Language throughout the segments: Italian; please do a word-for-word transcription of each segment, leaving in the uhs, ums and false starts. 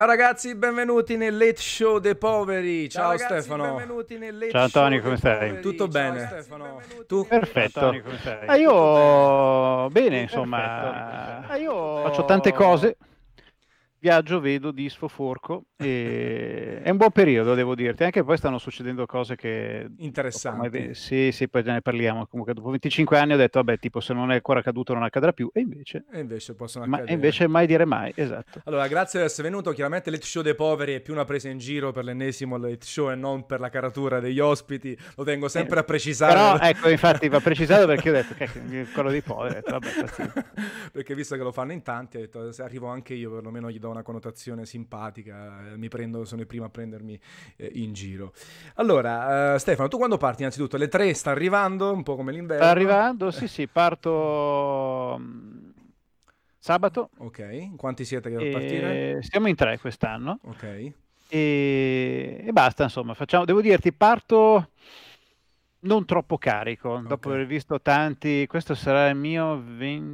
Ciao ragazzi, benvenuti nel Late Show dei Poveri. Ciao, Ciao ragazzi, Stefano. benvenuti nel Late Ciao Show Antonio, dei come stai? Poveri. Tutto Ciao bene? Stefano. Tu? Perfetto. come stai? Ah, io bene, Tutto insomma, Ah, io faccio tante cose, viaggio, vedo, disfo, forco, e è un buon periodo, devo dirti. Anche poi stanno succedendo cose che dopo ormai Interessanti. ve- sì, sì, poi ne parliamo. Comunque dopo venticinque anni ho detto, vabbè, tipo se non è ancora accaduto non accadrà più, e invece, E invece possono ma, e accadere. invece mai dire mai, esatto. Allora, grazie di essere venuto. Chiaramente il Late Show dei Poveri è più una presa in giro per l'ennesimo Late Show e non per la caratura degli ospiti. Lo tengo sempre Eh, a Però precisare. ecco, infatti va precisato perché ho detto, che quello dei poveri, ho detto, vabbè, pazienza. Perché visto che lo fanno in tanti, ho detto se arrivo anche io, perlomeno gli do una connotazione simpatica. eh, Mi prendo, sono i primi a prendermi eh, in giro. Allora, eh, Stefano, tu quando parti? Innanzitutto, le tre sta arrivando, un po' come Sta l'inverno. arrivando, sì, sì, parto mm, sabato Ok, in quanti siete che a partire? e siamo in tre quest'anno Ok, e, e basta, insomma, facciamo, devo dirti, parto non troppo carico, ok. dopo aver visto tanti, questo sarà il mio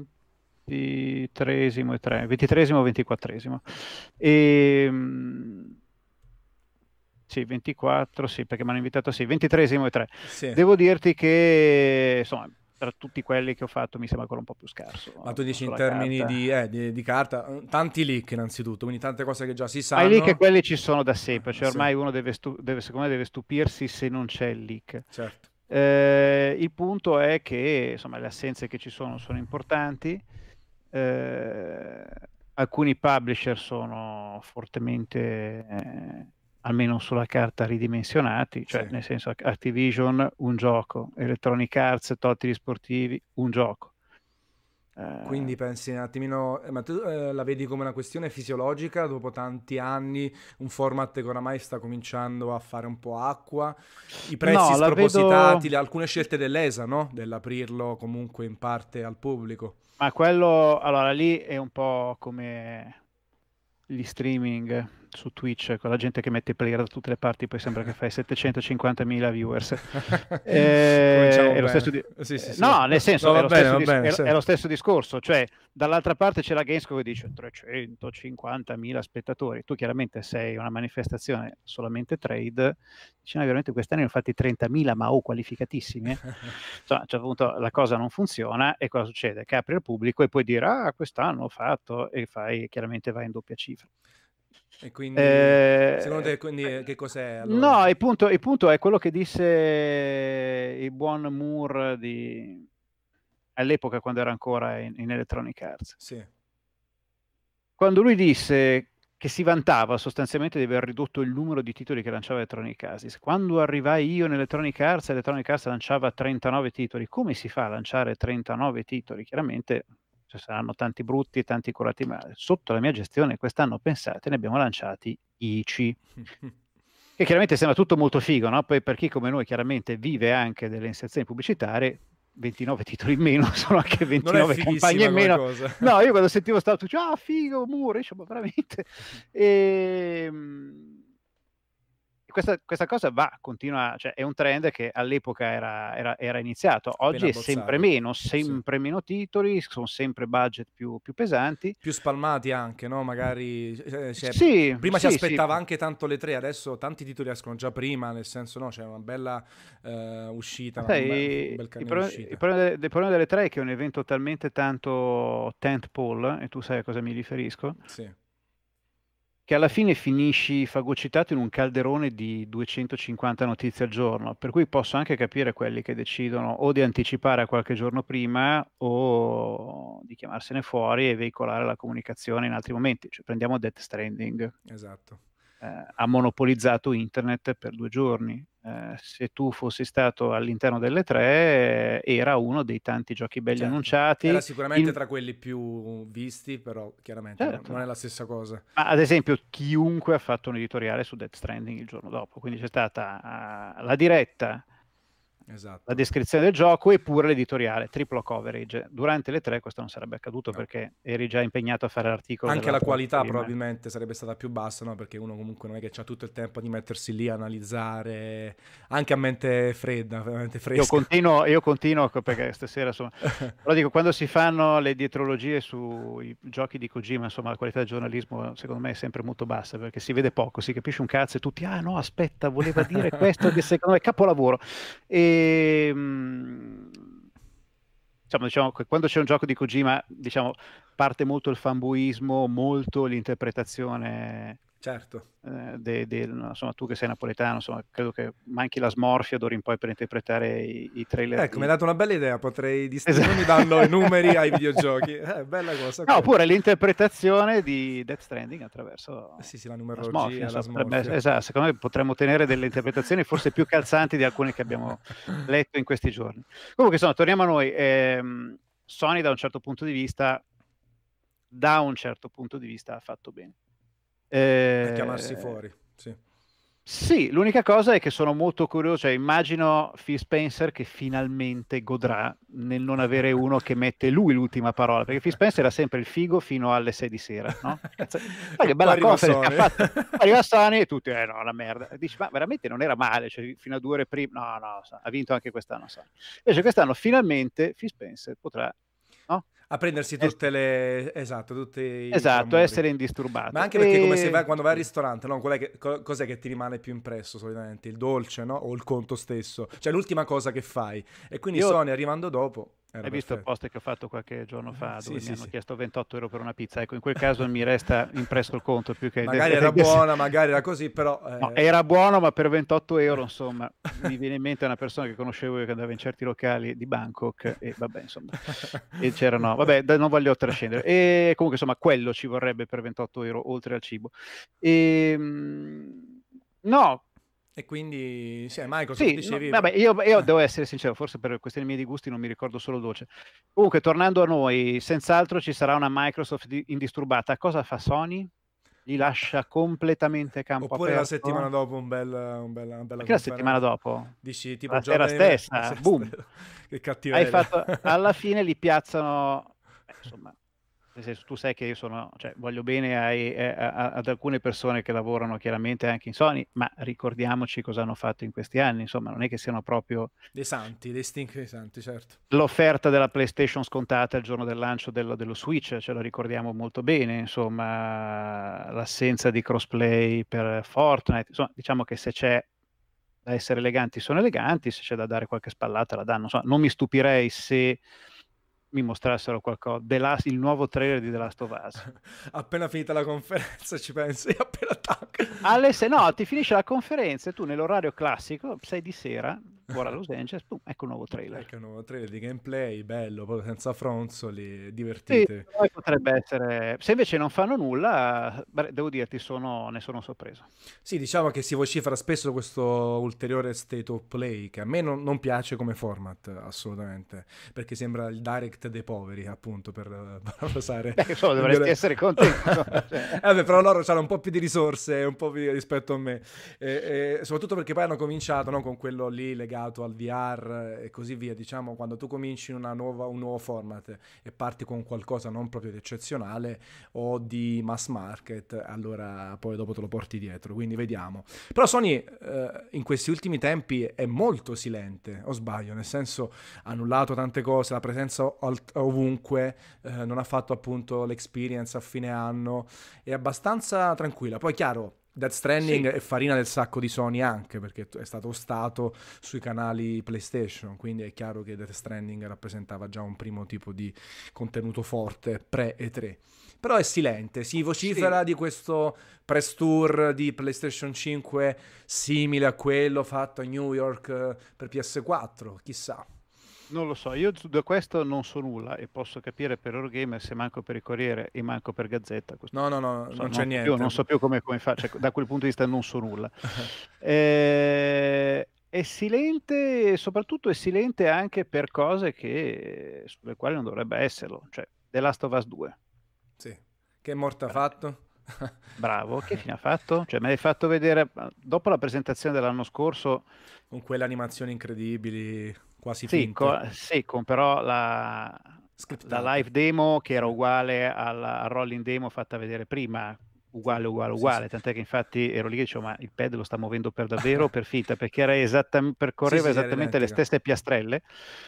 ventitreesimo e tre, ventitreesimo o ventiquattresimo. E, mm, sì, ventiquattro, sì, perché mi hanno invitato, sì, ventitreesimo e tre. Sì. Devo dirti che, insomma, tra tutti quelli che ho fatto mi sembra ancora un po' più scarso Ma tu dici in sulla termini di, carta. eh, di, di carta, eh, tanti leak innanzitutto, quindi tante cose che già si Ma i leak sanno. quelli ci sono da sempre, Ah, cioè sì, ormai uno deve, stu- deve, secondo me deve stupirsi se non c'è il leak. certo. Eh, il punto è che insomma, le assenze che ci sono sono importanti, eh, alcuni publisher sono fortemente, eh, almeno sulla carta, ridimensionati, Sì. cioè nel senso Activision un gioco, Electronic Arts, titoli sportivi un gioco. Eh, Quindi pensi un attimino, eh, ma tu eh, la vedi come una questione fisiologica dopo tanti anni, un format che oramai sta cominciando a fare un po' acqua, i prezzi no, la vedo. spropositati, le- alcune scelte dell'E S A, no? Dell'aprirlo comunque in parte al pubblico. Ma quello, allora lì è un po' come gli streaming su Twitch, con la gente che mette i player da tutte le parti, poi sembra che fai settecentocinquantamila viewers. Eh, Cominciamo è lo stesso bene. di- Sì, sì, eh, sì. no, nel No, senso, è va lo bene, stesso, va dis- bene, è, sì. è lo stesso discorso, cioè dall'altra parte c'è la Gamescom che dice trecentocinquantamila spettatori, tu chiaramente sei una manifestazione solamente trade, dici no, veramente quest'anno ne ho fatti trentamila, ma oh, qualificatissimi, eh. Insomma, a un certo punto la cosa non funziona e cosa succede? Che apri al pubblico e puoi dire ah, quest'anno ho fatto e fai, chiaramente vai in doppia cifra. E quindi, secondo Eh, te, quindi, che cos'è allora? no, il punto, il punto è quello che disse il buon Moore di- all'epoca quando era ancora in, in Electronic Arts. Sì. Quando lui disse che si vantava sostanzialmente di aver ridotto il numero di titoli che lanciava Electronic Arts. Quando arrivai io in Electronic Arts, Electronic Arts lanciava trentanove titoli. Come si fa a lanciare trentanove titoli? Chiaramente ci saranno tanti brutti e tanti curati male. Sotto la mia gestione quest'anno, pensate, ne abbiamo lanciati dieci. Che chiaramente sembra tutto molto figo, no? Poi per chi come noi chiaramente vive anche delle inserzioni pubblicitarie, ventinove titoli in meno sono anche Non è ventinove campagne fighissima in come meno. cosa. No, io quando sentivo stato tutti, ah, figo, Mure, dicevo, ma veramente. E, mh, questa, questa cosa va, continua, cioè è un trend che all'epoca era, era- era iniziato, Appena oggi è sempre abbozzato. meno, Sì. sempre meno titoli, sono sempre budget più, più pesanti. Più spalmati anche, no? Magari, eh, cioè, Sì, prima si sì, sì. aspettava anche tanto le tre, adesso tanti titoli escono già prima, nel senso, no, c'è una bella eh, uscita, Ma un bel, un sai, bel il cannone problema, il uscita. problema delle, il problema delle tre è che è un evento talmente tanto tentpole, e tu sai a cosa mi riferisco, Sì. che alla fine finisci fagocitato in un calderone di duecentocinquanta notizie al giorno, per cui posso anche capire quelli che decidono o di anticipare a qualche giorno prima o di chiamarsene fuori e veicolare la comunicazione in altri momenti. Cioè, prendiamo Death Stranding. Esatto. Eh, ha monopolizzato internet per due giorni. Eh, se tu fossi stato all'interno delle tre, eh, era uno dei tanti giochi belli Certo. Era annunciati. sicuramente Il... tra quelli più visti, però chiaramente no- non è Certo. la stessa cosa. Ma ad esempio, chiunque ha fatto un editoriale su Death Stranding il giorno dopo, quindi c'è stata uh, la diretta Esatto. la descrizione del gioco, eppure l'editoriale, triplo coverage. Durante le tre questo non sarebbe accaduto, No. perché eri già impegnato a fare l'articolo. Anche la dell'altra volta qualità prima. probabilmente sarebbe stata più bassa, no? Perché uno comunque non è che c'ha tutto il tempo di mettersi lì a analizzare, anche a mente fredda, veramente Io fresca. continuo, io continuo co- perché stasera insomma, però dico, quando si fanno le dietrologie sui giochi di Kojima, insomma, la qualità del giornalismo secondo me è sempre molto bassa, perché si vede poco, si capisce un cazzo e tutti, ah no, aspetta, voleva dire questo che secondo me è capolavoro. E mh, diciamo, diciamo che quando c'è un gioco di Kojima, diciamo, parte molto il fanboismo, molto l'interpretazione. Certo. Eh, de- del- insomma, tu che sei napoletano, insomma, credo che manchi la smorfia d'ora in poi per interpretare i, i trailer. Ecco, di... mi hai dato una bella idea, potrei distinguere, Esatto. mi danno i numeri ai videogiochi. Eh, bella cosa. No, ok. oppure l'interpretazione di Death Stranding attraverso Eh Sì, sì, la la numerologia, smorfia, la insomma, potrebbe essere- smorfia. esatto, secondo me potremmo ottenere delle interpretazioni forse più calzanti di alcune che abbiamo letto in questi giorni. Comunque, insomma, torniamo a noi. Ehm, Sony da un certo punto di vista, da un certo punto di vista ha fatto bene. A chiamarsi Eh, fuori, sì. Sì, l'unica cosa è che sono molto curioso, cioè immagino Phil Spencer che finalmente godrà nel non avere uno che mette lui l'ultima parola, perché Phil Spencer era sempre il figo fino alle sei di sera, no? Cazzo, ma che Poi bella arriva conference che ha Sony. fatto. Arriva Sony e tutti, eh no, la merda. E dici, ma veramente non era male, cioè, fino a due ore prima, no, no, ha vinto anche quest'anno Sony. Invece quest'anno finalmente Phil Spencer potrà, no? A prendersi Es- tutte le... Esatto, tutti i esatto, clamori. essere Ma indisturbato. anche perché come se E... vai, quando vai al ristorante, no? Qual è che- co- cos'è che ti rimane più impresso solitamente? Il dolce, no? O il conto stesso? Cioè l'ultima cosa che fai. E quindi Io Sony arrivando dopo era Hai visto il perfetto. post che ho fatto qualche giorno fa Sì, dove mi sì, hanno sì. chiesto ventotto euro per una pizza? Ecco, in quel caso mi resta impresso il conto più che... Magari era buona, magari era così, però... No, eh, era buono, ma per ventotto euro, insomma, mi viene in mente una persona che conoscevo io che andava in certi locali di Bangkok e vabbè, insomma, e c'erano... Vabbè, da- non voglio trascendere. E comunque, insomma, quello ci vorrebbe per ventotto euro, oltre al cibo. E, mm, no, E quindi, sì, Microsoft sì, no, dicevi... vabbè, io, io eh, devo essere sincero, forse per questioni mie di gusti non mi ricordo solo il dolce. Comunque, tornando a noi, senz'altro ci sarà una Microsoft di- indisturbata. Cosa fa Sony? Li ma- lascia completamente a campo Oppure la aperto? settimana dopo un bel- un bella, una bella Anche la settimana conferenza. dopo? Dici tipo La sera giovane... stessa, Sì, boom! che Hai cattiveria. fatto, alla fine li piazzano, eh, insomma, nel senso, tu sai che io sono, cioè, voglio bene ai- eh, a- a- ad alcune persone che lavorano chiaramente anche in Sony, ma ricordiamoci cosa hanno fatto in questi anni, insomma, non è che siano proprio Dei santi, dei stink dei santi, certo. l'offerta della PlayStation scontata il giorno del lancio dello, dello Switch, ce la ricordiamo molto bene, insomma, l'assenza di crossplay per Fortnite, insomma, diciamo che se c'è da essere eleganti sono eleganti, se c'è da dare qualche spallata la danno, insomma, non mi stupirei se mi mostrassero qualcosa, The Last- il nuovo trailer di The Last of Us. Appena finita la conferenza ci pensi, appena attacca. Alle sei, no, ti finisce la conferenza e tu nell'orario classico, sei di sera, ora a Los Angeles, boom, ecco il nuovo trailer. Ecco un nuovo trailer di gameplay, bello, proprio senza fronzoli, Sì, divertite. poi potrebbe essere. Se invece non fanno nulla, beh, devo dirti, sono, ne sono sorpreso. Sì, diciamo che si vocifera spesso questo ulteriore state of play, che a me non, non piace come format, assolutamente, perché sembra il direct dei poveri, appunto, per eh, parafrasare. Beh, insomma, il dovresti mio- essere contento. Insomma, cioè. Eh, vabbè, però loro hanno un po' più di risorse, un po' più rispetto a me. E, e soprattutto perché poi hanno cominciato, no, con quello lì legato al V R e così via. Diciamo, quando tu cominci una nuova, un nuovo format e parti con qualcosa non proprio di eccezionale o di mass market, allora poi dopo te lo porti dietro. Quindi vediamo. Però Sony eh, in questi ultimi tempi è molto silente, o sbaglio? Nel senso, ha annullato tante cose, la presenza al- ovunque, eh, non ha fatto appunto l'experience a fine anno, è abbastanza tranquilla. Poi chiaro, Death Stranding Sì, è farina del sacco di Sony anche perché è stato ostato sui canali PlayStation, quindi è chiaro che Death Stranding rappresentava già un primo tipo di contenuto forte pre-E tre. Però è silente, si vocifera sì, di questo press tour di PlayStation cinque simile a quello fatto a New York eh, per P S quattro, chissà. non lo so, io su- da questo non so nulla e posso capire per Eurogamer se manco per il Corriere e manco per Gazzetta. Questo, No, no, no, non so, non non c'è so più, niente. non so più come, come fa, cioè, da quel punto di vista non so nulla. Eh, è silente, e soprattutto è silente anche per cose che, sulle quali non dovrebbe esserlo, cioè The Last of Us due. Sì. Che morta Veramente. fatto? Bravo, che fine ha fatto? Cioè, me l'hai fatto vedere dopo la presentazione dell'anno scorso. Con quelle animazioni incredibili, quasi Sì, finte, co- sì, con però la, la scriptate. live demo che Sì, era uguale alla al rolling demo fatta vedere prima, sì, uguale, uguale, sì, sì. uguale, tant'è che infatti ero lì che dicevo, ma il pad lo sta muovendo per davvero o per finta? Perché era esattamente, Sì, percorreva sì, sì, era esattamente le identica. stesse piastrelle.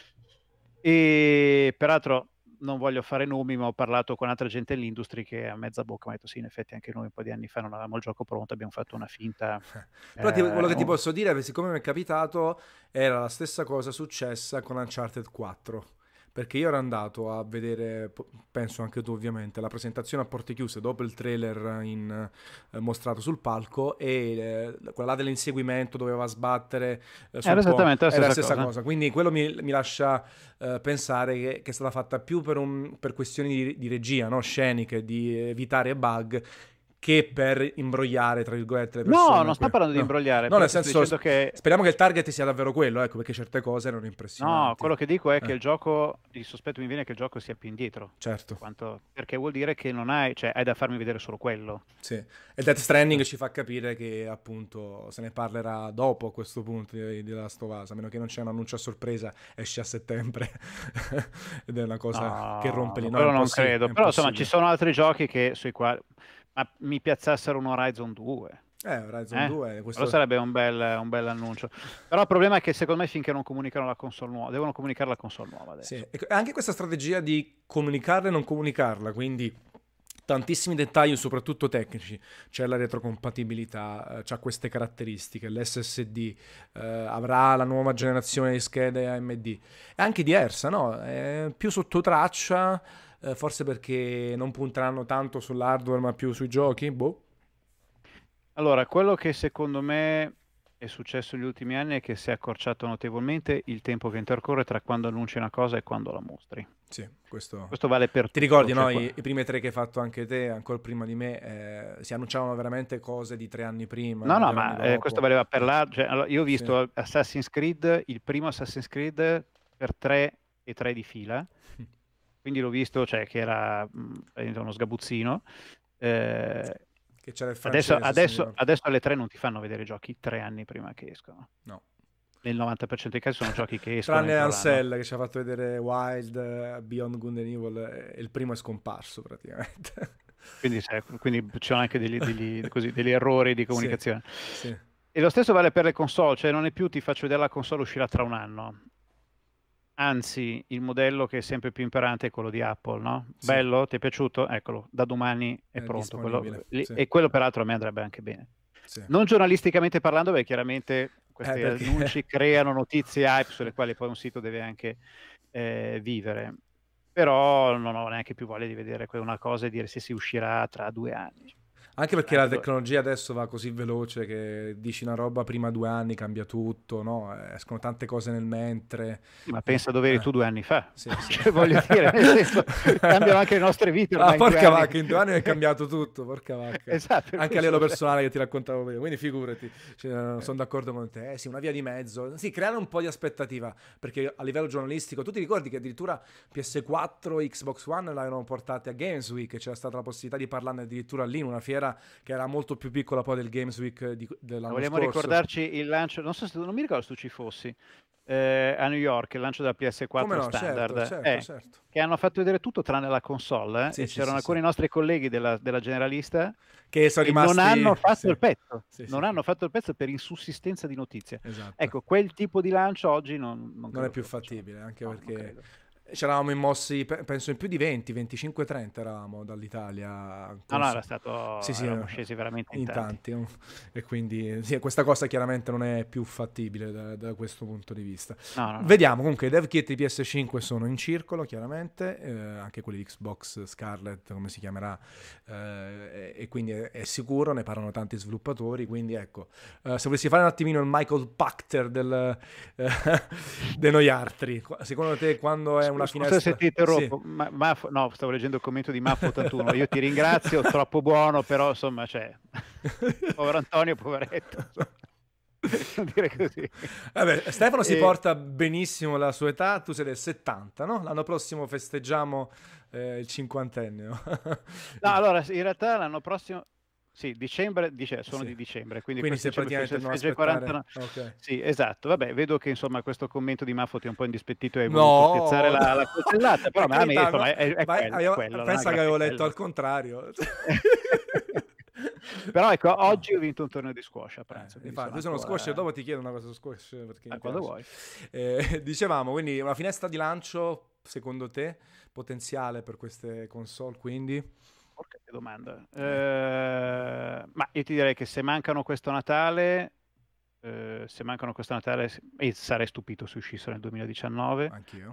E peraltro non voglio fare nomi, ma ho parlato con altra gente dell'industria che a mezza bocca mi ha detto sì, in effetti anche noi un po' di anni fa non avevamo il gioco pronto, abbiamo fatto una finta. Però ti- quello eh, che ti un- posso dire, è siccome mi è capitato, era la stessa cosa successa con Uncharted quattro. Perché io ero andato a vedere, po- penso anche tu ovviamente, la presentazione a porte chiuse dopo il trailer in- eh, mostrato sul palco e eh, quella là dell'inseguimento doveva sbattere eh, Era sul po', esattamente la era la stessa stessa cosa. cosa. Quindi quello mi, mi lascia eh, pensare che, che è stata fatta più per, un- per questioni di, di regia, no? Sceniche, di evitare bug, che per imbrogliare, tra virgolette, le No, persone. non sto Que- parlando di no. imbrogliare, No, però nel ti sto senso, dicendo sp- che speriamo che il target sia davvero quello, ecco, perché certe cose erano no, impressionanti. quello che dico è che Eh, il gioco, il sospetto mi viene che il gioco sia più indietro, certo, quanto- perché vuol dire che non hai, cioè hai da farmi vedere solo quello. sì. E Death Stranding ci fa capire che appunto se ne parlerà dopo a questo punto di, di Last of Us, a meno che non c'è un annuncio a sorpresa, esce a settembre. Ed è una cosa che rompe No, lì. No, è quello non impossibile, è credo, però insomma ci impossibile. sono altri giochi che, sui quali ma mi piazzassero un Horizon due. Eh, Horizon Eh? due, Quello questo... sarebbe un bel, un bel annuncio. Però il problema è che secondo me finché non comunicano la console nuova, devono comunicare la console nuova Sì, adesso. e anche questa strategia di comunicarla e non comunicarla, quindi tantissimi dettagli, soprattutto tecnici. C'è la retrocompatibilità, eh, c'ha queste caratteristiche, l'S S D, eh, avrà la nuova generazione di schede A M D. È anche diversa, no? È più sotto traccia, eh, forse perché non punteranno tanto sull'hardware ma più sui giochi? Boh. Allora, quello che secondo me è successo negli ultimi anni è che si è accorciato notevolmente il tempo che intercorre tra quando annunci una cosa e quando la mostri. Sì, questo... Questo vale per Ti tutto. ricordi, Cioè, no? qua- I, i primi tre che hai fatto anche te, ancora prima di me, eh, si annunciavano veramente cose di tre anni prima, No, no, due anni ma eh, questo dopo. valeva per Eh, la... cioè, allora, io ho sì. visto Assassin's Creed, il primo Assassin's Creed per tre e tre di fila, quindi l'ho visto, cioè, che era mh, uno sgabuzzino. Eh, Che c'era il adesso, francese, se mi adesso, ricordo. adesso alle tre non ti fanno vedere i giochi tre anni prima che escono. No. Nel novanta per cento dei casi sono giochi che escono Tranne entro l'anno. Ansel che ci ha fatto vedere Wild, eh, Beyond Good and Evil, eh, e il primo è scomparso praticamente. Quindi, sai, quindi ci sono anche degli, degli- così, degli errori di Sì, comunicazione. sì. E lo stesso vale per le console, cioè non è più ti faccio vedere la console uscirà tra un anno. Anzi, il modello che è sempre più imperante è quello di Apple, no? Sì, Bello, ti è piaciuto? Eccolo, da domani è è pronto. Quello- disponibile. lì- Sì, e quello peraltro a me andrebbe anche bene. sì. Non giornalisticamente parlando, perché chiaramente Eh, questi perché... annunci creano notizie hype sulle quali poi un sito deve anche eh, vivere. Però non ho neanche più voglia di vedere que- una cosa e dire se si uscirà tra due anni. Anche perché la Anche do- tecnologia adesso va così veloce che dici una roba prima due anni cambia tutto, no? Eh, Escono tante cose nel mentre. Sì, ma Eh, pensa dove eri eh, tu due anni fa. sì, sì. Cioè, voglio dire, nel senso, cambiano anche le nostre vite Ah, ormai in due porca anni. vacca, in due anni è cambiato tutto, porca vacca. Esatto, per Anche a questo, livello cioè, personale che ti raccontavo prima, quindi figurati, cioè, sono d'accordo con te. Eh sì, una via di mezzo. Sì, creare un po' di aspettativa, perché a livello giornalistico, tu ti ricordi che addirittura P S quattro, Xbox One l'avevano portate a Games Week, c'era stata la possibilità di parlarne addirittura lì, in una fiera che era molto più piccola poi del Games Week di- dell'anno vogliamo scorso. ricordarci il lancio, non so se tu, non mi ricordo se tu ci fossi, eh, a New York, il lancio della P S Come quattro no, certo, standard, certo, eh, certo. che hanno fatto vedere tutto tranne la console, eh, Sì, e sì, c'erano sì, sì. alcuni nostri colleghi della, della generalista Che sono che non rimasti... hanno fatto Sì, il pezzo, sì, sì, non sì. hanno fatto il pezzo per insussistenza di notizia. Esatto. Ecco, quel tipo di lancio oggi non, non Non è credo più che lo facciano. fattibile, anche No, non perché credo. c'eravamo immossi, pe- penso in più di venti, venticinque, trenta eravamo dall'Italia. No, no, cons- era stato, Sì, sì, eravamo scesi veramente in in tanti. tanti. oh. E quindi sì, questa cosa chiaramente non è più fattibile da, da questo punto di vista. No, no, no. Vediamo, comunque i dev kit di P S cinque sono in circolo, chiaramente, eh, anche quelli di Xbox Scarlett, come si chiamerà, eh, e, e quindi è, è sicuro, ne parlano tanti sviluppatori, quindi ecco, eh, se volessi fare un attimino il Michael Pachter del, eh, dei noi altri, Qu- secondo te quando è una Scusa se finestra... ti Sì. interrompo, ma, Maff- no, stavo leggendo il commento di Maff ottantuno, io ti ringrazio, troppo buono, però insomma, cioè, povero Antonio, poveretto. possiamo dire così. Vabbè, Stefano si E- porta benissimo la sua età, tu sei del settanta, no? L'anno prossimo festeggiamo eh, il cinquantennio. No, allora, in realtà l'anno prossimo, sì, dicembre, dice, sono Sì. di dicembre, quindi, Quindi questo se dicembre praticamente festeggia non festeggia i aspettare... quaranta. Ok. Sì, esatto, vabbè, vedo che insomma questo commento di Maffo ti è un po' indispettito e hai voluto No, spiazzare la, la coltellata, però per a me carità, insomma no, è, è vai- quello, è avevo- quello, pensa l'anagrafe che è avevo letto quello. al contrario. Però ecco, oggi ho vinto un torneo di squash a pranzo, Eh, quindi infatti, sono io sono ancora... squash e dopo ti chiedo una cosa su squash perché eh, mi quando piace. vuoi. Eh, dicevamo, quindi una finestra di lancio, secondo te, potenziale per queste console, quindi? Porca che domanda. Eh, Eh, ma io ti direi che se mancano questo Natale, eh, se mancano questo Natale, s- e sarei stupito se uscissero nel duemiladiciannove, anch'io.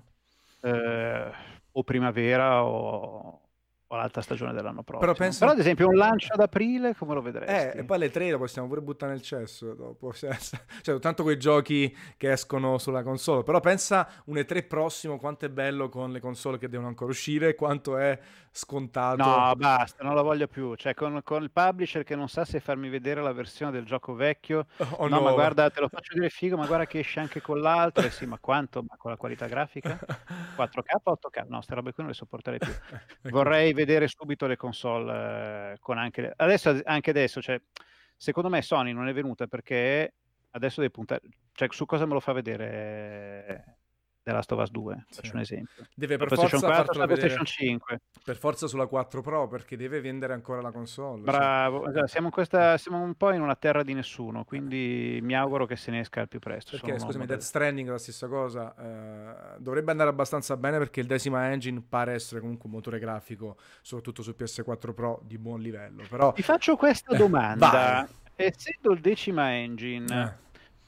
eh, o primavera o, o l'alta stagione dell'anno Però prossimo. pensa Però un ad esempio un lancio ad aprile, come lo Eh, e vedresti? poi le tre lo possiamo pure buttare nel cesso dopo. Cioè, tanto quei giochi che escono sulla console. Però pensa un E tre prossimo quanto è bello con le console che devono ancora uscire, quanto è scontato. No, basta, non lo voglio più. Cioè, con, con il publisher che non sa se farmi vedere la versione del gioco vecchio. O No, ma nuova. guarda, te lo faccio vedere figo, ma guarda che esce anche con l'altro. Eh sì, ma quanto? Ma con la qualità grafica? quattro K o otto K? No, ste robe qui non le sopporterei più. Vorrei vedere subito le console eh, con anche... le- Adesso, anche adesso, cioè, secondo me Sony non è venuta perché adesso deve puntare... Cioè, su cosa me lo fa vedere The Last of Us due? Sì. Faccio un esempio. Deve La per PlayStation forza quattro, fartelo la PlayStation vedere cinque. per forza sulla quattro Pro perché deve vendere ancora la console. cioè. Bravo, esatto, Eh, siamo, in questa, siamo un po' in una terra di nessuno, eh. quindi mi auguro che se ne esca al più presto. Sono Perché, un scusami, uomo Death del... Stranding è la stessa cosa. eh, dovrebbe andare abbastanza bene perché il Decima Engine pare essere comunque un motore grafico, soprattutto su P S quattro Pro, di buon livello. Però, Ti faccio questa eh, domanda. vai. Essendo il Decima Engine Eh,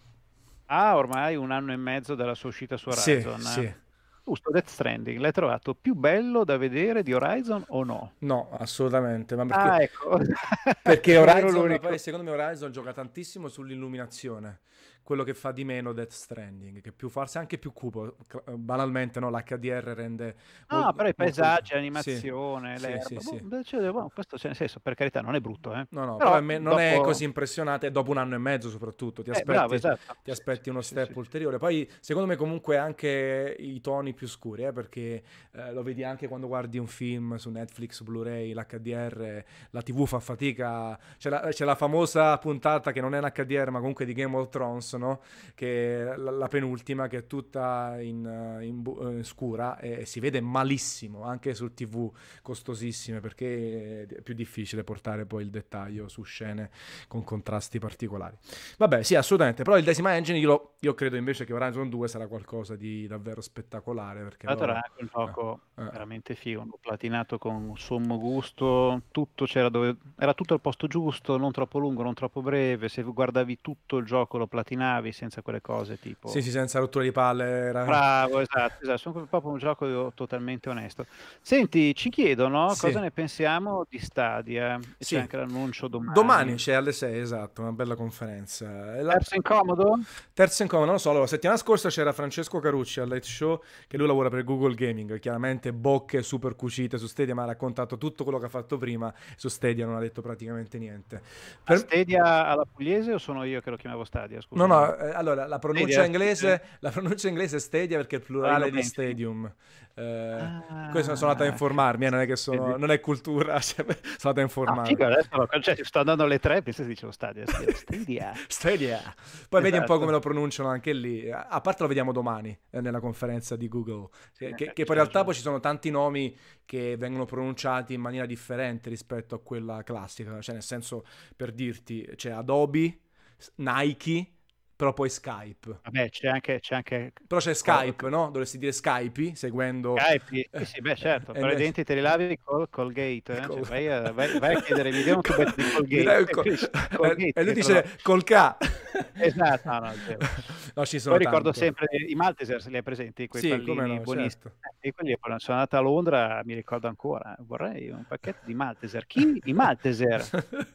ha ormai un anno e mezzo dalla sua uscita su sì, Horizon, sì. giusto, Death Stranding, l'hai trovato più bello da vedere di Horizon o no? No, assolutamente. Ma perché, Ah, ecco. perché Non ero Horizon, l'unico. poi secondo me Horizon gioca tantissimo sull'illuminazione. Quello che fa di meno Death Stranding, che più forse anche più cupo. Cl- Banalmente, no? L'H D R rende No, mol- però i molto di più. paesaggi, Sì, l'animazione, sì, sì, l'erba, sì. boh, beh, cioè, boh, questo cioè, nel senso, per carità, non è brutto, eh. No, no, però Però a me non è dopo... così impressionante dopo un anno e mezzo soprattutto, ti Eh, bravo, aspetti, esatto. ti Sì, aspetti sì, uno sì, step sì. ulteriore. Poi secondo me comunque anche i toni più scuri, eh, perché eh, lo vedi anche quando guardi un film su Netflix, Blu-ray, l'H D R, la T V fa fatica. C'è la, c'è la famosa puntata che non è un H D R ma comunque di Game of Thrones, no? Che è la, la penultima, che è tutta in, eh, in bu- eh, scura e si vede malissimo anche su T V costosissime perché è più difficile portare poi il dettaglio su scene con contrasti particolari. Vabbè, sì, assolutamente, però il Decima Engine io, lo- io credo invece che Horizon due sarà qualcosa di davvero spettacolare perché Tra l'altro era loro... anche un gioco eh, eh. veramente figo, l'ho platinato con sommo gusto, tutto c'era dove... era tutto al posto giusto, non troppo lungo, non troppo breve, se guardavi tutto il gioco lo platinavi senza quelle cose tipo... Sì, sì, senza rottura di palle. Era... Bravo, esatto, esatto, sono proprio un gioco totalmente onesto. Senti, ci chiedono Sì. cosa ne pensiamo di Stadia, e Sì. c'è anche l'annuncio domani. Domani c'è alle sei, esatto, una bella conferenza. E la- Terzo incomodo? Terzo incomodo, non lo so. Allora, la settimana scorsa c'era Francesco Carucci al Late Show, che lui lavora per Google Gaming, chiaramente bocche super cucite su Stadia, ma ha raccontato tutto quello che ha fatto prima. Su Stadia non ha detto praticamente niente. A Per- Stadia alla pugliese o sono io che lo chiamavo Stadia? Scusa. No, no, eh, allora la pronuncia Stadia, inglese, la pronuncia inglese è Stadia perché è il plurale di Pensi? Stadium. Eh, Ah, questo sono andato a informarmi, eh, non è che sono, vedi. non è cultura, cioè, sono andato a Ah, informarmi. figo, adesso lo- cioè, sto andando alle tre, penso che dicevo Stadia. Stadia. Stadia. Stadia. Poi vedi un po' Esatto. come lo pronunciano anche lì. A a parte lo vediamo domani eh, nella conferenza di Google, che, Sì, che- eh, che poi in c'è realtà ragione. poi ci sono tanti nomi che vengono pronunciati in maniera differente rispetto a quella classica, cioè nel senso, per dirti, c'è Adobe, S- Nike, però poi Skype. Vabbè, c'è anche, c'è anche Però c'è Skype, no? Dovresti dire Skype, seguendo... Skype, sì, sì, beh, certo, Eh, però i invece- denti te li lavi col Colgate, eh? Col- Cioè, vai, a, vai, vai a chiedere, mi devi un tubetto di Mi dai un Colgate. co- Eh, Colgate, e lui che dice trovo- col K. Esatto, no, no, zero. No, ci sono Poi ricordo tanto. sempre i Maltesers, li hai presenti? Quei Sì, come pallini no, buonissimi. certo. Eh, e quelli quando sono andato a Londra, mi ricordo ancora, vorrei un pacchetto di Malteser. Chi? I Malteser.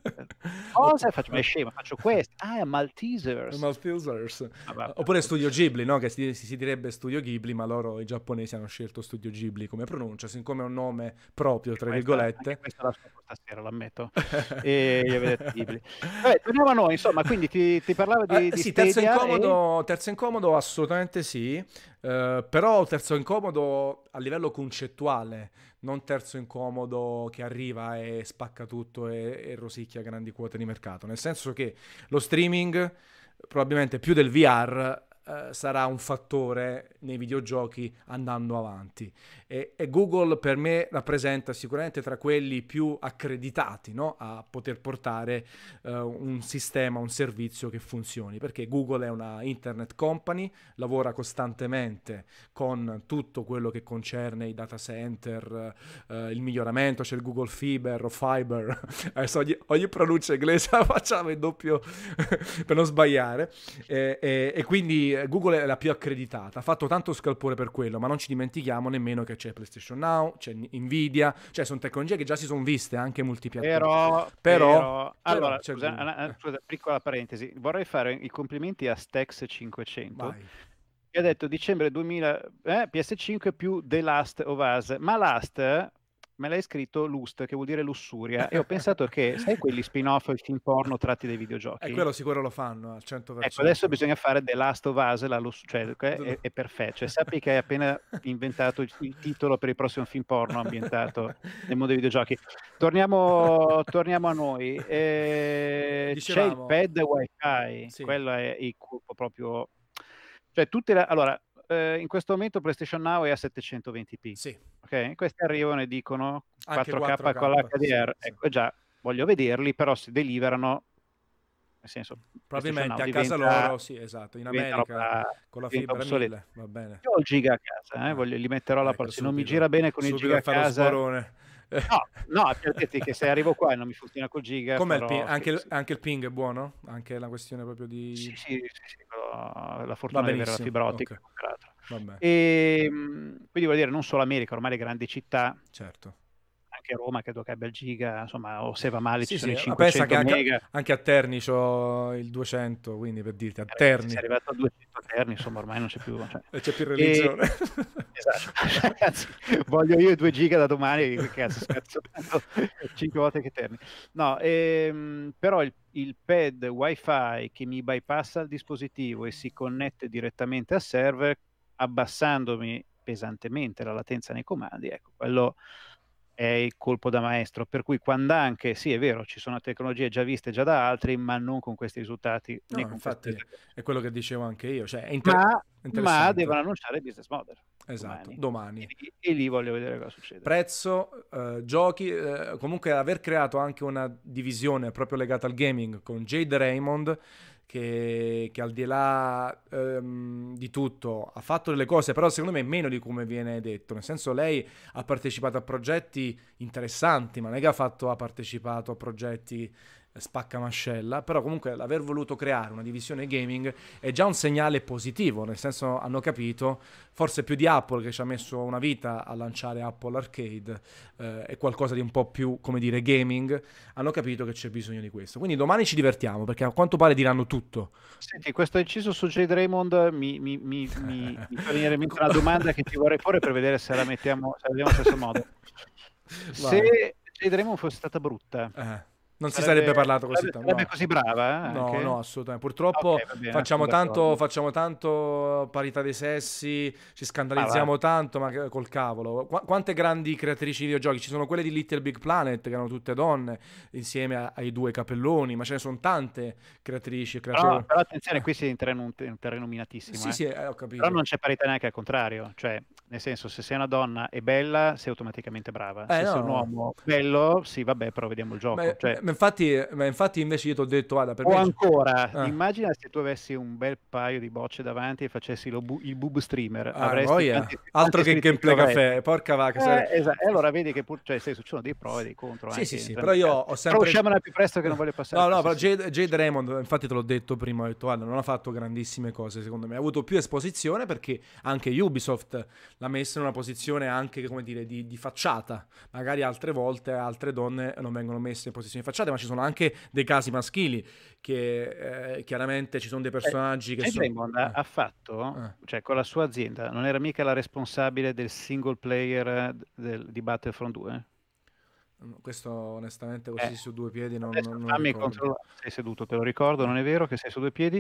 Cosa? Faccio, ma è scema, faccio questi. Ah, Maltesers. Maltesers. Ah, vabbè. Oppure Studio Ghibli, no? Che si, si direbbe Studio Ghibli, ma loro, i giapponesi, hanno scelto Studio Ghibli come pronuncia, siccome è un nome proprio, tra Questa, anche virgolette. questa la scopo stasera, l'ammetto. E gli avevo detto Ghibli. Vabbè, torniamo a noi, insomma, quindi ti, ti parlavo di, Eh, di sì, terzo Stadia incomodo, terzo incomodo assolutamente sì, eh, però terzo incomodo a livello concettuale, non terzo incomodo che arriva e spacca tutto e, e rosicchia grandi quote di mercato, nel senso che lo streaming, probabilmente più del V R, eh, sarà un fattore nei videogiochi andando avanti. E, e Google per me rappresenta sicuramente tra quelli più accreditati, no? A poter portare uh, un sistema, un servizio che funzioni, perché Google è una internet company, lavora costantemente con tutto quello che concerne i data center, uh, il miglioramento, c'è il Google Fiber o Fiber, adesso ogni, ogni pronuncia inglese la facciamo in doppio per non sbagliare, e, e, e quindi Google è la più accreditata, ha fatto tanto scalpore per quello, ma non ci dimentichiamo nemmeno che c'è PlayStation Now, c'è Nvidia, cioè sono tecnologie che già si sono viste anche multipiattaforma. Però, Però, però, però allora, c'è scusa, Google. una- Eh, scusa, piccola parentesi, vorrei fare i complimenti a Stex cinquecento, vai. che ha detto dicembre duemila, eh, P S cinque più The Last of Us, ma Last eh, me l'hai scritto Lust, che vuol dire lussuria, e ho pensato che, sai quelli spin-off, i film porno tratti dai E videogiochi? quello sicuro lo fanno al Ecco, adesso cento per cento. bisogna fare The Last of Us, la lus- cioè, è, è perfetto. Cioè, sappi che hai appena inventato il, il titolo per il prossimo film porno ambientato nel mondo dei videogiochi. Torniamo, torniamo a noi. Eh, c'è il Dicevamo, pad Wi-Fi, sì, quello è il colpo proprio. Cioè, tutte le... Allora, eh, in questo momento PlayStation Now è a settecentoventi p. sì, Ok? Questi arrivano e dicono anche quattro K quattro con K, l'H D R. sì, sì. Ecco, già, voglio vederli, però si deliverano, nel senso, PlayStation Now Probabilmente a casa diventa, loro, sì, esatto, in diventa America roba, con la diventa fibra obsoleta. mille, va bene. Io ho il giga a casa, eh, Ah, voglio, li metterò alla ecco, prossima. Se non mi subito, gira bene con il subito giga a a fare lo casa, sborone. no, no, per dirti che se arrivo qua e non mi funziona col giga, Com'è il ping? farò... Anche Sì, il, sì, anche il ping è buono? Anche la questione proprio sì, di... sì, sì, sì, ho la Va fortuna di avere la benissimo, fibra ottica, ok, peraltro. vabbè, E mh, quindi vuol dire non solo America, ormai le grandi città, certo. anche Roma credo che abbia il giga, insomma, o se va male ci Sì, sono sì, i ma pensa che cinquecento anche, mega. anche a Terni c'ho il duecento, quindi per dirti, a Eh, ragazzi, sei Terni arrivato a duecento terni, insomma, ormai non c'è più. Cioè. e c'è più E... religione. Esatto, ragazzi, voglio io i due giga da domani, che cazzo scherzo, cinque volte che terni. No, ehm, però il, il pad Wi-Fi che mi bypassa il dispositivo e si connette direttamente al server, abbassandomi pesantemente la latenza nei comandi, ecco, quello è il colpo da maestro, per cui quando anche, sì è vero, ci sono tecnologie già viste già da altri, ma non con questi risultati né No, con queste infatti prestazioni. è quello che dicevo anche io, cioè è inter- Ma, ma interessante. devono annunciare il business model Esatto, domani. E domani. lì, e lì voglio vedere cosa succede. Prezzo, eh, giochi, eh, comunque aver creato anche una divisione proprio legata al gaming con Jade Raymond, che, che al di là ehm, di tutto ha fatto delle cose, però secondo me meno di come viene detto, nel senso lei ha partecipato a progetti interessanti, ma non è che ha, fatto, ha partecipato a progetti spaccamascella, però comunque l'aver voluto creare una divisione gaming è già un segnale positivo, nel senso hanno capito, forse più di Apple che ci ha messo una vita a lanciare Apple Arcade eh, e qualcosa di un po' più, come dire, gaming, hanno capito che c'è bisogno di questo. Quindi domani ci divertiamo, perché a quanto pare diranno tutto. Senti, questo inciso su Jade Raymond mi, mi, mi, mi, mi fa venire in mente una domanda che ti vorrei porre per vedere se la mettiamo, se la vediamo allo stesso modo. Vai. Se Jade Raymond fosse stata brutta, Eh. Non si sarebbe, sarebbe parlato così sarebbe, tanto, sarebbe no. così brava eh, No, anche? no, assolutamente. Purtroppo Ok, va bene, facciamo sono tanto, d'accordo. facciamo tanto parità dei sessi, ci Ah, va. scandalizziamo tanto, ma che- col cavolo. Qu- quante grandi creatrici di videogiochi? Ci sono quelle di Little Big Planet, che erano tutte donne, insieme a- ai due capelloni, ma ce ne sono tante creatrici e Però, creatori. però attenzione, Eh. qui si entra in un, in un terreno minatissimo, Sì, eh. sì, eh, ho Però capito. non c'è parità neanche al contrario, cioè Nel senso, se sei una donna e bella, sei automaticamente brava. Eh Se sei un no, uomo bello, sì, vabbè, però vediamo il ma, gioco. Cioè, ma infatti, ma infatti invece io ti ho detto, guarda, per o me... gi- ancora, Ah, immagina se tu avessi un bel paio di bocce davanti e facessi lo bu- il boob streamer, ah, avresti quanti, voglia. Altro quanti che iscritti più gameplay avresti? caffè, porca vacca. se- Eh, esatto. E allora vedi che pur, cioè, se ci sono dei pro e dei contro Sì, sì, anche sì, però entrambi i io casi. ho Però sempre... usciamone più presto che non voglio passare a No, no, queste però sì. Jade, Jade Raymond, infatti te l'ho detto prima, ho detto, guarda, non ha fatto grandissime cose, secondo me. Ha avuto più esposizione perché anche Ubisoft l'ha messa in una posizione anche, come dire, di, di facciata. Magari altre volte altre donne non vengono messe in posizioni facciate, ma ci sono anche dei casi maschili che eh, chiaramente ci sono dei Eh, personaggi che Jade sono... Raymond ha Eh, ha fatto, eh. cioè con la sua azienda, non era mica la responsabile del single player eh, del- di Battlefront due? Questo onestamente Eh, così su due piedi non, adesso non- non lo fammi ricordo. controllare. Sei seduto, te lo ricordo, Eh. non è vero che sei su due piedi,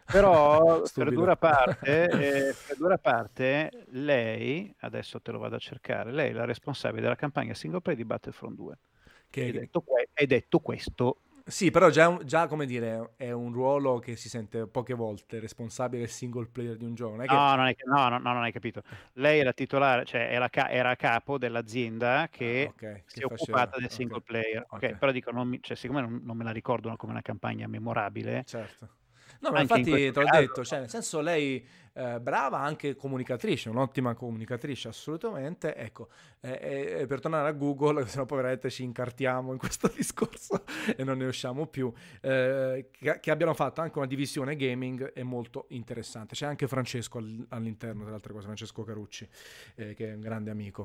però per Stupido. dura parte, eh, per dura parte, lei, adesso te lo vado a cercare, lei è la responsabile della campagna single player di Battlefront due. E Che, detto, que- e detto questo, sì, però già, già, come dire, è un ruolo che si sente poche volte responsabile del single player di un gioco. Non è che... no, non hai, no, no, no, non hai capito. Lei è la titolare, cioè è la ca- era a capo dell'azienda Ah, che ok, si che è faceva. occupata del Ok, single player. Ok, ok, però dico, non mi- cioè, siccome non, non me la ricordo come una campagna memorabile, certo. No, ma anche in infatti questo te l'ho caso, detto, cioè, nel senso lei eh, brava anche comunicatrice, un'ottima comunicatrice assolutamente. Ecco, eh, eh, per tornare a Google, se no poi veramente ci incartiamo in questo discorso e non ne usciamo più, eh, che, che abbiano fatto anche una divisione gaming è molto interessante. C'è anche Francesco all- all'interno, tra le altre cose, Francesco Carucci, eh, che è un grande amico.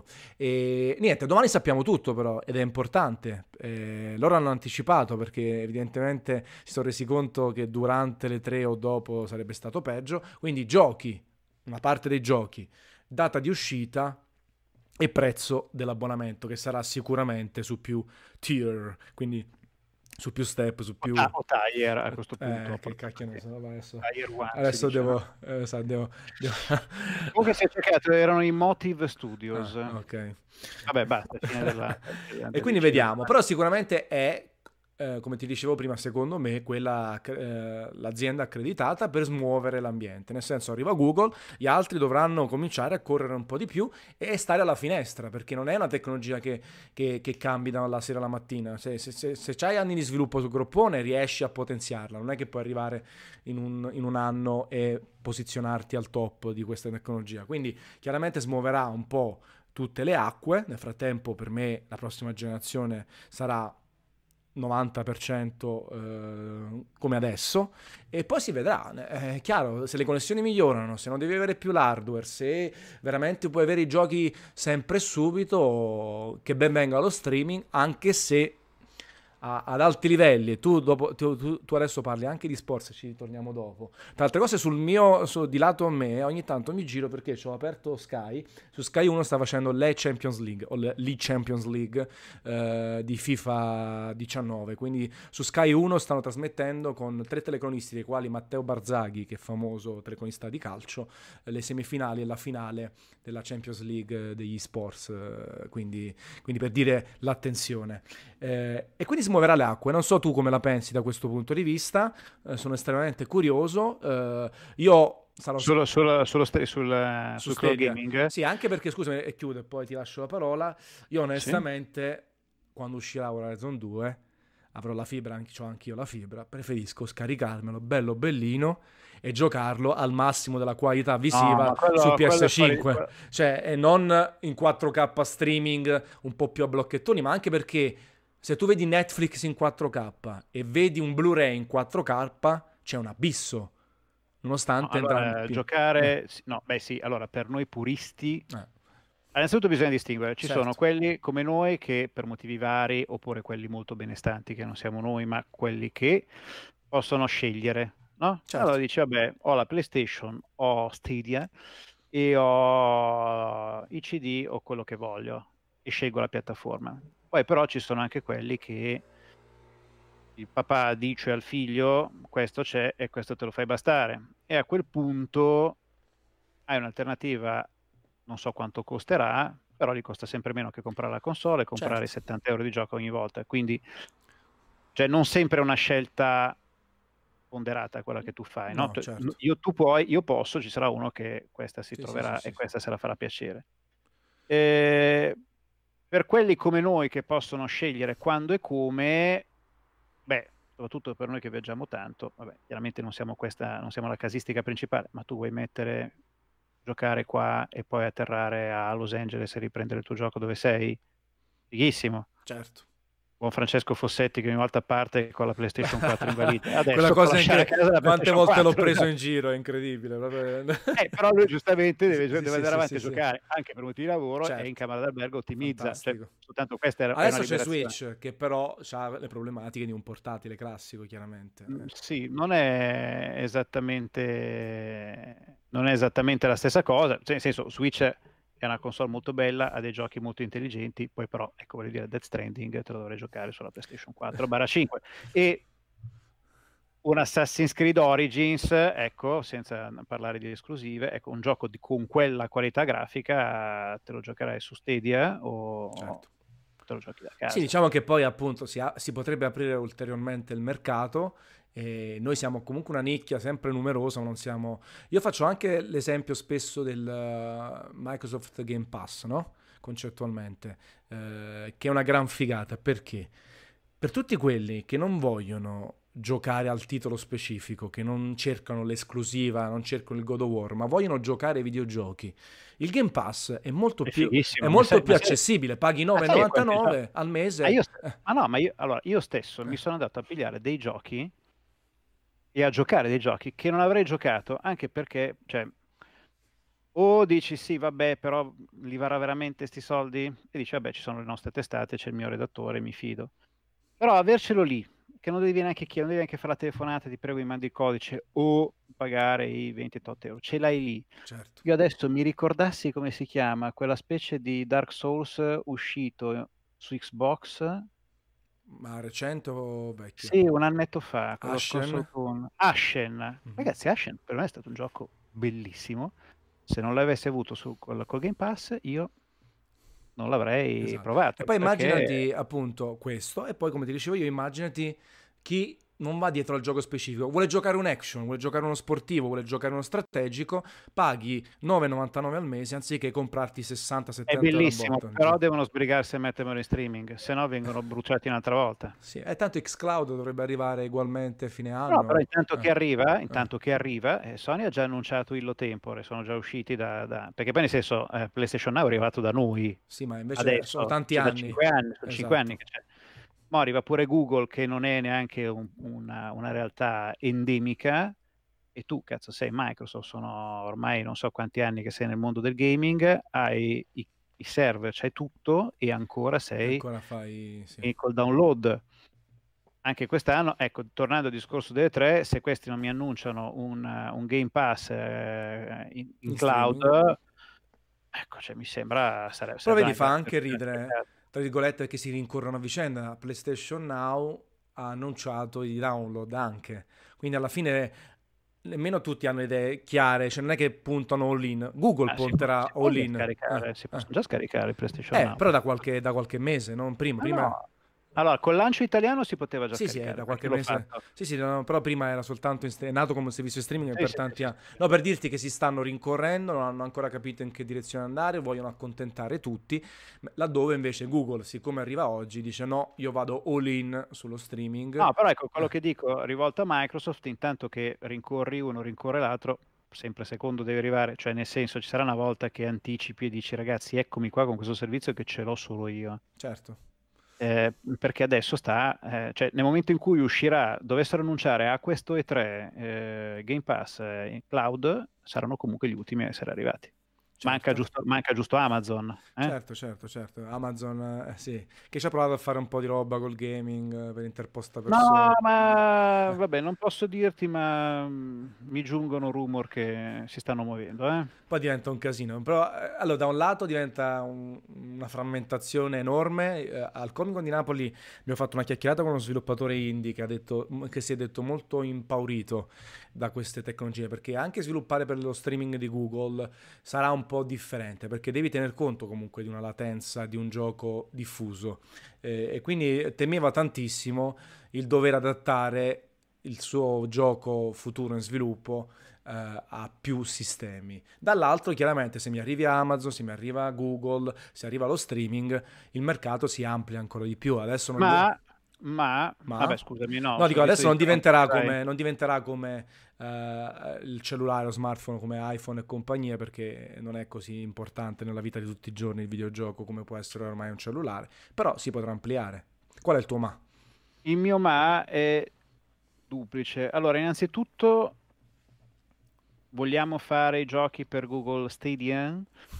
E niente, domani sappiamo tutto però ed è importante. Eh, loro hanno anticipato perché evidentemente si sono resi conto che durante le tre o dopo sarebbe stato peggio. Quindi giochi, una parte dei giochi, data di uscita e prezzo dell'abbonamento che sarà sicuramente su più tier, quindi su più step, su o, più... ta- o Tire a questo punto, Eh, che proprio cacchio ne perché so, vabbè, adesso, Tire uno si adesso dice, no? devo, eh, sa, devo, devo... Comunque si è cercato, erano i Motive Studios. Ah, ok. Vabbè, basta, fine della, E quindi dell'inciso. vediamo, però sicuramente è, eh, come ti dicevo prima, secondo me, quella, eh, l'azienda accreditata per smuovere l'ambiente. Nel senso, arriva Google, gli altri dovranno cominciare a correre un po' di più e stare alla finestra, perché non è una tecnologia che, che, che cambi dalla sera alla mattina. Se, se, se, se hai anni di sviluppo sul groppone, riesci a potenziarla. Non è che puoi arrivare in un, in un anno e posizionarti al top di questa tecnologia. Quindi chiaramente smuoverà un po' tutte le acque. Nel frattempo, per me, la prossima generazione sarà novanta per cento eh, come adesso e poi si vedrà. È chiaro, se le connessioni migliorano, se non devi avere più l'hardware, se veramente puoi avere i giochi sempre e subito, che ben venga lo streaming, anche se a- ad alti livelli. Tu, dopo, tu, tu- tu adesso parli anche di sports, ci torniamo dopo. Tra altre cose, sul mio, su- di lato a me, ogni tanto mi giro perché ho aperto Sky. Su Sky uno sta facendo le Champions League, o le, le Champions League eh, di FIFA diciannove. Quindi su Sky uno stanno trasmettendo con tre telecronisti, dei quali Matteo Barzaghi, che è famoso telecronista di calcio, le semifinali e la finale della Champions League degli sports. eh, quindi, quindi per dire l'attenzione. Eh, e quindi si muoverà le acque. Non so tu come la pensi da questo punto di vista, eh, sono estremamente curioso. Eh, io sarò s- Solo, solo, solo sta- sul, su sul cloud Stadia. gaming? Sì, anche perché, scusami, e chiudo e poi ti lascio la parola. Io Sì. onestamente, quando uscirà Horizon due, avrò la fibra, anche, c'ho anch'io la fibra, preferisco scaricarmelo bello bellino e giocarlo al massimo della qualità No, visiva ma su quello, quello è fuori. P S cinque. Cioè, e non in quattro K streaming un po' più a blocchettoni, ma anche perché se tu vedi Netflix in quattro K e vedi un Blu-ray in quattro K, c'è un abisso, No, nonostante allora, entrambi... Eh, giocare, sì, no, beh sì, allora per noi puristi, eh, innanzitutto bisogna distinguere, ci sono certo, quelli come noi che per motivi vari, oppure quelli molto benestanti che non siamo noi, ma quelli che possono scegliere, no? Allora certo, dici, vabbè, ho la PlayStation, ho Stadia e ho i C D o quello che voglio e scelgo la piattaforma. Poi però ci sono anche quelli che il papà dice al figlio questo c'è e questo te lo fai bastare. E a quel punto hai un'alternativa, non so quanto costerà, però gli costa sempre meno che comprare la console e comprare certo. settanta euro di gioco ogni volta. Quindi, cioè, non sempre è una scelta ponderata quella che tu fai, no? No, Tu- certo. Io, tu puoi, io posso, ci sarà uno che questa si Sì, sì, troverà sì, sì, e sì. questa se la farà piacere. Eh, per quelli come noi che possono scegliere quando e come, beh, soprattutto per noi che viaggiamo tanto, vabbè, chiaramente non siamo questa, non siamo la casistica principale, ma tu vuoi mettere, giocare qua e poi atterrare a Los Angeles e riprendere il tuo gioco dove sei? Fighissimo. Certo. Buon Francesco Fossetti che ogni volta parte con la PlayStation quattro in valigia. Quella Adesso può cosa lasciare a incre- casa la quante PlayStation volte l'ho quattro. preso esatto. in giro, è incredibile. proprio. Eh, però lui giustamente Sì, deve, sì, deve sì, andare sì, avanti sì, a sì. giocare anche per motivi di lavoro e in Certo. camera d'albergo ottimizza. Cioè, Fantastico. soltanto questa era- è una Adesso c'è liberazione. Switch che però ha le problematiche di un portatile classico, chiaramente. Mm, Eh. Sì, non è esattamente, non è esattamente la stessa cosa. Cioè, nel senso, Switch è una console molto bella, ha dei giochi molto intelligenti, poi però, ecco, voglio dire, Death Stranding te lo dovrei giocare sulla PlayStation quattro cinque. E un Assassin's Creed Origins, ecco, senza parlare di esclusive, ecco, un gioco di- con quella qualità grafica te lo giocherai su Stadia o Certo. te lo giochi da Sì, casa. diciamo che poi appunto si, ha- si potrebbe aprire ulteriormente il mercato e noi siamo comunque una nicchia sempre numerosa, non siamo... Io faccio anche l'esempio spesso del eh, Microsoft Game Pass, no? Concettualmente, eh, che è una gran figata. Perché? Per tutti quelli che non vogliono giocare al titolo specifico, che non cercano l'esclusiva, non cercano il God of War, ma vogliono giocare ai videogiochi, il Game Pass è molto È più, è fighissimo, ma molto sai, più ma sai, accessibile, paghi ma sai quanti giochi? nove e novantanove al Ma mese. io, st- eh, ma no, ma io, allora, io stesso mi eh, sono andato a pigliare dei giochi e a giocare dei giochi che non avrei giocato anche perché, cioè, o dici sì, vabbè, però li varrà veramente sti soldi? E dici, vabbè, ci sono le nostre testate, c'è il mio redattore, mi fido. Però avercelo lì, che non devi neanche chiedere, non devi neanche fare la telefonata, ti prego, mi mandi il codice o pagare i ventotto euro, ce l'hai lì. certo. Io adesso mi ricordassi come si chiama quella specie di Dark Souls uscito su Xbox, Ma recente o vecchio? sì, un annetto fa, quello scorso Ashen? autunno. Ashen. Mhm. Ragazzi, Ashen per me è stato un gioco bellissimo. Se non l'avessi avuto su, col, col Game Pass, io non l'avrei Esatto. E provato poi perché immaginati appunto questo, e poi come ti dicevo io, immaginati chi non va dietro al gioco specifico, vuole giocare un action, vuole giocare uno sportivo, vuole giocare uno strategico, paghi nove e novantanove al mese anziché comprarti è sessanta settanta euro a bellissimo, botta. però devono sbrigarsi a mettermelo in streaming, se no vengono bruciati un'altra volta. Sì, e tanto xCloud dovrebbe arrivare ugualmente a fine No, però anno. intanto Eh, che arriva, eh. intanto che arriva, eh, Sony ha già annunciato Illo Tempore, sono già usciti da, da- perché poi nel senso eh, PlayStation Now è arrivato da noi Sì, ma invece sono adesso, tanti cioè da anni. cinque anni, sono cinque anni Esatto. che c'è. Ma arriva pure Google che non è neanche un- una, una realtà endemica e tu, cazzo, sei Microsoft, sono ormai non so quanti anni che sei nel mondo del gaming, hai i, i server, c'hai tutto e ancora E sei ancora fai... Sì. e col download. Anche quest'anno, ecco, tornando al discorso delle tre, se questi non mi annunciano un, un Game Pass eh, in, in In cloud, streaming. ecco, cioè, mi sembra sare- Però sarebbe vedi, una fa grande anche occasione di ridere, mercato. tra virgolette, che si rincorrono a vicenda. PlayStation Now ha annunciato i download anche. Quindi alla fine nemmeno tutti hanno idee chiare, cioè non è che puntano all in. Google Ah, si, può- punterà si può all già in. Eh, scaricare, si eh. possono già scaricare il PlayStation Eh, Now. però da qualche, da qualche mese, non prima. Ah, Prima no. Allora, col lancio italiano si poteva già sì, sì, è scaricare, da qualche perché l'ho mese. fatto. Sì, sì, no, però prima era soltanto in stre- è nato come un servizio streaming Sì, per sì, sì, tanti sì, anni. sì. No, per dirti che si stanno rincorrendo, non hanno ancora capito in che direzione andare, vogliono accontentare tutti, laddove invece Google, siccome arriva oggi, dice no, io vado all in sullo streaming. No, però ecco, quello Eh, che dico rivolto a Microsoft, intanto che rincorri uno, rincorre l'altro, sempre secondo deve arrivare, cioè nel senso ci sarà una volta che anticipi e dici ragazzi, eccomi qua con questo servizio che ce l'ho solo io. certo. Eh, perché adesso sta, eh, cioè nel momento in cui uscirà, dovessero annunciare a questo E tre eh, Game Pass eh, in cloud, saranno comunque gli ultimi a essere arrivati. Manca Certo, giusto, manca giusto Amazon, eh? certo, certo, certo. Amazon, eh, sì, che ci ha provato a fare un po' di roba col gaming eh, per interposta No, persona. ma Eh. vabbè, non posso dirti, ma mm, mi giungono rumor che si stanno muovendo, eh? Poi diventa un casino. Però, eh, allora, da un lato diventa un- una frammentazione enorme. Eh, al Comic Con di Napoli abbiamo fatto una chiacchierata con uno sviluppatore indie che, ha detto, che si è detto molto impaurito da queste tecnologie, perché anche sviluppare per lo streaming di Google sarà un po' differente, perché devi tener conto comunque di una latenza di un gioco diffuso. Eh, e quindi temeva tantissimo il dover adattare il suo gioco futuro in sviluppo eh, a più sistemi. Dall'altro, chiaramente, se mi arrivi Amazon, se mi arriva Google, se arriva lo streaming, il mercato si amplia ancora di più. Adesso non div- Ma, ma, vabbè, Ma? scusami, no, No, sono dico, visto adesso di non diventerà interrompere, vai. come, non diventerà come eh, il cellulare o smartphone come iPhone e compagnia, perché non è così importante nella vita di tutti i giorni il videogioco come può essere ormai un cellulare, però si potrà ampliare. Qual è il tuo ma? Il mio ma è duplice. Allora, innanzitutto, vogliamo fare i giochi per Google Stadia?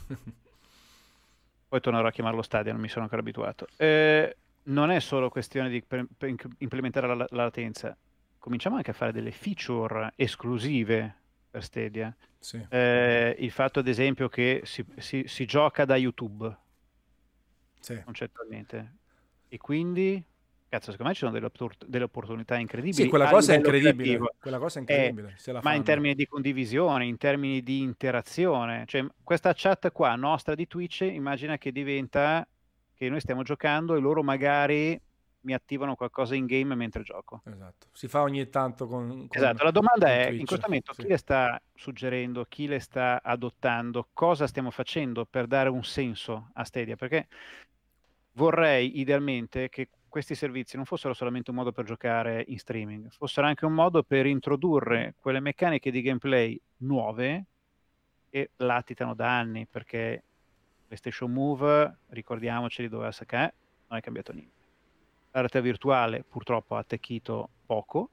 Poi tornerò a chiamarlo Stadia, non mi sono ancora abituato. Eh, non è solo questione di per- per inc- implementare la, la latenza, cominciamo anche a fare delle feature esclusive per Stadia. Sì, Eh, il fatto, ad esempio, che si, si- si gioca da YouTube sì. concettualmente, e quindi, cazzo, secondo me ci sono delle, oppor- delle opportunità Sì, incredibili quella a cosa è livello incredibile, creativo. quella cosa è Eh, incredibile, se la ma in fanno. termini di condivisione, in termini di interazione, cioè questa chat qua nostra di Twitch, immagina che diventa che noi stiamo giocando e loro magari mi attivano qualcosa in game mentre gioco. Esatto, si fa ogni tanto con, con, Esatto, la domanda con è, in Twitch, questo momento, sì. chi le sta suggerendo, chi le sta adottando, cosa stiamo facendo per dare un senso a Stadia? Perché vorrei idealmente che questi servizi non fossero solamente un modo per giocare in streaming, fossero anche un modo per introdurre quelle meccaniche di gameplay nuove che latitano da anni, perché PlayStation Move, ricordiamoceli dove che è, non è cambiato niente. La realtà virtuale purtroppo ha attecchito poco.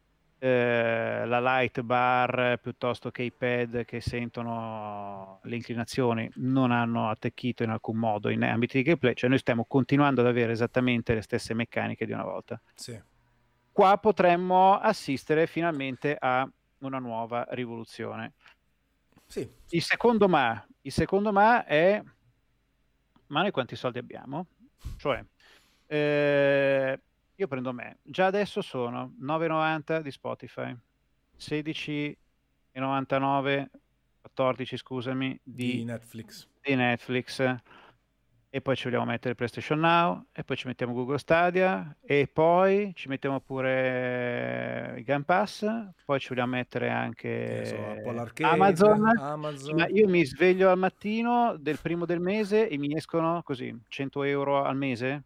Eh, la light bar piuttosto che i pad che sentono le inclinazioni non hanno attecchito in alcun modo in ambiti di gameplay, cioè noi stiamo continuando ad avere esattamente le stesse meccaniche di una volta. Sì. Qua potremmo assistere finalmente a una nuova rivoluzione. Sì. Il secondo ma, il secondo ma è, ma noi quanti soldi abbiamo? Cioè, eh, io prendo me, già adesso sono nove e novanta di Spotify, sedici e novantanove, quattordici scusami, Di di, Netflix. di Netflix, e poi ci vogliamo mettere PlayStation Now, e poi ci mettiamo Google Stadia, e poi ci mettiamo pure il Game Pass, poi ci vogliamo mettere Che ne so, Apple anche Arcade, Amazon. Sì, ma Amazon. io mi sveglio al mattino del primo del mese e mi escono così cento euro al mese.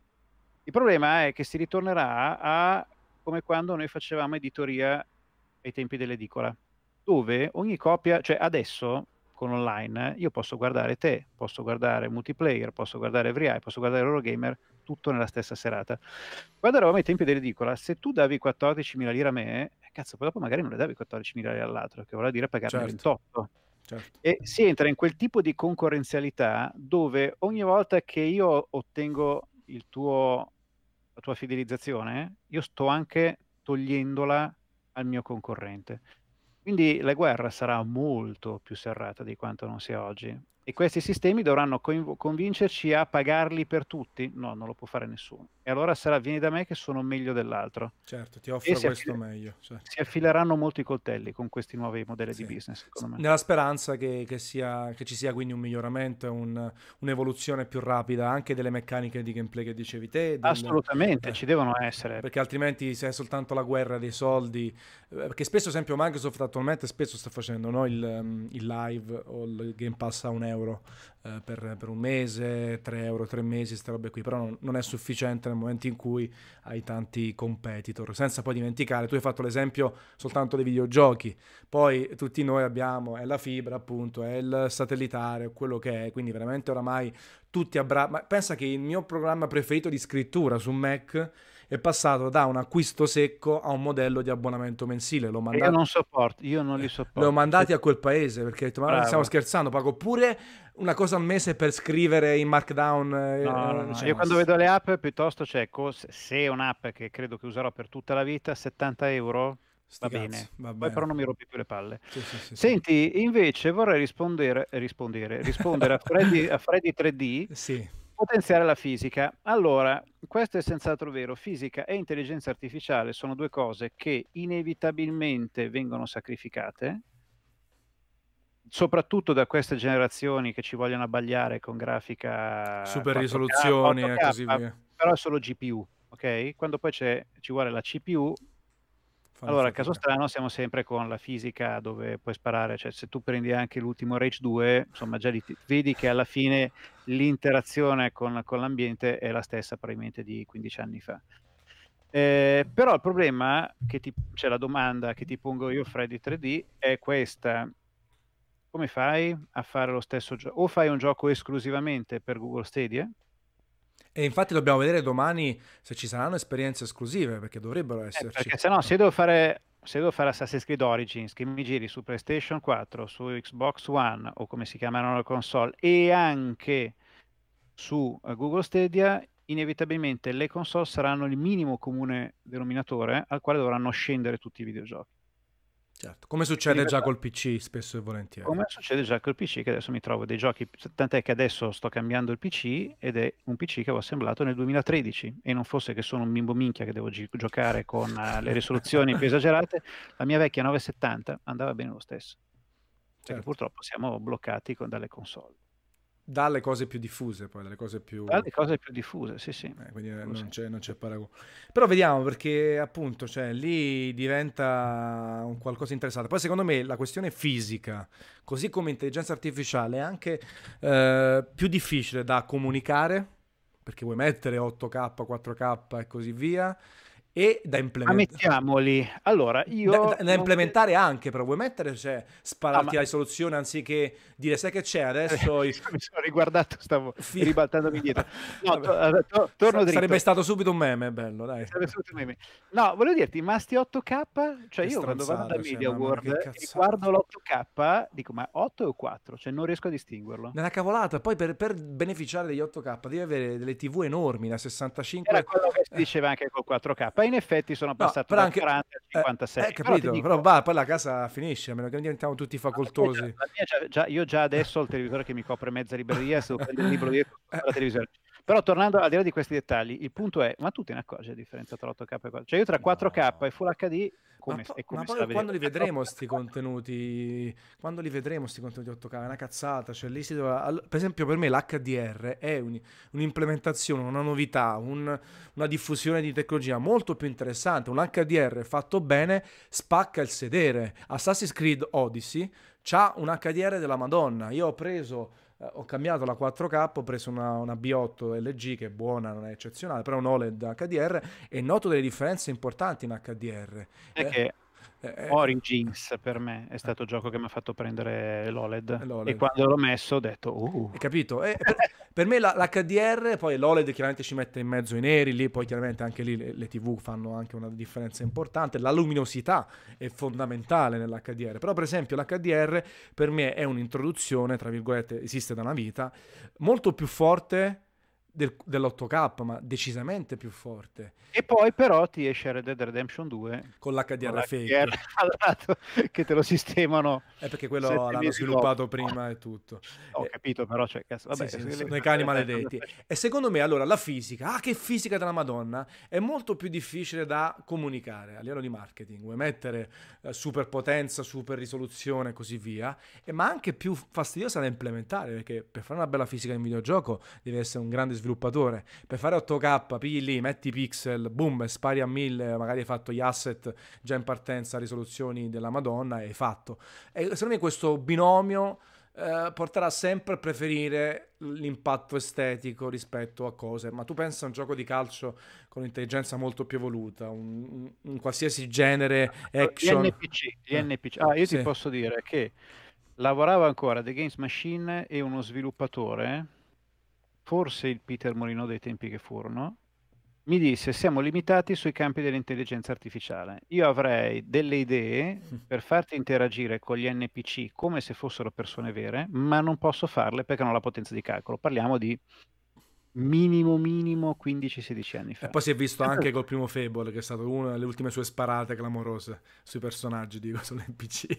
Il problema è che si ritornerà a come quando noi facevamo editoria ai tempi dell'edicola, dove ogni copia, cioè adesso con online io posso guardare te, posso guardare Multiplayer, posso guardare Every Eye, posso guardare Eurogamer, tutto nella stessa serata. Quando eravamo ai tempi dell'edicola, se tu davi quattordicimila lire a me, eh, cazzo, poi dopo magari non le davi quattordicimila lire all'altro, che vuol dire pagarne Certo, ventotto. certo. E si entra in quel tipo di concorrenzialità dove ogni volta che io ottengo il tuo, la tua fidelizzazione, io sto anche togliendola al mio concorrente. Quindi la guerra sarà molto più serrata di quanto non sia oggi. E questi sistemi dovranno coinv- convincerci a pagarli per tutti? No, non lo può fare nessuno. E allora sarà, vieni da me che sono meglio dell'altro. Certo, ti E offro si, questo affile- meglio. Certo. si affileranno molto i coltelli con questi nuovi modelli di Sì. business, secondo me. Nella speranza che, che sia, che ci sia quindi un miglioramento e un- un'evoluzione più rapida anche delle meccaniche di gameplay che dicevi te, del- Assolutamente, eh, ci devono essere. perché altrimenti se è soltanto la guerra dei soldi, eh, perché spesso, ad esempio, Microsoft attualmente spesso sta facendo, no, il, um, il live o il Game Pass a un euro eh, per, per un mese, tre euro, tre mesi, queste robe qui, però non, non è sufficiente nel momento in cui hai tanti competitor, senza poi dimenticare, tu hai fatto l'esempio soltanto dei videogiochi, poi tutti noi abbiamo, è la fibra appunto, è il satellitare, quello che è, quindi veramente oramai tutti abbracciano, ma pensa che il mio programma preferito di scrittura su Mac è passato da un acquisto secco a un modello di abbonamento mensile, l'ho E io mandato... non sopporto, io non li Le ho sopporto. Se- mandati a quel paese perché ho detto, ma stiamo Bravo. scherzando, pago pure una cosa al mese per scrivere in Markdown. No, no, eh, no. cioè, Io ma quando s- vedo le app, piuttosto c'è, cos- se è un'app che credo che userò per tutta la vita, settanta euro, sti va cazzi, bene. va Poi però bene. non mi rompi più le palle. Sì, sì, sì, sì. Senti, invece vorrei rispondere, rispondere, rispondere a Freddy, a Freddy tre D, Sì, potenziare la fisica. Allora, questo è senz'altro vero. Fisica e intelligenza artificiale sono due cose che inevitabilmente vengono sacrificate, soprattutto da queste generazioni che ci vogliono abbagliare con grafica super quattro K, risoluzioni e così otto K, via. però è solo G P U, ok? Quando poi c'è, ci vuole la C P U, fanno Allora, a caso fatica. strano siamo sempre con la fisica dove puoi sparare, cioè se tu prendi anche l'ultimo Rage due, insomma già lì ti- vedi che alla fine l'interazione con, con l'ambiente è la stessa probabilmente di quindici anni fa. Eh, però il problema, che ti, cioè la domanda che ti pongo io, Freddy tre D, è questa. Come fai a fare lo stesso gioco? O fai un gioco esclusivamente per Google Stadia? E infatti dobbiamo vedere domani se ci saranno esperienze esclusive, perché dovrebbero Eh, esserci. perché se no, se devo fare, se devo fare Assassin's Creed Origins che mi giri su PlayStation quattro, su Xbox One o come si chiamano le console e anche su eh, Google Stadia, inevitabilmente le console saranno il minimo comune denominatore al quale dovranno scendere tutti i videogiochi. Certo, come Quindi succede già vedrà. col P C spesso e volentieri. Come succede già col P C, che adesso mi trovo dei giochi, tant'è che adesso sto cambiando il P C ed è un P C che avevo assemblato nel duemilatredici e non fosse che sono un bimbo minchia che devo gi- giocare con eh, le risoluzioni più esagerate, la mia vecchia novecentosettanta andava bene lo stesso, perché Certo. purtroppo siamo bloccati con, dalle console. Dalle cose più diffuse, poi dalle cose più... Dalle cose più diffuse, sì sì. eh, quindi eh, Quello sì. non c'è, non c'è paragone. Però vediamo perché appunto, cioè, lì diventa un qualcosa di interessante. Poi secondo me la questione fisica, così come intelligenza artificiale, è anche eh, più difficile da comunicare, perché vuoi mettere otto K, quattro K e così via, e da Ma implementare. mettiamoli, allora Da, da- io da non cre- implementare anche, però vuoi mettere, cioè, no, spararti ma la risoluzione anziché dire, sai che c'è adesso? i- mi sono riguardato, stavo fi- ribaltandomi indietro. No, to- Vabbè. allora, to- torno Sa- sarebbe dritto. stato subito un meme, bello, dai. Sarebbe stato un meme. No, volevo dirti, ma sti otto K, cioè Che io quando vado da stronzata, cioè, Media mamma mia, World che e cazzata. guardo l'otto K, dico ma otto o quattro? Cioè non riesco a distinguerlo. Nella cavolata, poi per, per beneficiare degli otto K devi avere delle T V enormi, da Era sessantacinque... quello che si eh, diceva anche col quattro K. In effetti sono No, passato però da anche... quaranta a Eh, cinquantasei. eh, Però ti capito, però dico, va, poi la casa finisce, a meno che non diventiamo tutti la mia già- facoltosi. la mia già- già- io già adesso ho il televisore che mi copre mezza libreria, se devo prendere il libro dietro Eh, la televisione. Però tornando al di là di questi dettagli, il punto è, ma tu te ne accorgi la differenza tra otto K e quattro K? Cioè io tra quattro K no. e Full H D, Ma, come, po- è ma come se la poi quando vedevo. li vedremo sti contenuti, quando li vedremo sti contenuti otto K, è una cazzata, cioè lì si doveva, all- per esempio per me l'H D R è un- un'implementazione, una novità, un- una diffusione di tecnologia molto più interessante, un H D R fatto bene spacca il sedere. Assassin's Creed Odyssey c'ha un H D R della Madonna, io ho preso... eh, Ho cambiato la quattro K, ho preso una, una B otto L G che è buona, non è eccezionale, però un OLED H D R e noto delle differenze importanti in H D R. È Eh, che eh, eh, Origins per me è stato il gioco che mi ha fatto prendere l'OLED e l'OLED. quando l'ho messo ho detto uh. Hai capito? E per, per me la- l'H D R, poi l'OLED chiaramente ci mette in mezzo i neri, lì poi chiaramente anche lì le, le T V fanno anche una differenza importante, la luminosità è fondamentale nell'H D R, però per esempio l'H D R per me è un'introduzione, tra virgolette, esiste da una vita, molto più forte del- dell'otto K, ma decisamente più forte, E poi però ti esce Red Dead Redemption due con l'H D con R l'H D R fake. al lato che te lo sistemano È perché quello sette l'hanno mesi sviluppato dopo. prima e tutto. Ho Eh, capito però, cioè, cazzo, vabbè, Sì, sì, le- sono i le- cani le- maledetti. E secondo me, allora, la fisica, ah, che fisica della Madonna, è molto più difficile da comunicare a livello di marketing. Vuoi mettere eh, super potenza, super risoluzione e così via, e, ma anche più fastidiosa da implementare, perché per fare una bella fisica in videogioco devi essere un grande sviluppatore. Per fare otto K, pigli lì, metti i pixel, boom, spari a mille, magari hai fatto gli asset già in partenza, risoluzioni della Madonna, e hai fatto. E secondo me questo binomio eh, porterà sempre a preferire l'impatto estetico rispetto a cose. Ma tu pensa a un gioco di calcio con intelligenza molto più evoluta, un, un- un qualsiasi genere Gli action. N P C, gli Eh, N P C. Ah, io ti sì. posso dire che lavorava ancora The Games Machine e uno sviluppatore, forse il Peter Molyneux dei tempi che furono, mi disse siamo limitati sui campi dell'intelligenza artificiale. Io avrei delle idee per farti interagire con gli N P C come se fossero persone vere, ma non posso farle perché non ho la potenza di calcolo. Parliamo di minimo minimo quindici sedici anni E fa. poi si è visto anche col primo Fable, che è stato una delle ultime sue sparate clamorose sui personaggi, dico, sull'N P C.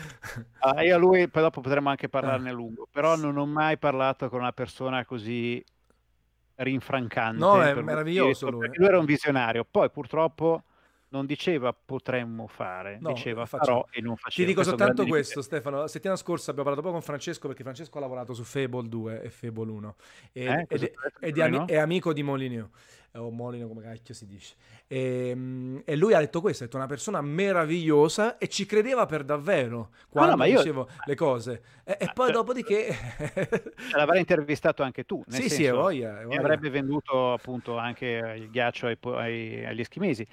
Ah, io a lui poi dopo potremmo anche parlarne Eh. a lungo, però non ho mai parlato con una persona così No, rinfrancante è per uno meraviglioso spirito, lui. perché lui era un visionario. Poi purtroppo non diceva potremmo fare, No, diceva facciamo. farò e non Ti faceva. dico Questo è un grande soltanto limite. questo, Stefano. La settimana scorsa abbiamo parlato proprio con Francesco perché Francesco ha lavorato su Fable due e Fable uno ed, Eh, ed cosa è, ti ho detto ed più è o ami- meno? è amico di Molineux, eh, o Molino come cacchio si dice. E, mm, e lui ha detto questo, ha detto una persona meravigliosa e ci credeva per davvero No, no, quando ma io dicevo le cose. E, e ma poi cioè dopodiché... ce l'avrai intervistato anche tu, nel Sì, sì, è senso, voglia, è mi voglia. avrebbe venduto appunto anche il ghiaccio ai po ai agli eschimesi.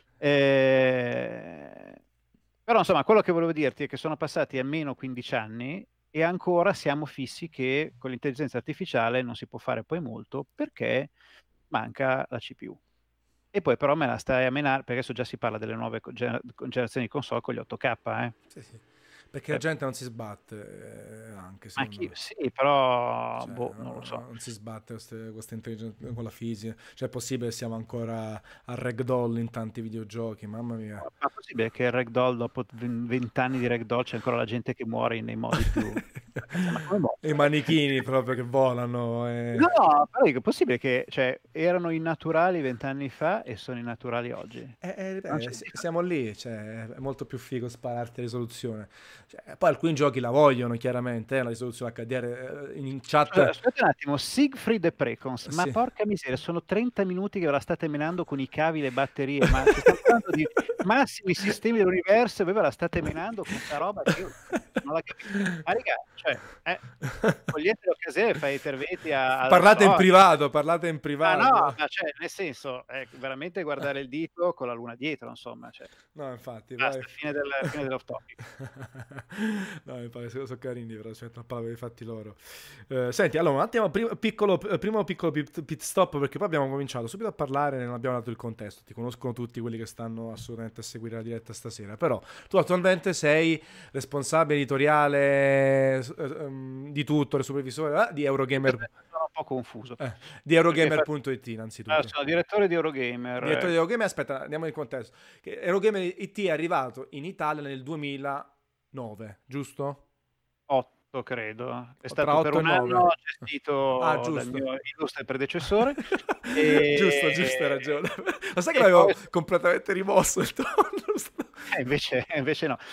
Ehm, però insomma quello che volevo dirti è che sono passati almeno quindici anni e ancora siamo fissi che con l'intelligenza artificiale non si può fare poi molto perché manca la C P U. E poi però me la stai a menar perché adesso già si parla delle nuove co gena generazioni di console con gli otto K, eh. Sì, sì. Perché la Cioè, gente non si sbatte, eh, anche ma secondo chi me. sì, però Cioè, boh, non lo no- so. non si sbatte queste- questa intelligenza con la fisica. Cioè, è possibile che siamo ancora a ragdoll in tanti videogiochi, mamma mia. Ma è possibile che il Ragdoll dopo venti anni di Ragdoll c'è ancora la gente che muore nei modi più ma cazzo, ma come E i muore? manichini proprio che volano. eh. No, però dico, è possibile che cioè, erano innaturali vent'anni fa e sono innaturali oggi? Eh, eh, Non beh, c'è si- siamo differenza. lì, cioè, è molto più figo spararti la risoluzione. Cioè, poi alcuni giochi la vogliono, chiaramente, eh, la risoluzione H D R. eh, In Scusa, chat, aspetta un attimo, Siegfried e Precons, ma sì. porca miseria, sono trenta minuti che ve la state menando con i cavi, le batterie, ma ci stiamo parlando di massimi sistemi dell'universo e voi ve la state menando con sta roba che io non la capisco. Ma raga, cioè, eh, cogliete l'occasione e fate interventi a, a non Parlate in so, privato, parlate in ma no, privato. ma cioè, nel senso, è veramente guardare il dito con la luna dietro, insomma, cioè, No, infatti, vai. basta, fine del, fine dell'off topic. No, mi pare sono carini, però cioè, non parlo dei fatti loro. Eh, senti, allora, un attimo, primo piccolo, primo piccolo pit, pit stop, perché poi abbiamo cominciato subito a parlare e non abbiamo dato il contesto. Ti conoscono tutti quelli che stanno assolutamente a seguire la diretta stasera, però tu attualmente sei responsabile editoriale eh, ehm, di tutto, il supervisore eh, di Eurogamer, Sono un po' confuso, eh, di perché fa- Eurogamer punto it ah, innanzitutto. sono direttore di Eurogamer, Direttore di eh, Eurogamer, aspetta, andiamo in contesto. Che Eurogamer punto it è arrivato in Italia nel duemilanove, giusto? otto credo, è Tra stato per otto e un nove. anno Ah, gestito dal giusto. mio illustre predecessore Giusto, giusto, hai e, ragione. Ma sai che e poi l'avevo completamente rimosso il tono? eh, invece, invece no.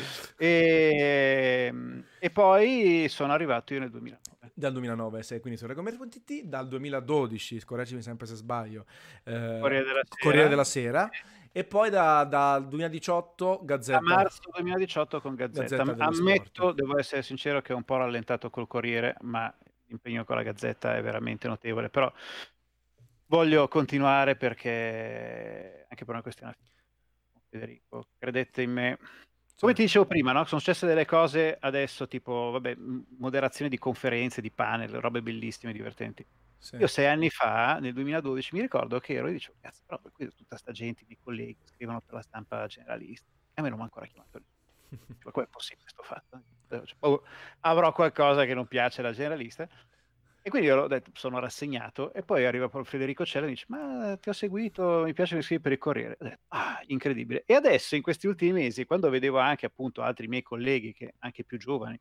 E, e poi sono arrivato io nel duemilanove. Dal duemilanove sei quindi su Recomer punto it, dal duemiladodici, scorreggimi sempre se sbaglio, eh, Corriere della Corriere Sera, della Sera, e poi da- dal duemiladiciotto da Gazzetta, marzo duemiladiciotto con Gazzetta. Gazzetta dello Sport. Ammetto, devo essere sincero, che ho un po' rallentato col Corriere, ma l'impegno con la Gazzetta è veramente notevole. Però voglio continuare perché anche per una questione Federico, credete in me. Come ti Certo, dicevo prima, no? Sono successe delle cose adesso, tipo, vabbè, m- moderazione di conferenze, di panel, robe bellissime, divertenti. sì. Io sei anni fa, nel duemiladodici, mi ricordo che ero e dicevo, cazzo, però qui tutta sta gente, i miei colleghi, che scrivono per la stampa generalista, e a me non mi ha ancora chiamato nessuno. Ma com'è possibile sto fatto? Eh, cioè, oh, avrò qualcosa che non piace alla generalista. E quindi io ho detto, sono rassegnato e poi arriva proprio Federico Cella e dice, ma ti ho seguito, mi piace che scrivi per il Corriere. Ho detto, ah, incredibile. E adesso, in questi ultimi mesi, quando vedevo anche appunto altri miei colleghi, che anche più giovani,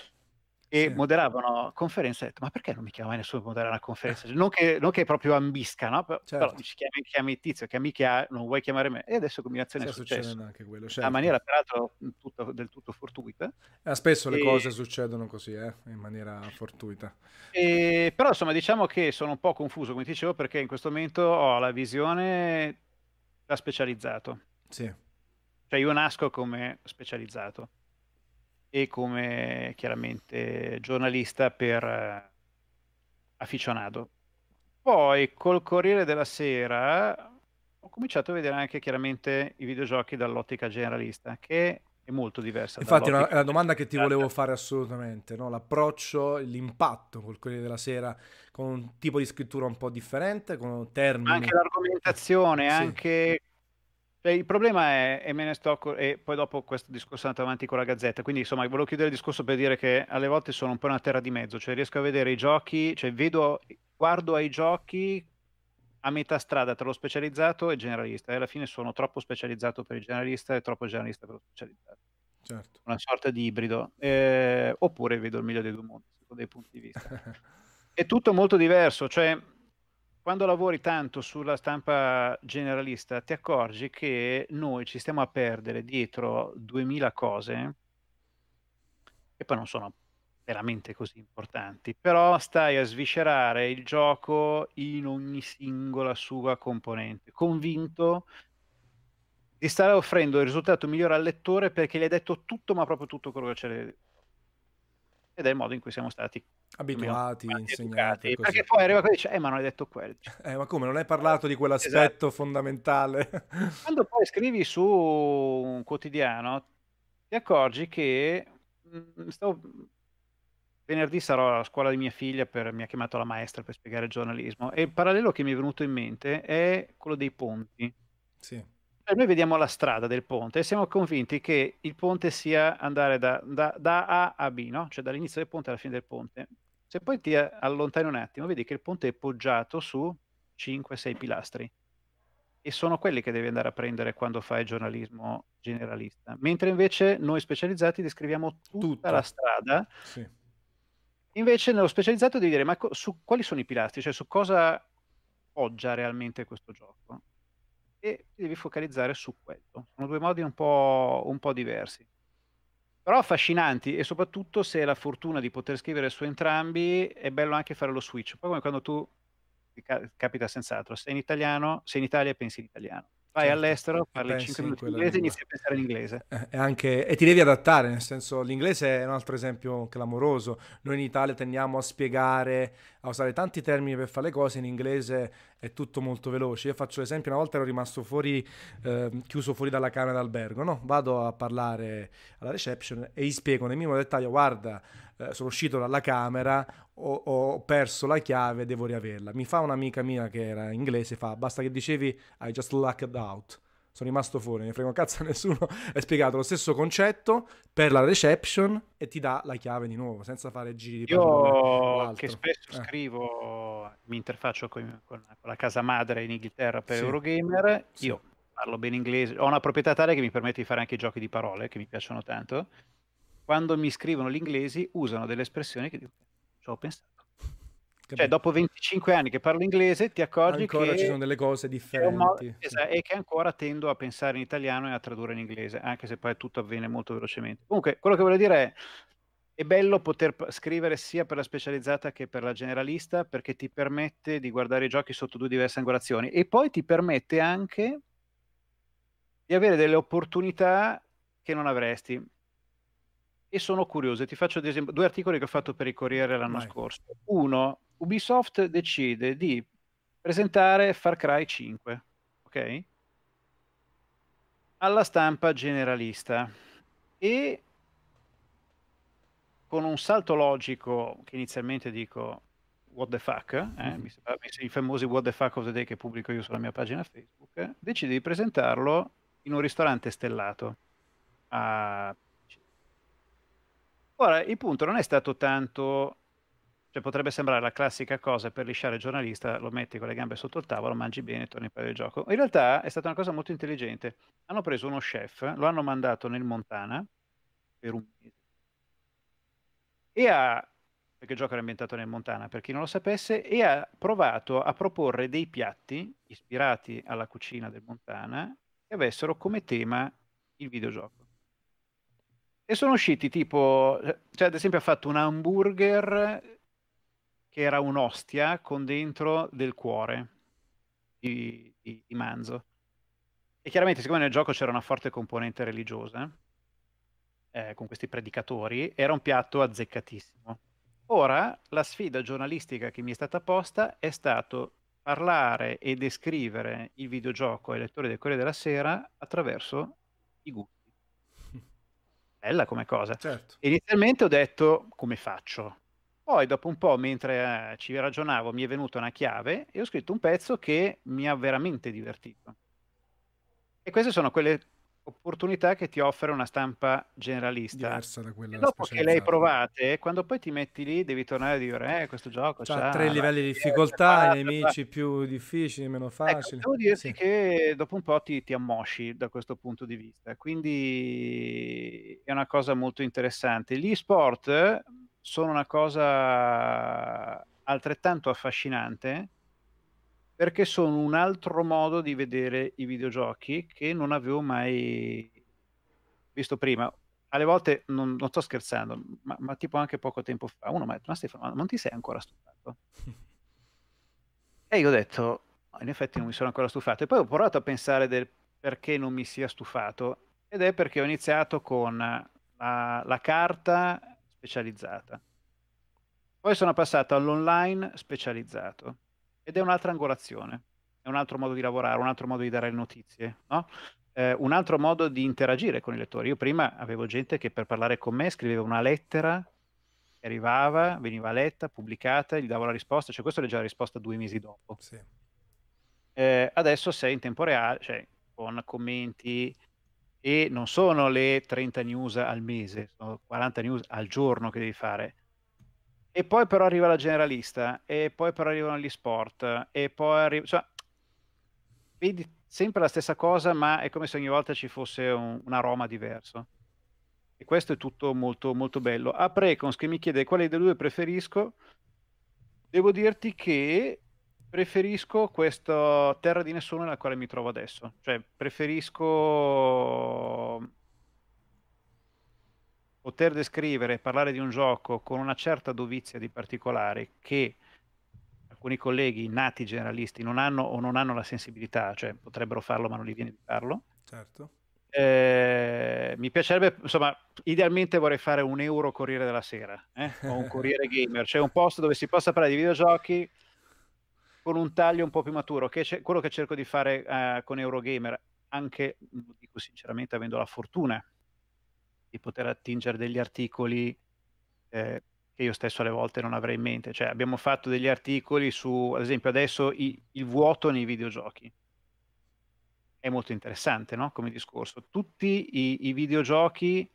e Sì. moderavano conferenze, ho detto, ma perché non mi chiama mai nessuno per moderare una conferenza? Cioè, non che, non che proprio ambisca, no? Però, però Certo, dici, chiami, chiami Tizio, chiami chi ha, non vuoi chiamare me. E adesso combinazione è sta successo. succedendo anche quello, In una certo. maniera peraltro mh, tutta- del tutto fortuita. Eh, spesso le E cose succedono così, eh, in maniera fortuita. E, però insomma diciamo che sono un po' confuso, come ti dicevo, perché in questo momento ho la visione da specializzato. Sì. Cioè io nasco come specializzato e come chiaramente giornalista per eh, aficionado. Poi col Corriere della Sera ho cominciato a vedere anche chiaramente i videogiochi dall'ottica generalista, che è molto diversa Infatti è una, è dall'ottica la domanda che ti volevo specializzata. fare assolutamente, no? L'approccio, l'impatto col Corriere della Sera con un tipo di scrittura un po' differente, con Ma termini. anche Eh, l'argomentazione, sì, anche cioè, il problema è, e me ne sto acco- e poi dopo questo discorso è andato avanti con la Gazzetta, quindi insomma volevo chiudere il discorso per dire che alle volte sono un po' una terra di mezzo, cioè riesco a vedere i giochi, cioè vedo, guardo ai giochi a metà strada tra lo specializzato e il generalista, e alla fine sono troppo specializzato per il generalista e troppo generalista per lo specializzato, certo. una sorta di ibrido. Eh, oppure vedo il meglio dei due mondi, secondo i punti di vista. È tutto molto diverso, cioè quando lavori tanto sulla stampa generalista ti accorgi che noi ci stiamo a perdere dietro duemila cose che poi non sono veramente così importanti, però stai a sviscerare il gioco in ogni singola sua componente, convinto di stare offrendo il risultato migliore al lettore perché gli hai detto tutto, ma proprio tutto quello che c'è. Ed è il modo in cui siamo stati più o meno Abituati, insegnati e educati, perché così. poi arriva quello e dice: "Eh, ma non hai detto quello". Dici: Eh, ma come, non hai "Eh, parlato di esatto". quell'aspetto fondamentale? Quando poi scrivi su un quotidiano, ti accorgi che, mhmm, stavo mhmm, venerdì sarò alla scuola di mia figlia per mi ha chiamato la maestra per spiegare il giornalismo e il parallelo che mi è venuto in mente è quello dei ponti. Sì, Cioè noi vediamo la strada del ponte e siamo convinti che il ponte sia andare da da da A a B, no, cioè dall'inizio del ponte alla fine del ponte. Se poi ti a allontani un attimo, vedi che il ponte è poggiato su cinque, sei pilastri e sono quelli che devi andare a prendere quando fai giornalismo generalista. Mentre invece noi specializzati descriviamo tutta la tutto. strada, Sì. invece nello specializzato devi dire: "Ma co su quali sono i pilastri? Cioè su cosa poggia realmente questo gioco?" E ti devi focalizzare su quello. Sono due modi un po' un po' diversi, però affascinanti e soprattutto se hai la fortuna di poter scrivere su entrambi, è bello anche fare lo switch. Un po' come quando tu ti ca capita senz'altro, sei in italiano sei in Italia e pensi in italiano. Vai Certo, all'estero, e parli cinque pensi in minuti in quella inglese e lingua. inizi a pensare in inglese. Eh, e anche e ti devi adattare, nel senso l'inglese è un altro esempio clamoroso. Noi in Italia tendiamo a spiegare, a usare tanti termini per fare le cose, in inglese è tutto molto veloce. Io faccio l'esempio, una volta ero rimasto fuori, eh, chiuso fuori dalla camera d'albergo, no? Vado a parlare alla reception e gli spiego nel minimo dettaglio, guarda, eh, sono uscito dalla camera, ho, ho perso la chiave, devo riaverla. Mi fa un'amica mia che era inglese, fa, basta che dicevi I just lucked out. Sono rimasto fuori, ne frega un cazzo a nessuno. Hai spiegato lo stesso concetto per la reception e ti dà la chiave di nuovo, senza fare giri di parole o Io che altro. spesso Eh, scrivo mi interfaccio coi con con la casa madre in Inghilterra per sì, Eurogamer, sì. io parlo bene inglese, ho una proprietà tale che mi permette di fare anche i giochi di parole, che mi piacciono tanto. Quando mi scrivono gli inglesi usano delle espressioni che dico: "Ci ho pensato". Cioè Capì? dopo venticinque anni che parlo inglese ti accorgi Ancora ci sono che delle cose c'è un mo differenti. Sì. esa e che ancora tendo a pensare in italiano e a tradurre in inglese, anche se poi tutto avviene molto velocemente. Comunque quello che voglio dire è: è bello poter p scrivere sia per la specializzata che per la generalista, perché ti permette di guardare i giochi sotto due diverse angolazioni e poi ti permette anche di avere delle opportunità che non avresti. E sono curioso, ti faccio ad esempio due articoli che ho fatto per il Corriere l'anno Vai. scorso. Uno, Ubisoft decide di presentare Far Cry cinque, okay, alla stampa generalista e con un salto logico che inizialmente dico: "What the fuck?" Eh, mi sembra i famosi what the fuck of the day che pubblico io sulla mia pagina Facebook, decide di presentarlo in un ristorante stellato a ora il punto non è stato tanto cioè potrebbe sembrare la classica cosa per lisciare il giornalista, lo metti con le gambe sotto il tavolo, mangi bene e torni a fare il gioco. In realtà è stata una cosa molto intelligente. Hanno preso uno chef, lo hanno mandato nel Montana per un mese e ha perché il gioco era ambientato nel Montana, per chi non lo sapesse, e ha provato a proporre dei piatti ispirati alla cucina del Montana che avessero come tema il videogioco. E sono usciti tipo, eh, cioè ad esempio ha fatto un hamburger che era un'ostia con dentro del cuore di, di- di manzo. E chiaramente, siccome nel gioco c'era una forte componente religiosa, eh, con questi predicatori, era un piatto azzeccatissimo. Ora, la sfida giornalistica che mi è stata posta è stato parlare e descrivere il videogioco ai lettori del Corriere della Sera attraverso i gusti. Bella come cosa. Certo. Inizialmente ho detto: "Come faccio?" Poi dopo un po', mentre, ehm, ci ragionavo, mi è venuta una chiave e ho scritto un pezzo che mi ha veramente divertito. E queste sono quelle opportunità che ti offre una stampa generalista. Diversa da E quella dopo che le hai specializzata. provate, quando poi ti metti lì devi tornare a dire: "Eh, questo gioco C'ha tre c'ha la livelli di sicurezza difficoltà, i quattro, qua". nemici più difficili, meno Ecco, facili. devo Sì. dirti che dopo un po' ti ti ammosci da questo punto di vista, quindi è una cosa molto interessante. Gli e-sport sono una cosa altrettanto affascinante perché sono un altro modo di vedere i videogiochi che non avevo mai visto prima. Alle volte, non, non sto scherzando, ma, ma tipo anche poco tempo fa, uno mi ha detto, ma Stefano, ma non ti sei ancora stufato? E io ho detto, "No, in effetti non mi sono ancora stufato." E poi ho provato a pensare del perché non mi sia stufato, ed è perché ho iniziato con la, la carta specializzata. Poi sono passato all'online specializzato, ed è un'altra angolazione, è un altro modo di lavorare, un altro modo di dare le notizie, no? Eh, un altro modo di interagire con i lettori. Io prima avevo gente che per parlare con me scriveva una lettera, che arrivava, veniva letta, pubblicata, gli davo la risposta, cioè questo leggeva la risposta due mesi dopo. Sì. Eh, adesso sei in tempo reale, cioè con commenti, e non sono le trenta news al mese, sono quaranta news al giorno che devi fare. E poi però arriva la generalista, e poi però arrivano gli sport, e poi arriva, cioè, vedi sempre la stessa cosa, ma è come se ogni volta ci fosse un, un aroma diverso. E questo è tutto molto, molto bello. A Precons, che mi chiede quale dei due preferisco, devo dirti che preferisco questo Terra di Nessuno nella quale mi trovo adesso. Cioè, preferisco poter descrivere e parlare di un gioco con una certa dovizia di particolari che alcuni colleghi nati generalisti non hanno, o non hanno la sensibilità, cioè potrebbero farlo ma non gli viene di farlo. Certo. Eh, mi piacerebbe, insomma, idealmente vorrei fare un euro Corriere della Sera, eh? O un Corriere Gamer, cioè un posto dove si possa parlare di videogiochi con un taglio un po' più maturo, che è quello che cerco di fare eh, con Eurogamer, anche, lo dico sinceramente, avendo la fortuna di poter attingere degli articoli eh, che io stesso alle volte non avrei in mente. Cioè, abbiamo fatto degli articoli su, ad esempio, adesso i- il vuoto nei videogiochi. È molto interessante, no? Come discorso. Tutti i, i videogiochi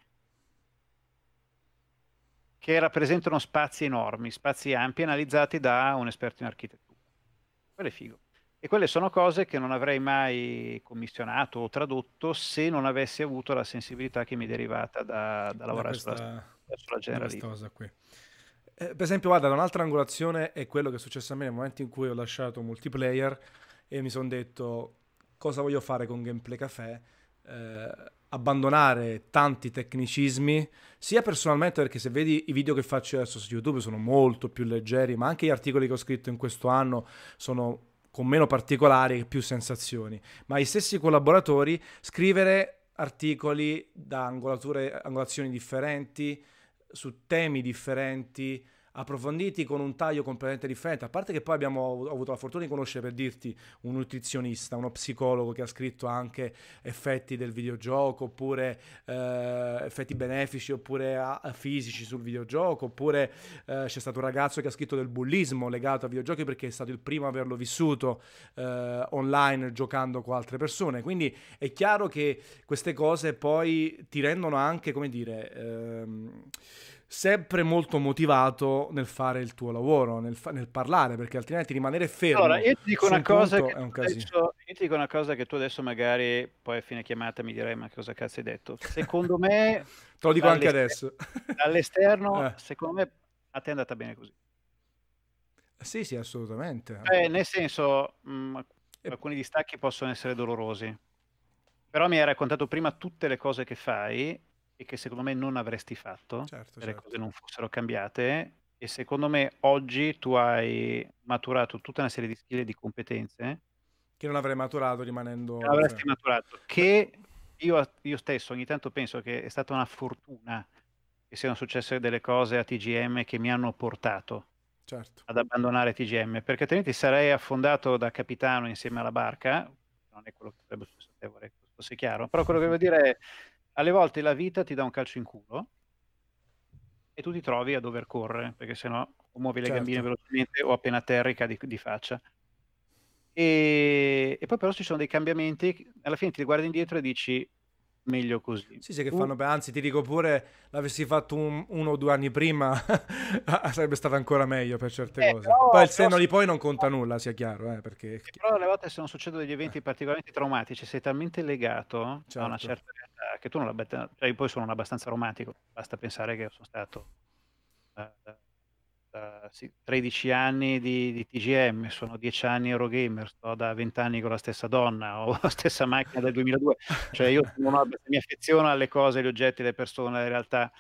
che rappresentano spazi enormi, spazi ampi, analizzati da un esperto in architettura. Quello è figo. E quelle sono cose che non avrei mai commissionato o tradotto se non avessi avuto la sensibilità che mi è derivata da, da Da lavorare sulla, questa, sulla da questa generalista. cosa qui. Eh, per esempio, guarda, un'altra angolazione è quello che è successo a me nel momento in cui ho lasciato multiplayer e mi sono detto cosa voglio fare con Gameplay Café. Eh, abbandonare tanti tecnicismi, sia personalmente perché se vedi i video che faccio adesso su YouTube sono molto più leggeri, ma anche gli articoli che ho scritto in questo anno sono con meno particolari e più sensazioni. Ma i stessi collaboratori scrivere articoli da angolature, angolazioni differenti, su temi differenti, approfonditi con un taglio completamente differente. A parte che poi abbiamo avuto la fortuna di conoscere, per dirti, un nutrizionista, uno psicologo che ha scritto anche effetti del videogioco, oppure eh, effetti benefici, oppure a, a fisici sul videogioco, oppure eh, c'è stato un ragazzo che ha scritto del bullismo legato ai videogiochi perché è stato il primo a averlo vissuto eh, online giocando con altre persone. Quindi è chiaro che queste cose poi ti rendono anche, come dire, ehm, sempre molto motivato nel fare il tuo lavoro, nel, fa- nel parlare, perché altrimenti rimanere Allora, fermo io ti dico su una un cosa punto che è un tu casino. adesso, io ti dico una cosa che tu adesso magari poi a fine chiamata mi direi ma cosa cazzo hai detto. Secondo me, Te lo dico anche dall'ester- adesso. dall'esterno, Eh, secondo me a te è andata bene così. sì, sì, assolutamente. Cioè, nel senso, mh, E- alcuni distacchi possono essere dolorosi, però mi hai raccontato prima tutte le cose che fai e che secondo me non avresti fatto certo, se le certo. cose non fossero cambiate, e secondo me oggi tu hai maturato tutta una serie di skill e di competenze Che non avrei maturato che rimanendo avresti fermo. maturato, Beh, che io, io stesso ogni tanto penso che è stata una fortuna che siano successe delle cose a T G M che mi hanno portato certo. ad abbandonare T G M, perché altrimenti sarei affondato da capitano insieme alla barca. Non è quello che sarebbe successo a te, vorrei che fosse chiaro, però quello che devo dire è, alle volte la vita ti dà un calcio in culo e tu ti trovi a dover correre, perché sennò o muovi le gambine Certo. velocemente o appena terri cadi di faccia. E, e poi però ci sono dei cambiamenti, alla fine ti guardi indietro e dici meglio così. Sì, sì, che Tu, fanno, beh, anzi ti dico pure, l'avessi fatto un- uno o due anni prima, sarebbe stato ancora meglio per certe eh, cose. Poi però, il però, senno di poi non conta nulla, sia chiaro, eh, perché... però alle volte se non succedono degli eh, eventi particolarmente traumatici, sei talmente legato a una certo. certa realtà che tu non la bet- cioè io poi sono abbastanza romantico, basta pensare che sono stato eh, da sì, tredici anni di, di T G M, sono dieci anni Eurogamer, sto da venti anni con la stessa donna, ho la stessa macchina del duemiladue, cioè io sono una- mi affeziono alle cose, agli oggetti, alle persone, in realtà.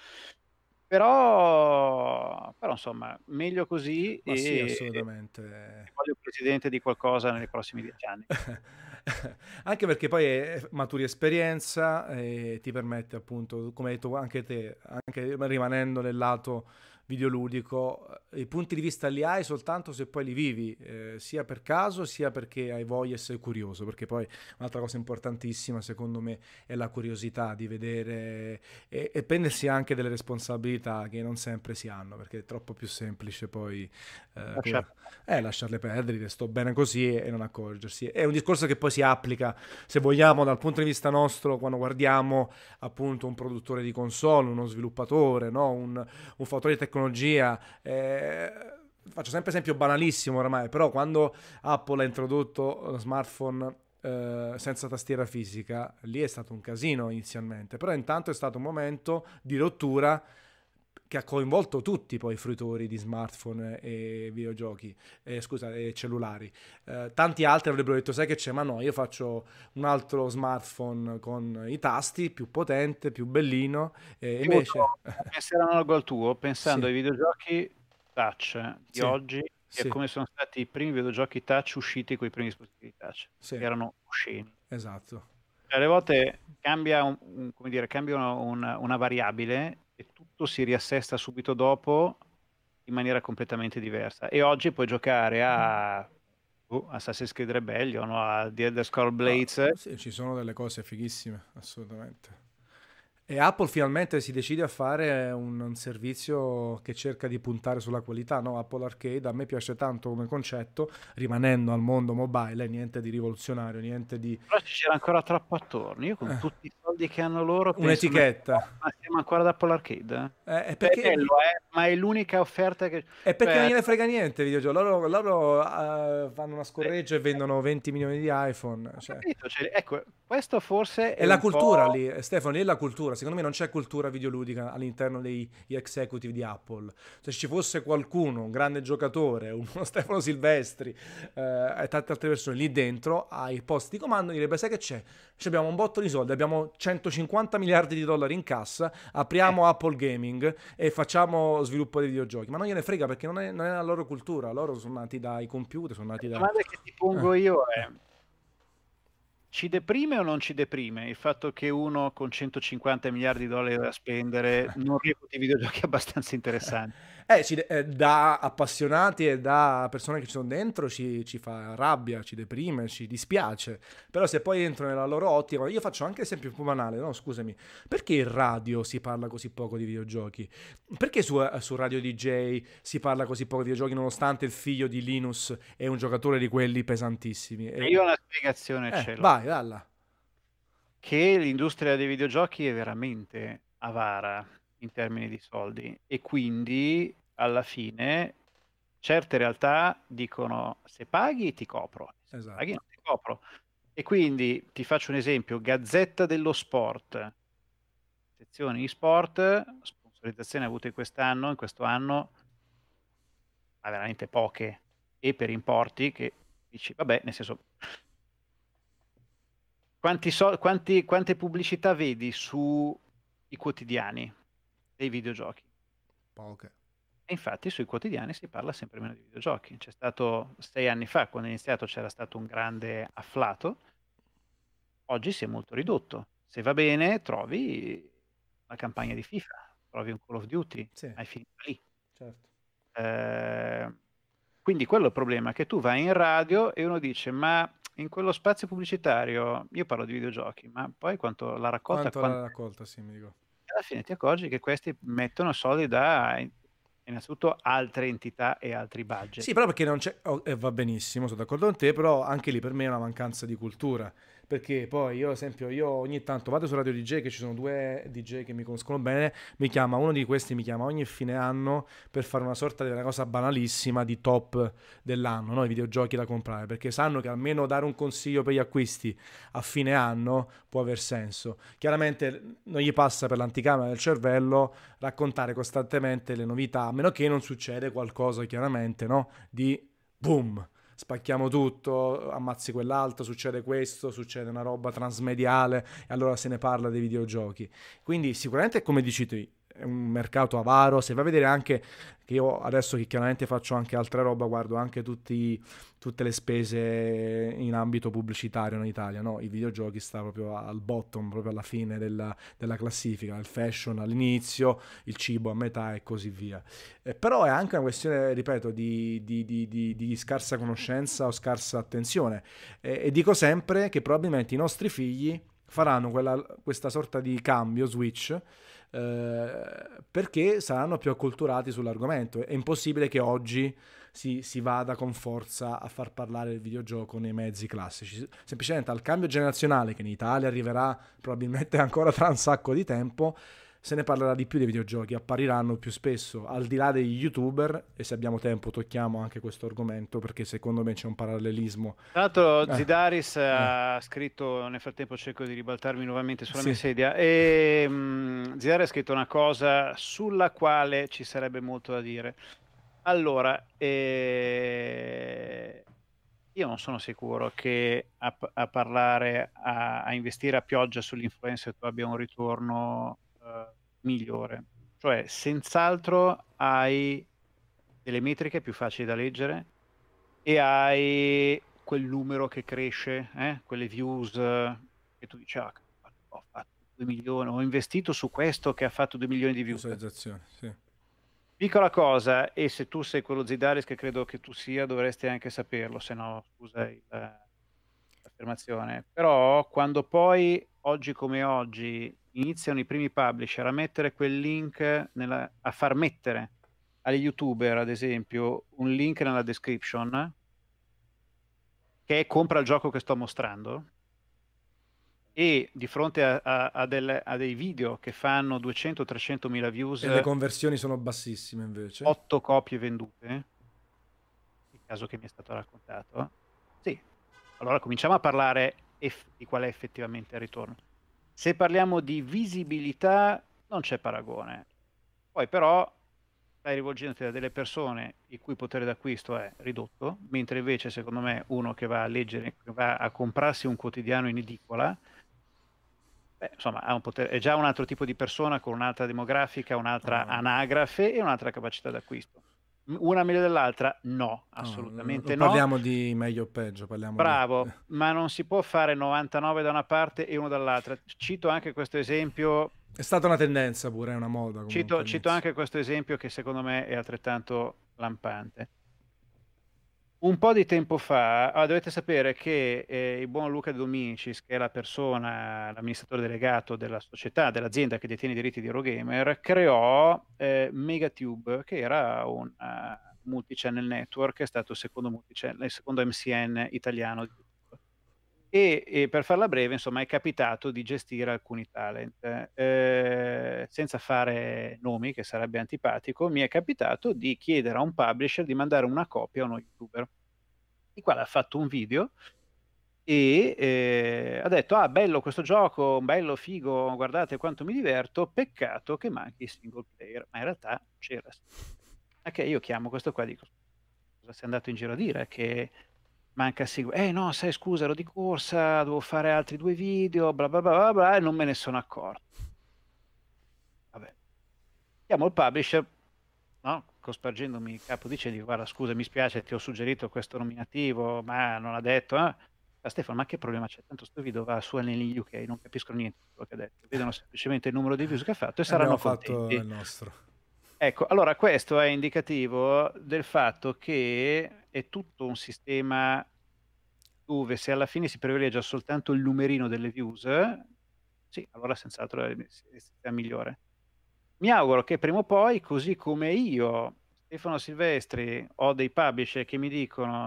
Però, però insomma, meglio così Ma sì, e, e assolutamente. voglio presidente di qualcosa nei prossimi dieci anni. Anche perché poi eh, maturi esperienza e ti permette appunto, come hai detto anche te, anche rimanendo nel lato videoludico, eh, i punti di vista li hai soltanto se poi li vivi, eh, sia per caso sia perché hai voglia e sei curioso, perché poi un'altra cosa importantissima secondo me è la curiosità di vedere e, e prendersi anche delle responsabilità che non sempre si hanno, perché è troppo più semplice poi eh, come- Lasciare eh, lasciarle perdere, dire sto bene così e non accorgersi. È un discorso che poi si applica, se vogliamo, dal punto di vista nostro, quando guardiamo appunto un produttore di console, uno sviluppatore, no? un, un fautore di tecnologia. eh, Faccio sempre esempio banalissimo oramai, però quando Apple ha introdotto lo smartphone eh, senza tastiera fisica, lì è stato un casino inizialmente, però intanto è stato un momento di rottura che ha coinvolto tutti poi i fruitori di smartphone e videogiochi, eh, scusa, e cellulari. Eh, tanti altri avrebbero detto, sai che c'è, ma no, io faccio un altro smartphone con i tasti, più potente, più bellino, e Ho avuto invece... un pensiero analogo al tuo, pensando sì, ai videogiochi touch di sì, oggi e a sì, come sono stati i primi videogiochi touch usciti con i primi dispositivi touch, sì, che erano osceni. esatto. Cioè, alle volte cambia, un- un- come dire, cambia una, una- una variabile e tutto si riassesta subito dopo in maniera completamente diversa. E oggi puoi giocare a boh, Assassin's Creed Rebellion o a The Elder Scrolls Ah, Blades. sì, ci sono delle cose fighissime, assolutamente. E Apple finalmente si decide a fare un, un servizio che cerca di puntare sulla qualità, no? Apple Arcade a me piace tanto come concetto, rimanendo al mondo mobile, niente di rivoluzionario, niente di... Però ci c'era ancora troppo attorno. Io con tutti i soldi che hanno loro penso, ma, un'etichetta. ma siamo ancora ad Apple Arcade? Eh? Eh, è Cioè, è perché... bello, eh, ma è l'unica offerta che... È perché non Cioè, gliene frega niente videogioco. Loro, loro eh, fanno una eh, scorreggia e vendono venti milioni di iPhone. ho Cioè. capito, cioè, ecco, questo forse È è la un cultura po'... lì, eh, Stefano, lì è la cultura. Secondo me non c'è cultura videoludica all'interno degli executive di Apple. Se ci fosse qualcuno, un grande giocatore, uno Stefano Silvestri eh, e tante altre persone lì dentro, ai posti di comando, direbbe, sai che c'è? Ci abbiamo un botto di soldi, abbiamo centocinquanta miliardi di dollari in cassa, eh, apriamo Apple Gaming e facciamo sviluppo di videogiochi. Ma non gliene frega perché non è, non è la loro cultura. Loro sono nati dai computer, sono nati la da... domanda che ti Eh, pongo io è: ci deprime o non ci deprime il fatto che uno con centocinquanta miliardi di dollari da spendere non reputi i videogiochi abbastanza interessanti? Eh, ci de- eh, da appassionati e da persone che ci sono dentro ci, ci fa rabbia, ci deprime, ci dispiace. Però se poi entro nella loro ottica, io faccio anche esempio più banale, no? Scusami, perché in radio si parla così poco di videogiochi? Perché su, eh, su Radio D J si parla così poco di videogiochi nonostante il figlio di Linus è un giocatore di quelli pesantissimi? E E- io una spiegazione eh, ce l'ho. vai, dalla. Che l'industria dei videogiochi è veramente avara in termini di soldi e quindi alla fine certe realtà dicono: se paghi ti copro, se non paghi Esatto. non ti copro. E quindi ti faccio un esempio: Gazzetta dello Sport, sezione e-sport, sponsorizzazioni avute in quest'anno, in questo anno, ma veramente poche, e per importi che dici, vabbè, nel senso, quanti so- quanti- quante pubblicità vedi sui quotidiani dei videogiochi? Poche. E infatti sui quotidiani si parla sempre meno di videogiochi. C'è stato sei anni fa, quando è iniziato, c'era stato un grande afflato. Oggi si è molto ridotto. Se va bene, trovi una campagna di FIFA, trovi un Call of Duty, Sì, hai finito lì. certo. Eh, quindi quello è il problema, che tu vai in radio e uno dice: ma in quello spazio pubblicitario, io parlo di videogiochi, ma poi quanto la raccolta, Quanto l'ha quanto... raccolta, sì, mi dico. E alla fine ti accorgi che questi mettono soldi da innanzitutto altre entità e altri budget. Sì, però perché non c'è, oh, eh, va benissimo, sono d'accordo con te, però anche lì per me è una mancanza di cultura. perché poi io, ad esempio, io ogni tanto vado su Radio D J, che ci sono due D J che mi conoscono bene, mi chiama, uno di questi mi chiama ogni fine anno per fare una sorta di una cosa banalissima di top dell'anno, no? I videogiochi da comprare, perché sanno che almeno dare un consiglio per gli acquisti a fine anno può aver senso. Chiaramente non gli passa per l'anticamera del cervello raccontare costantemente le novità, a meno che non succede qualcosa, chiaramente, no? Di boom, spacchiamo tutto, ammazzi quell'altro, succede questo, succede una roba transmediale e allora se ne parla dei videogiochi. Quindi sicuramente, come dici tu, è un mercato avaro. Se vai a vedere anche che io adesso che chiaramente faccio anche altra roba, guardo anche tutti, tutte le spese in ambito pubblicitario in Italia, no? I videogiochi sta proprio al bottom, proprio alla fine della, della classifica, il fashion all'inizio, il cibo a metà e così via. Eh, però è anche una questione, ripeto, di, di- di- di- di scarsa conoscenza o scarsa attenzione. E, e dico sempre che probabilmente i nostri figli faranno quella- questa sorta di cambio, switch, eh, perché saranno più acculturati sull'argomento. È impossibile che oggi si, si vada con forza a far parlare del videogioco nei mezzi classici. Semplicemente al cambio generazionale, che in Italia arriverà probabilmente ancora tra un sacco di tempo, se ne parlerà di più dei videogiochi, appariranno più spesso, al di là degli youtuber, e se abbiamo tempo tocchiamo anche questo argomento, perché secondo me c'è un parallelismo. Tra l'altro Eh, Zidaris eh, ha scritto, nel frattempo cerco di ribaltarmi nuovamente sulla mia sì, sedia, e mh, Zidaris ha scritto una cosa sulla quale ci sarebbe molto da dire. Allora, eh, io non sono sicuro che a, a parlare, a, a investire a pioggia sull'influencer tu abbia un ritorno eh, migliore. Cioè, senz'altro hai delle metriche più facili da leggere e hai quel numero che cresce, eh? Quelle views eh, che tu dici, ah, ho fatto due milioni, ho investito su questo che ha fatto due milioni di views. visualizzazione, sì. Piccola cosa, e se tu sei quello Zidaris che credo che tu sia, dovresti anche saperlo, se no scusa il- l'affermazione. Però quando poi, oggi come oggi, iniziano i primi publisher a mettere quel link, nella- a far mettere agli youtuber, ad esempio, un link nella description, che è compra il gioco che sto mostrando, e di fronte a, a- a delle- a dei video che fanno duecento trecento mila views, E le conversioni sono bassissime invece. otto copie vendute, il caso che mi è stato raccontato, sì, allora cominciamo a parlare eff- di qual è effettivamente il ritorno. Se parliamo di visibilità, non c'è paragone. Poi però stai rivolgendoti a delle persone il cui potere d'acquisto è ridotto, mentre invece secondo me uno che va a leggere, che va a comprarsi un quotidiano in edicola, beh, insomma, ha un potere, è già un altro tipo di persona con un'altra demografica, No, un'altra no, anagrafe e un'altra capacità d'acquisto. M- Una meglio dell'altra? No, no, no, assolutamente non no. parliamo di meglio o peggio, parliamo di... Bravo, eh. ma non si può fare novantanove da una parte e uno dall'altra. Cito anche questo esempio, È stata una tendenza pure, è una moda cito, comunque cito all'inizio. anche questo esempio che secondo me è altrettanto lampante. Un po' di tempo fa, ah, dovete sapere che eh, il buon Luca De Dominicis, che è la persona, l'amministratore delegato della società, dell'azienda che detiene i diritti di Eurogamer, creò eh, Megatube, che era un uh, multichannel network, è stato il secondo, multichannel- il secondo M C N italiano di YouTube. E, e per farla breve, insomma, è capitato di gestire alcuni talent. Eh, senza fare nomi, che sarebbe antipatico, mi è capitato di chiedere a un publisher di mandare una copia a uno youtuber, il quale ha fatto un video e eh, ha detto: ah, bello questo gioco, bello, figo, guardate quanto mi diverto, peccato che manchi il single player. Ma in realtà c'era. Ok, io chiamo questo qua e dico: cosa sei andato in giro a dire? Che manca il single. Eh no, sai, scusa, ero di corsa, devo fare altri due video, bla bla bla bla bla, e non me ne sono accorto. Vabbè. Chiamo il publisher, no? Cospargendomi il capo, dice: guarda, scusa, mi spiace, ti ho suggerito questo nominativo, ma non ha detto. Eh? Ma Stefano, ma che problema c'è? Tanto sto video va su negli U K, non capiscono niente di quello che ha detto. Vedono semplicemente il numero di views che ha fatto e Abbiamo saranno fatto contenti. il nostro. Ecco, allora questo è indicativo del fatto che è tutto un sistema dove, se alla fine si privilegia soltanto il numerino delle views, sì, allora senz'altro è il sistema migliore. Mi auguro che prima o poi, così come io, Stefano Silvestri, ho dei publisher che mi dicono: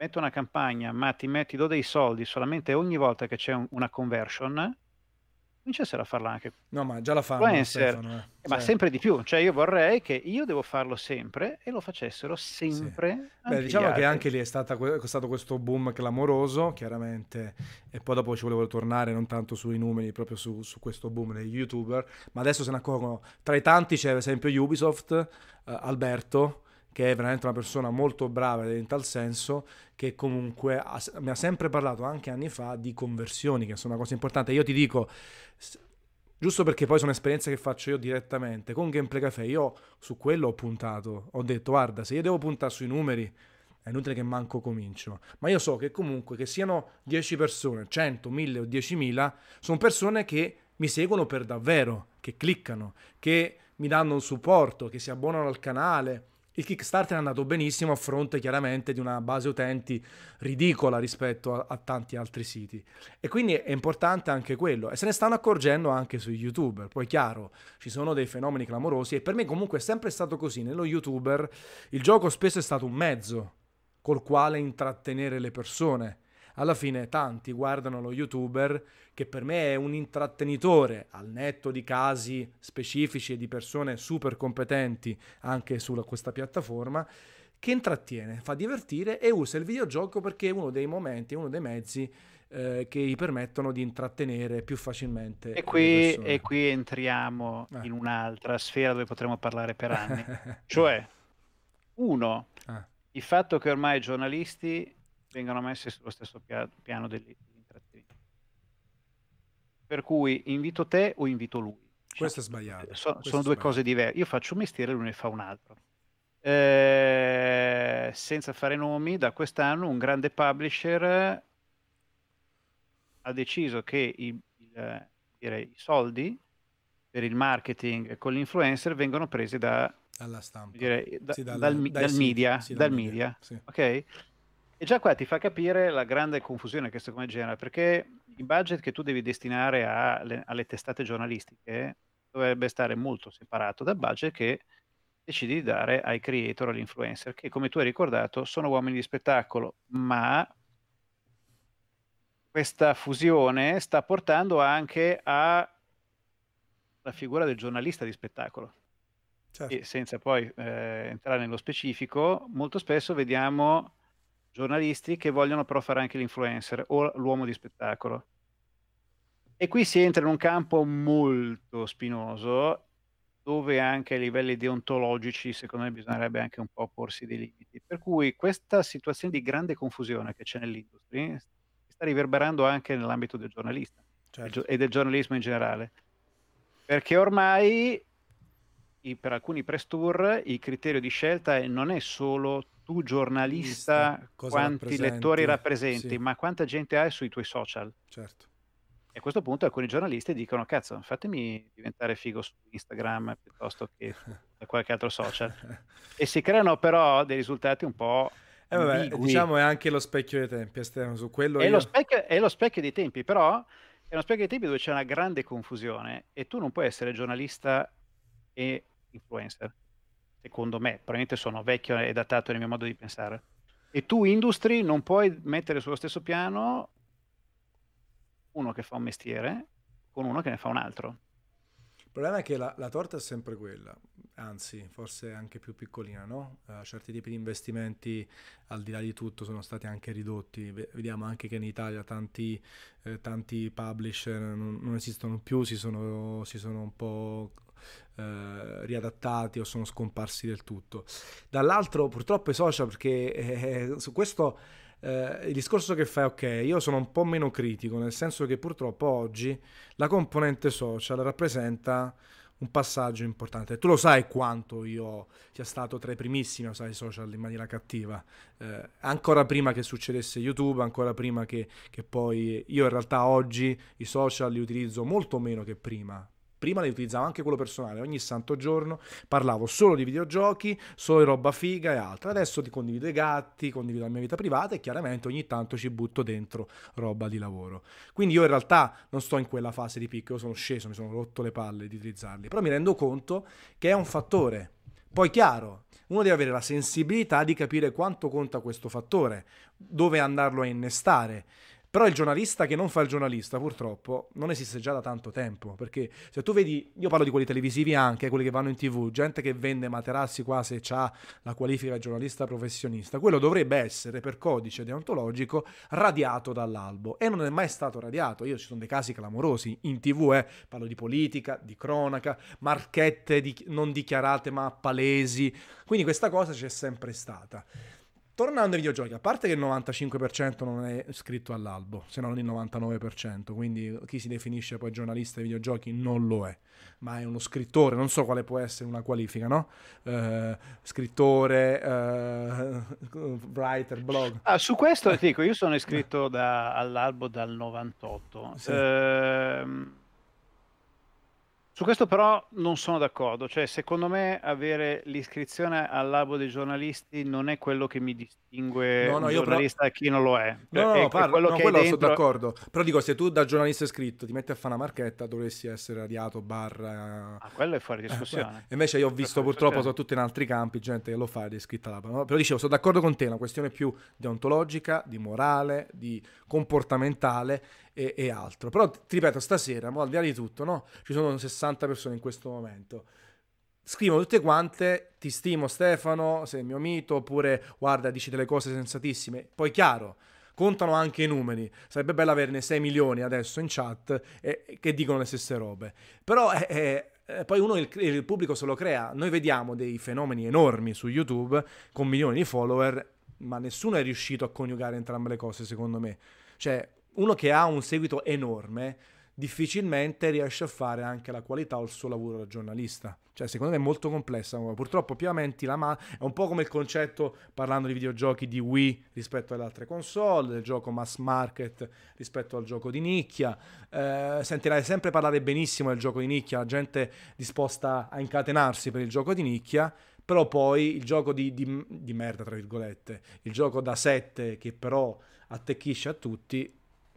metto una campagna, ma ti metti, do dei soldi solamente ogni volta che c'è un- una conversion, cominciassero a farla anche No, ma già la fanno, influencer, Stefano. Eh. eh, ma Cioè, sempre di più. Cioè io vorrei che io devo farlo sempre e lo facessero sì. sempre Beh, anche gli diciamo che altri. anche lì è, stata, que- è stato questo boom clamoroso, chiaramente, e poi dopo ci volevo tornare non tanto sui numeri, proprio su, su questo boom degli YouTuber, ma adesso se ne accorgono. Tra i tanti c'è ad esempio Ubisoft, eh, Alberto, che è veramente una persona molto brava in tal senso, che comunque ha- mi ha sempre parlato anche anni fa di conversioni, che sono una cosa importante. Io ti dico, s- giusto perché poi sono esperienze che faccio io direttamente, con Gameplay Café, io su quello ho puntato, ho detto guarda, se io devo puntare sui numeri è inutile che manco comincio, ma io so che comunque che siano dieci persone, cento, mille o diecimila, sono persone che mi seguono per davvero, che cliccano, che mi danno un supporto, che si abbonano al canale. Il Kickstarter è andato benissimo a fronte chiaramente di una base utenti ridicola rispetto a, a tanti altri siti. E quindi è importante anche quello. E se ne stanno accorgendo anche sui YouTuber. Poi chiaro, ci sono dei fenomeni clamorosi e per me comunque è sempre stato così. Nello YouTuber il gioco spesso è stato un mezzo col quale intrattenere le persone. Alla fine tanti guardano lo YouTuber che per me è un intrattenitore al netto di casi specifici e di persone super competenti anche su questa piattaforma che intrattiene, fa divertire e usa il videogioco perché è uno dei momenti, uno dei mezzi eh, che gli permettono di intrattenere più facilmente E le qui, e persone. qui entriamo Eh. in un'altra sfera dove potremo parlare per anni. Cioè, uno, Ah. il fatto che ormai i giornalisti vengano messi sullo stesso pia- piano dell'intrattenimento. Per cui invito te o invito lui. Diciamo, Questo è sbagliato. so- Questo sono è due cose sbagliato. diverse. Io faccio un mestiere, lui ne fa un altro. Eh, senza fare nomi, da quest'anno un grande publisher ha deciso che i, il- dire, i soldi per il marketing con l'influencer vengono presi da, Alla stampa. dire, da- Sì, dal, dal- mi- dai dal siti. media, Sì, dal dal media. media, Sì. ok? E già qua ti fa capire la grande confusione che secondo me genera, perché il budget che tu devi destinare alle, alle testate giornalistiche dovrebbe stare molto separato dal budget che decidi di dare ai creator, agli influencer, che come tu hai ricordato sono uomini di spettacolo, ma questa fusione sta portando anche alla figura del giornalista di spettacolo. Certo. E senza poi eh, entrare nello specifico, molto spesso vediamo giornalisti che vogliono però fare anche l'influencer o l'uomo di spettacolo. E qui si entra in un campo molto spinoso, dove anche a livelli deontologici, secondo me, bisognerebbe anche un po' porsi dei limiti. Per cui questa situazione di grande confusione che c'è nell'industria sta riverberando anche nell'ambito del giornalista Certo. e del giornalismo in generale. Perché ormai i- per alcuni press tour il criterio di scelta è- non è solo tu Lista, giornalista cosa quanti lettori rappresenti? rappresenti, Sì, ma quanta gente hai sui tuoi social. certo. E a questo punto alcuni giornalisti dicono, cazzo, fatemi diventare figo su Instagram piuttosto che su qualche altro social. E si creano però dei risultati un po' E vabbè, ambigui. diciamo è anche lo specchio dei tempi, esterno, su quello È lo io... specchio, è lo specchio dei tempi, però è uno specchio dei tempi dove c'è una grande confusione e tu non puoi essere giornalista e influencer. Secondo me, probabilmente sono vecchio e datato nel mio modo di pensare. E tu, industry, non puoi mettere sullo stesso piano uno che fa un mestiere con uno che ne fa un altro. Il problema è che la, la torta è sempre quella, anzi, forse anche più piccolina, no? Eh, certi tipi di investimenti, al di là di tutto, sono stati anche ridotti. Ve- Vediamo anche che in Italia tanti, eh, tanti publisher non, non esistono più, si sono, si sono un po' eh, riadattati o sono scomparsi del tutto. Dall'altro, purtroppo i social, perché eh, su questo eh, il discorso che fai, ok, io sono un po' meno critico, nel senso che purtroppo oggi la componente social rappresenta un passaggio importante. Tu lo sai quanto io sia stato tra i primissimi a usare i social in maniera cattiva, eh, ancora prima che succedesse YouTube, ancora prima che, che poi io in realtà oggi i social li utilizzo molto meno che prima. Prima li utilizzavo anche quello personale, ogni santo giorno parlavo solo di videogiochi, solo di roba figa e altro. Adesso ti condivido i gatti, condivido la mia vita privata e chiaramente ogni tanto ci butto dentro roba di lavoro. Quindi io in realtà non sto in quella fase di picco, io sono sceso, mi sono rotto le palle di utilizzarli, però mi rendo conto che è un fattore. Poi chiaro, uno deve avere la sensibilità di capire quanto conta questo fattore, dove andarlo a innestare. Però il giornalista che non fa il giornalista, purtroppo, non esiste già da tanto tempo, perché se tu vedi, io parlo di quelli televisivi anche, quelli che vanno in tv, gente che vende materassi qua se ha la qualifica di giornalista professionista, quello dovrebbe essere per codice deontologico radiato dall'albo e non è mai stato radiato. Io ci sono dei casi clamorosi in tv, eh, parlo di politica, di cronaca, marchette di, non dichiarate ma palesi, quindi questa cosa c'è sempre stata. Tornando ai videogiochi, a parte che il novantacinque per cento non è scritto all'albo, se non il novantanove per cento, quindi chi si definisce poi giornalista dei videogiochi non lo è, ma è uno scrittore, non so quale può essere una qualifica, no? Uh, scrittore, uh, writer, blog. Ah, su questo ti dico, io sono iscritto da, all'albo dal novantotto. Sì. Ehm... Su questo però non sono d'accordo, cioè secondo me avere l'iscrizione all'albo dei giornalisti non è quello che mi distingue no, no, un io giornalista però... da chi non lo è. No, no, è, no, parlo, è quello no che quello dentro... sono d'accordo, però dico, se tu da giornalista iscritto ti metti a fare una marchetta dovresti essere radiato barra... Ah, quello è fuori discussione. Eh, invece io ho visto purtroppo soprattutto in altri campi gente che lo fa ed è iscritta là, no? Però dicevo, sono d'accordo con te, è una questione più deontologica, di morale, di comportamentale e, e altro. Però ti ripeto, stasera, mo, al di là di tutto, no? Ci sono sessanta persone in questo momento. Scrivono tutte quante, ti stimo Stefano, sei il mio mito, oppure guarda, dici delle cose sensatissime. Poi chiaro, contano anche i numeri, sarebbe bello averne sei milioni adesso in chat eh, che dicono le stesse robe. Però eh, eh, poi uno il, il pubblico se lo crea. Noi vediamo dei fenomeni enormi su YouTube con milioni di follower, ma nessuno è riuscito a coniugare entrambe le cose, secondo me. Cioè, uno che ha un seguito enorme difficilmente riesce a fare anche la qualità o il suo lavoro da giornalista. Cioè, secondo me è molto complessa. Purtroppo più aumenti la mano, è un po' come il concetto, parlando di videogiochi, di Wii rispetto alle altre console, del gioco mass market rispetto al gioco di nicchia. Eh, sentirai sempre parlare benissimo del gioco di nicchia, la gente disposta a incatenarsi per il gioco di nicchia, però poi il gioco di, di, di merda, tra virgolette, il gioco da sette che però attecchisce a tutti,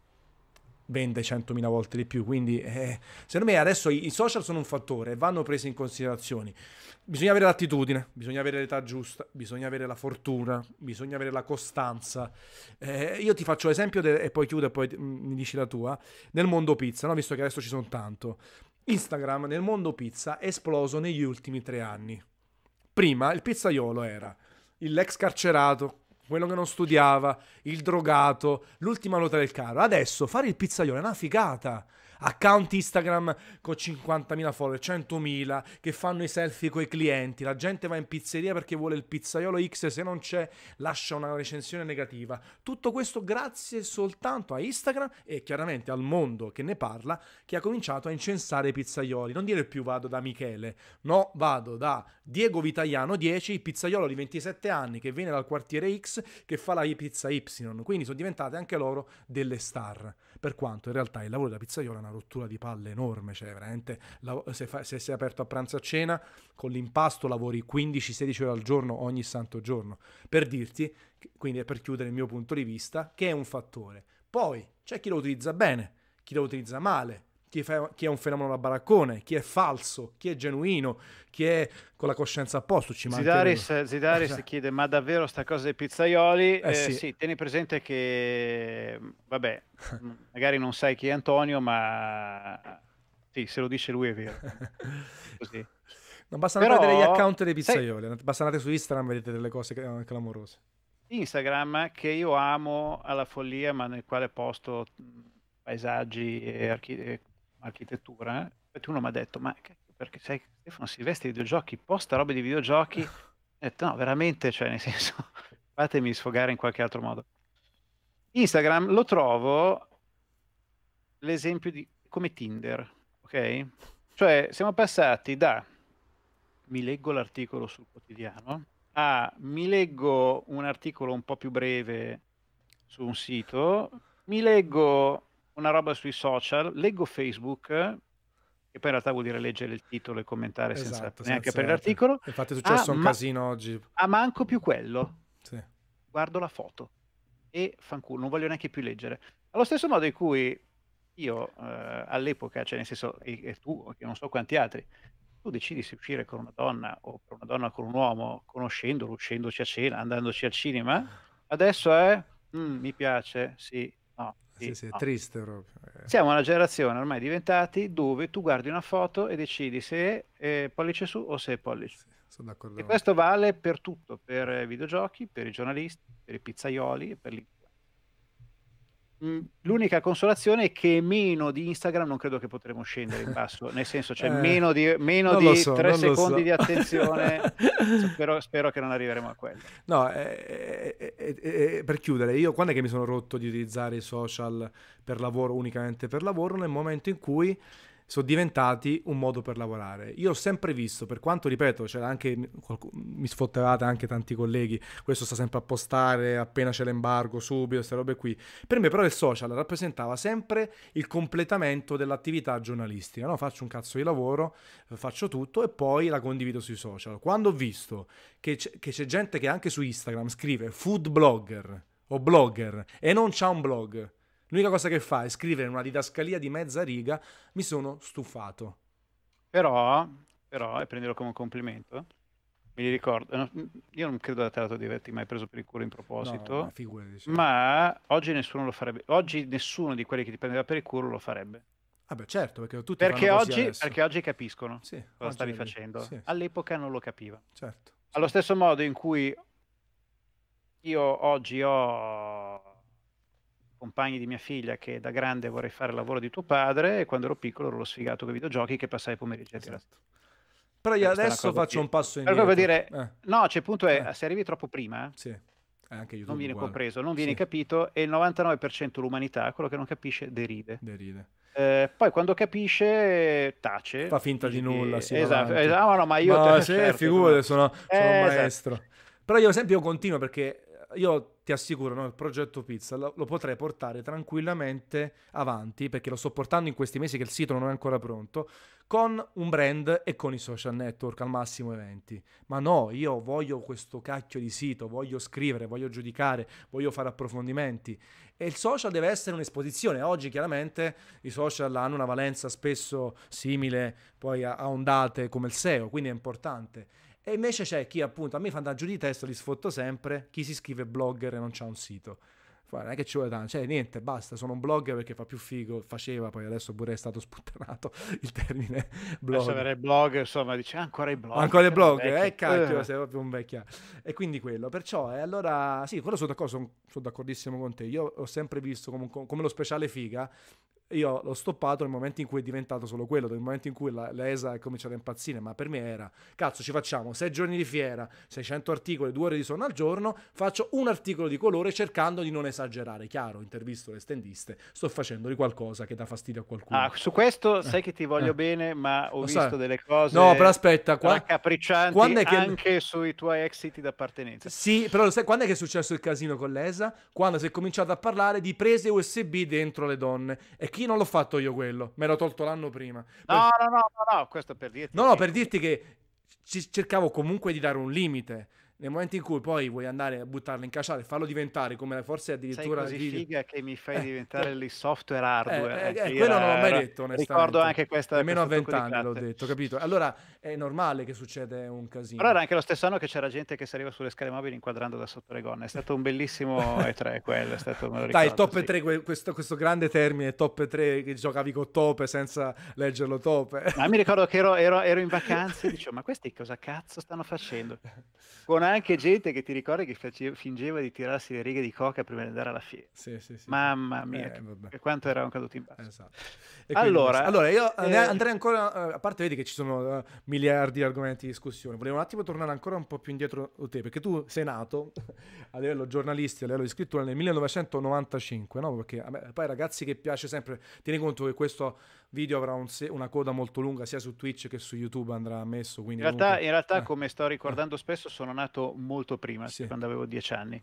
vende centomila volte di più. Quindi eh, secondo me adesso i, i social sono un fattore e vanno presi in considerazione. Bisogna avere l'attitudine, bisogna avere l'età giusta, bisogna avere la fortuna, bisogna avere la costanza. Eh, io ti faccio l'esempio de- e poi chiudo e poi mi dici la tua. Nel mondo pizza, no? Visto che adesso ci sono tanto, Instagram nel mondo pizza è esploso negli ultimi tre anni. Prima il pizzaiolo era l'ex carcerato, quello che non studiava, il drogato, l'ultima nota del carro. Adesso fare il pizzaiolo è una figata. Account Instagram con cinquantamila follower, centomila, che fanno i selfie con i clienti. La gente va in pizzeria perché vuole il pizzaiolo X, se non c'è lascia una recensione negativa. Tutto questo grazie soltanto a Instagram e chiaramente al mondo che ne parla, che ha cominciato a incensare i pizzaioli. Non dire più vado da Michele, no, vado da Diego Vitaiano dieci, il pizzaiolo di ventisette anni che viene dal quartiere X, che fa la pizza Y. Quindi sono diventate anche loro delle star, per quanto in realtà il lavoro da pizzaiolo è una rottura di palle enorme. Cioè veramente, se, fa, se sei aperto a pranzo a cena con l'impasto lavori quindici sedici ore al giorno ogni santo giorno, per dirti, quindi è per chiudere il mio punto di vista, che è un fattore. Poi c'è chi lo utilizza bene, chi lo utilizza male, chi, fa, chi è un fenomeno da baraccone, chi è falso, chi è genuino, chi è con la coscienza a posto. Ci Zidaris, Zidaris eh, chiede, ma davvero sta cosa dei pizzaioli? Eh, eh, sì. sì, tieni presente che, vabbè, magari non sai chi è Antonio, ma sì, se lo dice lui è vero. Così. Non basta Però, vedere gli account dei pizzaioli, sai, basta andare su Instagram e vedete delle cose clamorose. Instagram, che io amo alla follia, ma nel quale posto paesaggi e archi- architettura, infatti uno mi ha detto, ma perché sai che Stefano si veste di videogiochi, posta robe di videogiochi? Ho detto, no, veramente, cioè nel senso, fatemi sfogare in qualche altro modo. Instagram lo trovo l'esempio di come Tinder, ok? Cioè siamo passati da mi leggo l'articolo sul quotidiano a mi leggo un articolo un po' più breve su un sito, mi leggo una roba sui social, leggo Facebook, che poi in realtà vuol dire leggere il titolo e commentare esatto, senza senza neanche aprire l'articolo. Infatti è successo ah, un ma, casino oggi. Ah, manco più quello. Sì. Guardo la foto e fanculo, non voglio neanche più leggere. Allo stesso modo in cui io eh, all'epoca, cioè nel senso, e, e tu, che non so quanti altri, tu decidi se uscire con una donna o per una donna con un uomo, conoscendolo, uscendoci a cena, andandoci al cinema, adesso è "Mm, mi piace, sì, no, Sì, sì, sì, è no". triste proprio. eh. Siamo una generazione ormai diventati dove tu guardi una foto e decidi se è pollice su o se è pollice. Sì, sono d'accordo E con te. questo vale per tutto, per i videogiochi, per i giornalisti, per i pizzaioli e per l'influencer. Mm, L'unica consolazione è che meno di Instagram non credo che potremo scendere in basso, nel senso c'è Eh, meno di, meno non lo di so, tre non lo secondi so. di attenzione, spero, spero che non arriveremo a quello. No, eh, eh, eh, eh, per chiudere, io quando è che mi sono rotto di utilizzare i social per lavoro, unicamente per lavoro, nel momento in cui sono diventati un modo per lavorare. Io ho sempre visto, per quanto ripeto, c'era anche qualcu- mi sfottevate anche tanti colleghi, questo sta sempre a postare appena c'è l'embargo, subito, queste robe qui. Per me però il social rappresentava sempre il completamento dell'attività giornalistica, no? Faccio un cazzo di lavoro, faccio tutto e poi la condivido sui social. Quando ho visto che c'è, che c'è gente che anche su Instagram scrive food blogger o blogger e non c'ha un blog, l'unica cosa che fa è scrivere una didascalia di mezza riga, mi sono stufato. Però, però, e prendilo come un complimento, mi ricordo, no, io non credo da te di averti mai preso per il culo in No, ma proposito, figurati. Cioè. ma oggi nessuno lo farebbe, oggi nessuno di quelli che ti prendeva per il culo lo farebbe. Vabbè, certo, perché tutti fanno Perché così oggi, adesso. perché oggi capiscono Sì, cosa oggi stavi vedi. facendo. Sì, sì, All'epoca non lo capiva. certo. Sì. Allo stesso modo in cui io oggi ho compagni di mia figlia che da grande vorrei fare il lavoro di tuo padre, e quando ero piccolo ero lo sfigato con i videogiochi che passai i pomeriggi a tirare. Esatto. Però io Questa è una adesso cosa faccio che... un passo Per proprio indietro. dire, Eh, no, c'è il punto è, eh, se arrivi troppo prima, sì, è anche non YouTube viene uguale. compreso, non viene Sì, capito, e il novantanove per cento l'umanità, quello che non capisce, deride. deride. Eh, poi quando capisce, tace, Fa finta di dice nulla, che... si va Esatto, avanti. esatto, ma no, ma io... Ma se certo, figurate, insomma, sono, sono un eh, esatto. maestro. Però io, ad esempio, continuo perché io ti assicuro, no, il progetto pizza lo, lo potrei portare tranquillamente avanti, perché lo sto portando in questi mesi che il sito non è ancora pronto, con un brand e con i social network al massimo eventi. Ma no, io voglio questo cacchio di sito, voglio scrivere, voglio giudicare, voglio fare approfondimenti. E il social deve essere un'esposizione. Oggi chiaramente i social hanno una valenza spesso simile poi a, a ondate come il S E O, quindi è importante. E invece c'è chi appunto, a me fanno giù di testa, li sfotto sempre, chi si scrive blogger e non c'ha un sito. Non è che ci vuole tanto, cioè niente, basta, sono un blogger perché fa più figo, faceva, poi adesso pure è stato sputtanato il termine Adesso blog. avere il blog, insomma, dice "Ah, ancora i blog. Ancora il siamo blog, vecchi". eh cacchio, Eh. sei proprio un vecchio. E quindi quello, perciò, e allora, sì, quello sono d'accordo, sono, sono d'accordissimo con te. Io ho sempre visto come, come lo speciale figa, io l'ho stoppato nel momento in cui è diventato solo quello, nel momento in cui la, la E S A è cominciata a impazzire, ma per me era, cazzo, ci facciamo sei giorni di fiera, seicento articoli, due ore di sonno al giorno, faccio un articolo di colore cercando di non esagerare, chiaro, intervisto le stendiste, sto facendo di qualcosa che dà fastidio a qualcuno. Ah, su questo Eh, sai che ti voglio eh. bene, ma ho Lo visto sai? delle cose No, però aspetta, qua, raccapriccianti quando è che... anche sui tuoi ex siti d'appartenenza. Sì, però lo sai quando è che è successo il casino con l'E S A? Quando si è cominciato a parlare di prese U S B dentro le donne. E chi non l'ho fatto io quello? Me l'ho tolto l'anno prima. No, Per... no, no, no, no, questo per dirti No, no, che per comunque... dirti che ci- cercavo comunque di dare un limite. Nel momento in cui poi vuoi andare a buttarlo in caciara e farlo diventare come forse Sei addirittura così video. figa che mi fai Eh, diventare eh, lì software eh, hardware. eh, Eh, io quello non l'ho era- mai era- detto ricordo onestamente. anche questa, Nemmeno a questo tocco di vent'anni l'ho cazzo. detto, capito? Allora è normale che succede un casino. Però era anche lo stesso anno che c'era gente che saliva sulle scale mobili inquadrando da sotto le gonne. È stato un bellissimo E tre quello, è stato, me lo Dai, il ricordo, top sì. tre, que- questo, questo grande termine, top tre, che giocavi con tope senza leggerlo tope. Ma mi ricordo che ero, ero- ero in vacanze e dicevo, ma questi cosa cazzo stanno facendo? Con anche gente che ti ricordi che face- fingeva di tirarsi le righe di coca prima di andare alla fiera. Sì, sì, sì. Mamma sì. mia, Eh, che, vabbè. che quanto eravamo caduti in basso. Esatto. E quindi Allora, questo. Allora, io eh, andrei ancora, eh, a parte vedi che ci sono eh, miliardi di argomenti di discussione, volevo un attimo tornare ancora un po' più indietro da te, perché tu sei nato a livello giornalistico, a livello di scrittura nel millenovecentonovantacinque, no? Perché a me, poi ragazzi che piace sempre, tieni conto che questo video avrà un se- una coda molto lunga sia su Twitch che su YouTube andrà messo, quindi in realtà, comunque... in realtà eh, come sto ricordando spesso, sono nato molto prima, sì. quando avevo dieci anni.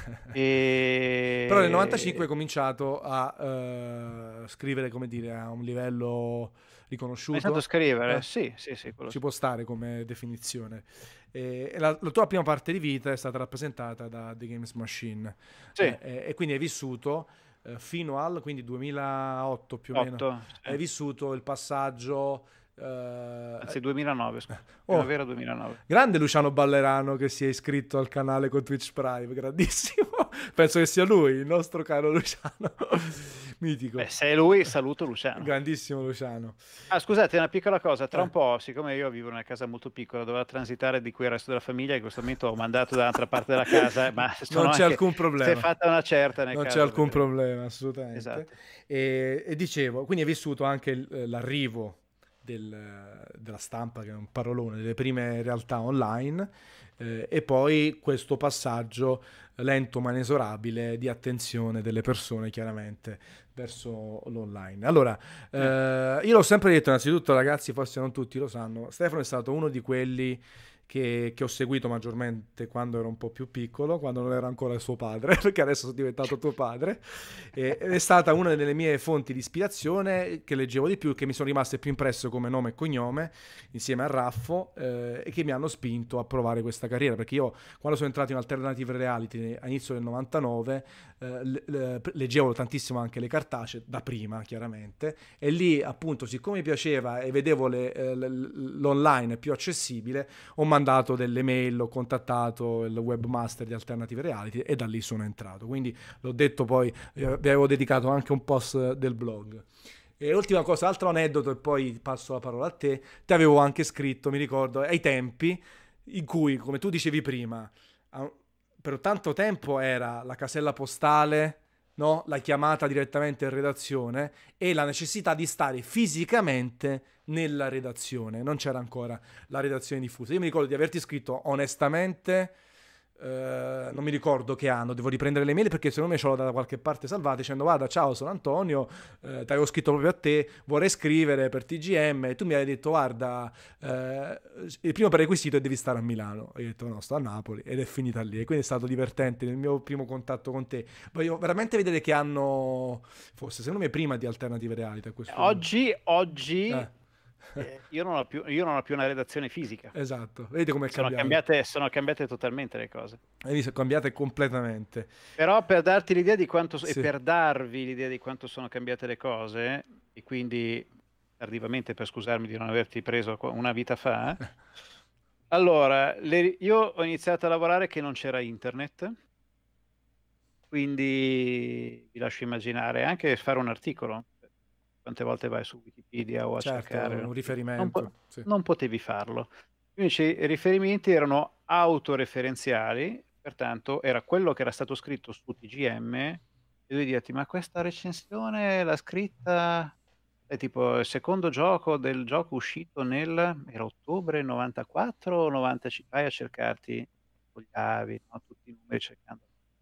E... Però nel novantacinque hai cominciato a eh, scrivere, come dire, a un livello Ho riconosciuto. iniziato a scrivere, Eh, sì, sì, sì, quello ci sì. può stare come definizione. E e la, la tua prima parte di vita è stata rappresentata da The Games Machine. Sì, Eh, e, e quindi hai vissuto eh, fino al quindi duemilaotto più o meno. otto, sì. Hai vissuto il passaggio Uh, Anzi, duemilanove, scusa. oh, Primavera duemilanove. Grande Luciano Ballerano che si è iscritto al canale con Twitch Prime, grandissimo. Penso che sia lui, il nostro caro Luciano. Mitico. Beh, se è lui, saluto Luciano. Grandissimo Luciano. Ah, scusate, una piccola cosa. Tra Eh. un po', siccome io vivo in una casa molto piccola, dovrò transitare di qui il resto della famiglia, che in questo momento ho mandato dall'altra parte della casa, ma non c'è anche, alcun problema. si è fatta una certa nel non caso, c'è alcun perché... problema, assolutamente. Esatto. E, e dicevo, quindi hai vissuto anche l'arrivo del, della stampa, che è un parolone, delle prime realtà online, eh, e poi questo passaggio lento ma inesorabile di attenzione delle persone chiaramente verso l'online. Allora, eh, io l'ho sempre detto, innanzitutto ragazzi, forse non tutti lo sanno, Stefano è stato uno di quelli Che, che ho seguito maggiormente quando ero un po' più piccolo, quando non ero ancora suo padre, perché adesso sono diventato tuo padre, e, ed è stata una delle mie fonti di ispirazione che leggevo di più, che mi sono rimaste più impresse come nome e cognome, insieme a Raffo, eh, e che mi hanno spinto a provare questa carriera, perché io quando sono entrato in Alternative Reality all'inizio del novantanove, eh, le, le, leggevo tantissimo anche le cartacee, da prima chiaramente, e lì appunto, siccome mi piaceva e vedevo le, eh, l'online più accessibile, ho mandato delle mail, ho contattato il webmaster di Alternative Reality e da lì sono entrato. Quindi l'ho detto, poi vi avevo dedicato anche un post del blog. E ultima cosa, altro aneddoto e poi passo la parola a te. Ti avevo anche scritto, mi ricordo, ai tempi in cui, come tu dicevi prima, per tanto tempo era la casella postale, no? La chiamata direttamente in redazione e la necessità di stare fisicamente nella redazione. Non c'era ancora la redazione diffusa. Io mi ricordo di averti scritto onestamente, eh, non mi ricordo che anno, devo riprendere le mail perché secondo me ce l'ho da qualche parte salvata, dicendo guarda, ciao, sono Antonio, eh, ti avevo scritto proprio a te, vorrei scrivere per T G M, e tu mi hai detto guarda, eh, il primo prerequisito è devi stare a Milano. E io ho detto no, sto a Napoli, ed è finita lì, e quindi è stato divertente il mio primo contatto con te. Voglio veramente vedere che anno fosse, secondo me prima di Alternative Reality a questo oggi punto. oggi eh. Eh, io, non ho più, io non ho più una redazione fisica. Esatto, vedete come è sono cambiato. cambiate, sono cambiate totalmente le cose. Hai visto, cambiate completamente. Però per darti l'idea di quanto Sì. e per darvi l'idea di quanto sono cambiate le cose, e quindi tardivamente, per scusarmi di non averti preso una vita fa, allora le, io ho iniziato a lavorare che non c'era internet, quindi vi lascio immaginare anche fare un articolo. Quante volte vai su Wikipedia o a certo, cercare un riferimento, non, po- sì. non potevi farlo. Quindi i riferimenti erano autoreferenziali, pertanto era quello che era stato scritto su T G M, e devi dirti ma questa recensione l'ha scritta, è tipo il secondo gioco del gioco uscito nel era ottobre novantaquattro o novantacinque, vai a cercarti, fogliavi, no? Tutti i numeri cercando.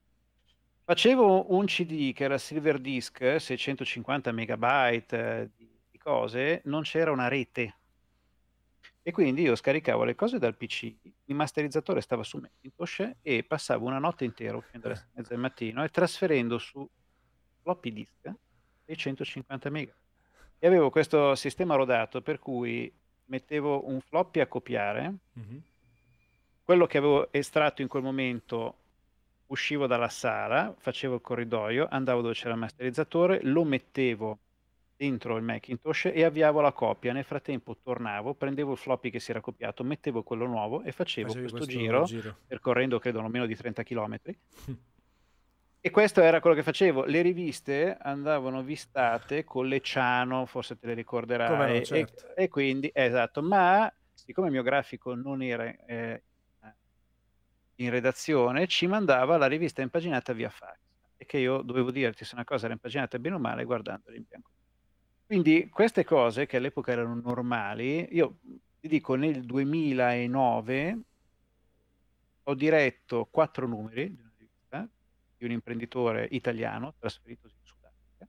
Facevo un C D che era Silver Disk, seicentocinquanta megabyte di, di cose, non c'era una rete. E quindi io scaricavo le cose dal P C, il masterizzatore stava su Macintosh e passavo una notte intera, uscendo alle sei e mezza del mattino, e trasferendo su floppy disk seicentocinquanta mega. E avevo questo sistema rodato per cui mettevo un floppy a copiare, mm-hmm. quello che avevo estratto in quel momento uscivo dalla sala, facevo il corridoio, andavo dove c'era il masterizzatore, lo mettevo dentro il Macintosh e avviavo la copia. Nel frattempo tornavo, prendevo il floppy che si era copiato, mettevo quello nuovo e facevo Facevi questo, questo giro, giro, percorrendo credo non meno di trenta chilometri. E questo era quello che facevo. Le riviste andavano vistate con le Ciano, forse te le ricorderai. Come no, certo. e, e quindi, esatto, ma siccome il mio grafico non era... Eh, in redazione, ci mandava la rivista impaginata via fax, e che io dovevo dirti se una cosa era impaginata bene o male guardandola in bianco. Quindi queste cose che all'epoca erano normali, io ti dico nel duemilanove ho diretto quattro numeri di una rivista di un imprenditore italiano trasferitosi in Sudafrica,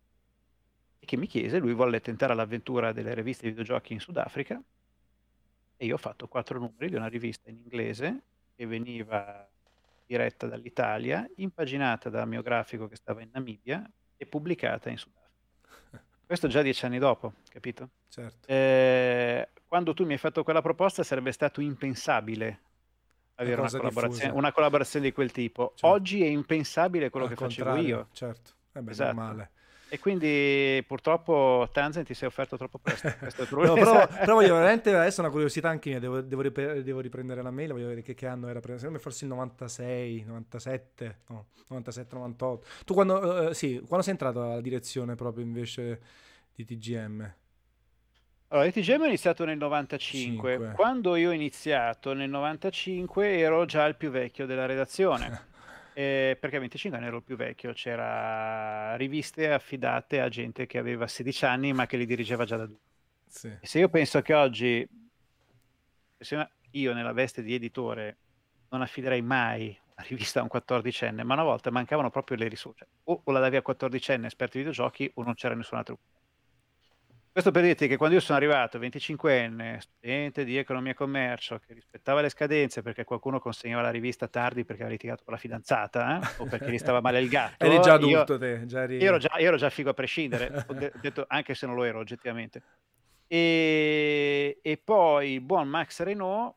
e che mi chiese, lui volle tentare l'avventura delle riviste di videogiochi in Sudafrica, e io ho fatto quattro numeri di una rivista in inglese che veniva diretta dall'Italia, impaginata dal mio grafico che stava in Namibia e pubblicata in Sudafrica. Questo già dieci anni dopo, capito? Certo. Eh, quando tu mi hai fatto quella proposta sarebbe stato impensabile avere una collaborazione, una collaborazione di quel tipo. Certo. Oggi è impensabile quello Al che facevo io. Certo, eh beh, esatto. normale. E quindi purtroppo Tanzan ti sei offerto troppo presto. Questo è il No, problema. però, però voglio veramente, adesso è una curiosità anche mia, devo, devo rip- devo riprendere la mail, voglio vedere che, che anno era, presa. Secondo me forse il novantasei, novantasette, no, novantasette, novantotto. Tu quando, eh, sì, quando sei entrato alla direzione proprio invece di T G M? Allora, il T G M è iniziato nel novantacinque. cinque. Quando io ho iniziato nel novantacinque ero già il più vecchio della redazione. Eh, perché a venticinque anni ero il più vecchio, c'era riviste affidate a gente che aveva sedici anni ma che li dirigeva già da due. Sì. E se io penso che oggi, se io nella veste di editore non affiderei mai una rivista a un quattordicenne, ma una volta mancavano proprio le risorse, o, o la davi a quattordicenne esperti di videogiochi o non c'era nessun altro. Questo per dirti che quando io sono arrivato, venticinquenne, studente di economia e commercio, che rispettava le scadenze perché qualcuno consegnava la rivista tardi perché aveva litigato con la fidanzata, eh, o perché gli stava male il Eri gatto, già io, adulto te, già eri... io ero già, io ero già figo a prescindere, ho de- detto, anche se non lo ero oggettivamente. E, e poi il buon Max Renault,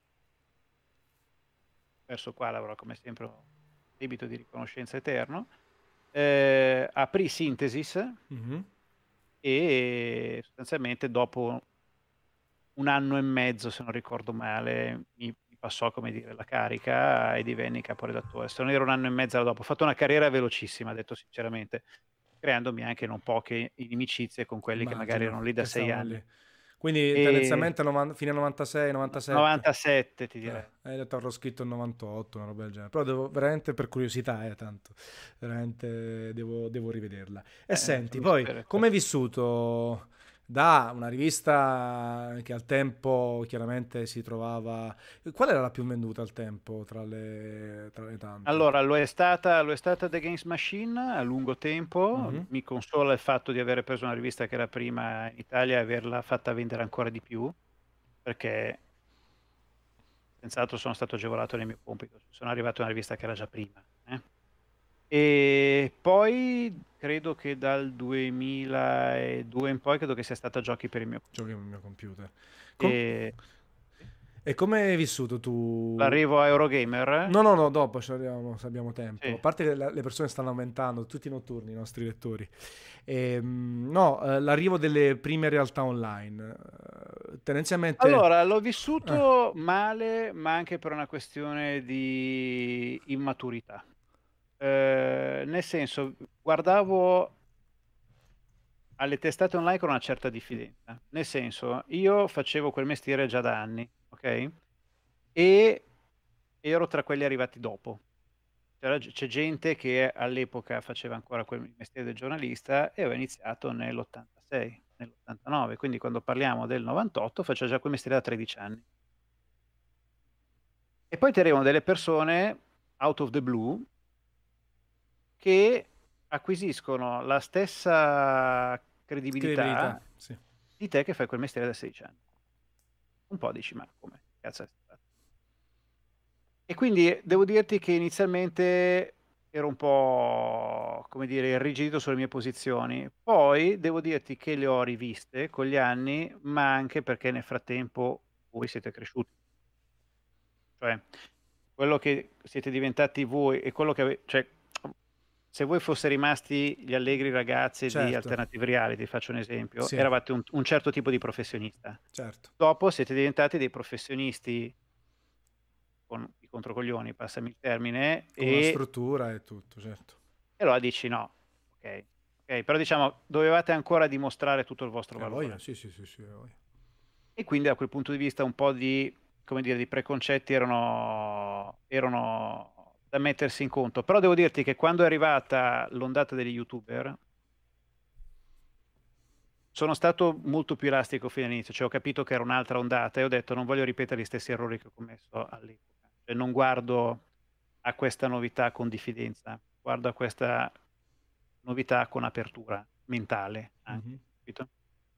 verso qua lavora come sempre un debito di riconoscenza eterno, eh, aprì Synthesis Mhm. e sostanzialmente dopo un anno e mezzo, se non ricordo male, mi, mi passò, come dire, la carica e divenni caporedattore. Se non era un anno e mezzo dopo, ho fatto una carriera velocissima, detto sinceramente, creandomi anche non poche inimicizie con quelli che magari Immagino erano lì da che sei stavano anni. lì. Quindi E tendenzialmente novan- fine novantasei, novantasette. novantasette ti Eh, direi. hai detto avrò scritto il novantotto, una roba del genere. Però devo, veramente per curiosità, eh, tanto. Veramente devo, devo rivederla. E Eh, senti, fammi poi, sapere. come hai vissuto da una rivista che al tempo chiaramente si trovava... Qual era la più venduta al tempo tra le, tra le tante? Allora, lo è stata, lo è stata The Games Machine a lungo tempo. Mhm. Mi consola il fatto di avere preso una rivista che era prima in Italia e averla fatta vendere ancora di più, perché senz'altro sono stato agevolato nel mio compito. Sono arrivato a una rivista che era già prima. eh. E poi credo che dal duemiladue in poi credo che sia stata Giochi per il mio Giochi computer. nel mio computer. Com- E e come hai vissuto tu? l'arrivo a Eurogamer, No, no, no, dopo ci arriviamo, se abbiamo tempo. A sì. parte che la- le persone stanno aumentando, tutti notturni i nostri lettori. Ehm, no, eh, l'arrivo delle prime realtà online. Eh, tendenzialmente... Allora, l'ho eh, vissuto male, ma anche per una questione di immaturità. Eh, nel senso, guardavo alle testate online con una certa diffidenza. Nel senso, io facevo quel mestiere già da anni, ok? E ero tra quelli arrivati dopo. C'era- C'è gente che all'epoca faceva ancora quel mestiere del giornalista e aveva iniziato nell'ottantasei, nell'ottantanove, quindi quando parliamo del novantotto faceva già quel mestiere da tredici anni. E poi ti arrivano delle persone out of the blue che acquisiscono la stessa credibilità, credibilità sì. di te che fai quel mestiere da sedici anni. Un po' dici, ma come cazzo è stato? E quindi devo dirti che inizialmente ero un po', come dire, irrigidito sulle mie posizioni. Poi devo dirti che le ho riviste con gli anni, ma anche perché nel frattempo voi siete cresciuti. Cioè, quello che siete diventati voi e quello che ave- cioè, se voi foste rimasti gli allegri ragazzi di Certo, Alternative Reality, faccio un esempio, sì, eravate un, un certo tipo di professionista. certo. Dopo siete diventati dei professionisti con i controcoglioni, passami il termine, Con una e, struttura e tutto, certo. e allora dici no, ok, ok, però diciamo dovevate ancora dimostrare tutto il vostro E voglia, valore. sì, sì, sì, sì, a voglia. E quindi da quel punto di vista un po' di, come dire, di preconcetti erano, erano da mettersi in conto. Però devo dirti che quando è arrivata l'ondata degli YouTuber, sono stato molto più elastico fino all'inizio, cioè ho capito che era un'altra ondata e ho detto non voglio ripetere gli stessi errori che ho commesso all'epoca. Cioè, non guardo a questa novità con diffidenza, guardo a questa novità con apertura mentale Mhm. anche, capito?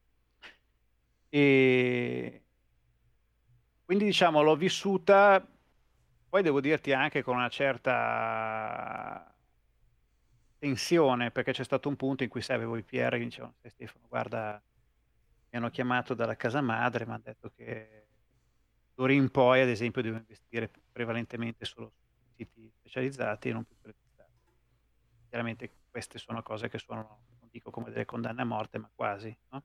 E quindi diciamo l'ho vissuta, poi devo dirti anche con una certa tensione, perché c'è stato un punto in cui sai, avevo i P R che mi dicevano, sai Stefano, guarda, mi hanno chiamato dalla casa madre, mi hanno detto che d'ora in poi, ad esempio, devo investire prevalentemente solo su siti specializzati e non più sulle testate. Chiaramente queste sono cose che suonano non dico come delle condanne a morte, ma quasi, no?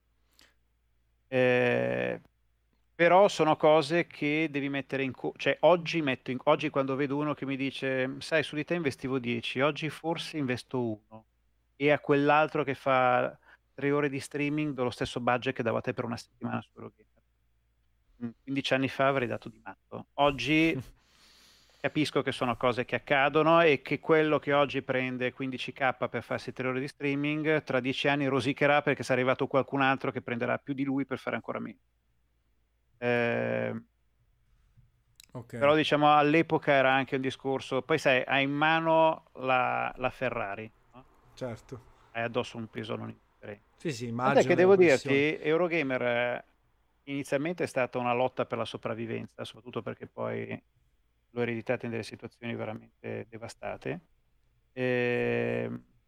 Eh, però sono cose che devi mettere in co- cioè oggi metto in- oggi quando vedo uno che mi dice sai su di te investivo dieci, oggi forse investo uno e a quell'altro che fa tre ore di streaming do lo stesso budget che davate per una settimana su Eurogamer. Mm, quindici anni fa avrei dato di matto. Oggi capisco che sono cose che accadono e che quello che oggi prende quindici k per farsi tre ore di streaming, tra dieci anni rosicherà perché sarà arrivato qualcun altro che prenderà più di lui per fare ancora meno. Eh, Ok, però diciamo all'epoca era anche un discorso, poi sai, hai in mano la, la Ferrari, no? certo. Hai addosso un peso non indifferente. Sì, sì, Tant'è che immagino la devo pressione. dirti, Eurogamer eh, inizialmente è stata una lotta per la sopravvivenza, soprattutto perché poi l'ho ereditata in delle situazioni veramente devastate. E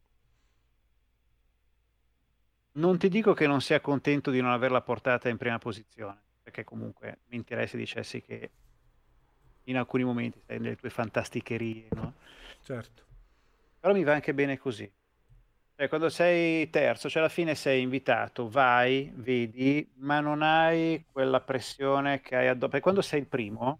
non ti dico che non sia contento di non averla portata in prima posizione, perché comunque mentirei se dicessi che in alcuni momenti sei nelle tue fantasticherie, no? Certo. Però mi va anche bene così. Cioè, quando sei terzo, cioè alla fine sei invitato, vai, vedi, ma non hai quella pressione che hai addosso. Perché quando sei il primo,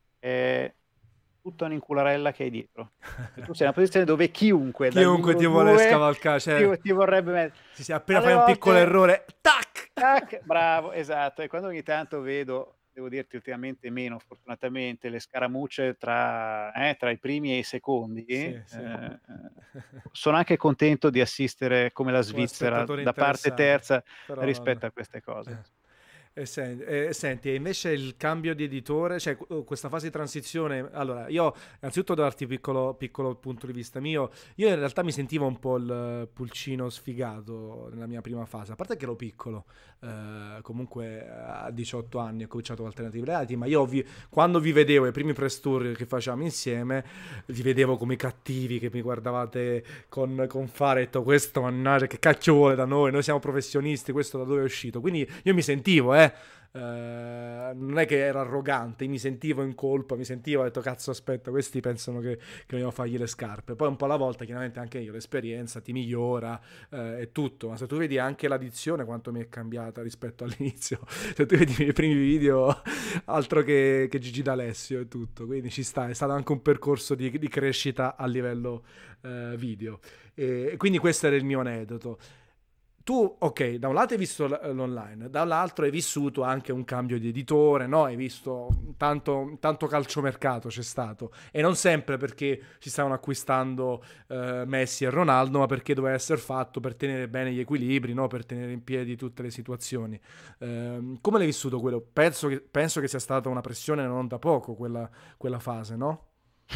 è tutta un'incularella che hai dietro. E tu sei in una posizione dove chiunque, dal Chiunque numero ti vuole due, scavalcare, cioè, ti, ti vorrebbe mettere. sì, sì, appena Alle fai un piccolo volte, errore, tac! tac, bravo, esatto. E quando ogni tanto vedo, devo dirti ultimamente meno, fortunatamente, le scaramucce tra, eh, tra i primi e i secondi, Sì, eh, sì. eh, sono anche contento di assistere come la Come Svizzera spettatore da parte interessato, terza però non... rispetto a queste cose. eh. E senti, e senti, e invece il cambio di editore, cioè qu- questa fase di transizione, allora io innanzitutto devo darti un piccolo, piccolo punto di vista mio, io in realtà mi sentivo un po' il pulcino sfigato nella mia prima fase, a parte che ero piccolo, eh, comunque a diciotto anni ho cominciato con Alternative Reality, ma io vi- quando vi vedevo i primi press tour che facevamo insieme, vi vedevo come i cattivi che mi guardavate con, con fare, e detto questo mannaggia che cacchio vuole da noi, noi siamo professionisti, questo da dove è uscito, quindi io mi sentivo eh eh, non è che ero arrogante, mi sentivo in colpa, mi sentivo, ho detto cazzo aspetta, questi pensano che, che dobbiamo fargli le scarpe, poi un po' alla volta chiaramente anche io l'esperienza ti migliora eh, e tutto, ma se tu vedi anche l'addizione quanto mi è cambiata rispetto all'inizio, se tu vedi i miei primi video altro che, che Gigi D'Alessio e tutto, quindi ci sta, è stato anche un percorso di, di crescita a livello eh, video e quindi questo era il mio aneddoto. Tu, ok, da un lato hai visto l'online, dall'altro hai vissuto anche un cambio di editore, no? Hai visto tanto, tanto calciomercato c'è stato e non sempre perché ci stavano acquistando eh, Messi e Ronaldo, ma perché doveva essere fatto per tenere bene gli equilibri, no? Per tenere in piedi tutte le situazioni. Eh, come l'hai vissuto quello? Penso che, penso che sia stata una pressione non da poco quella, quella fase, no?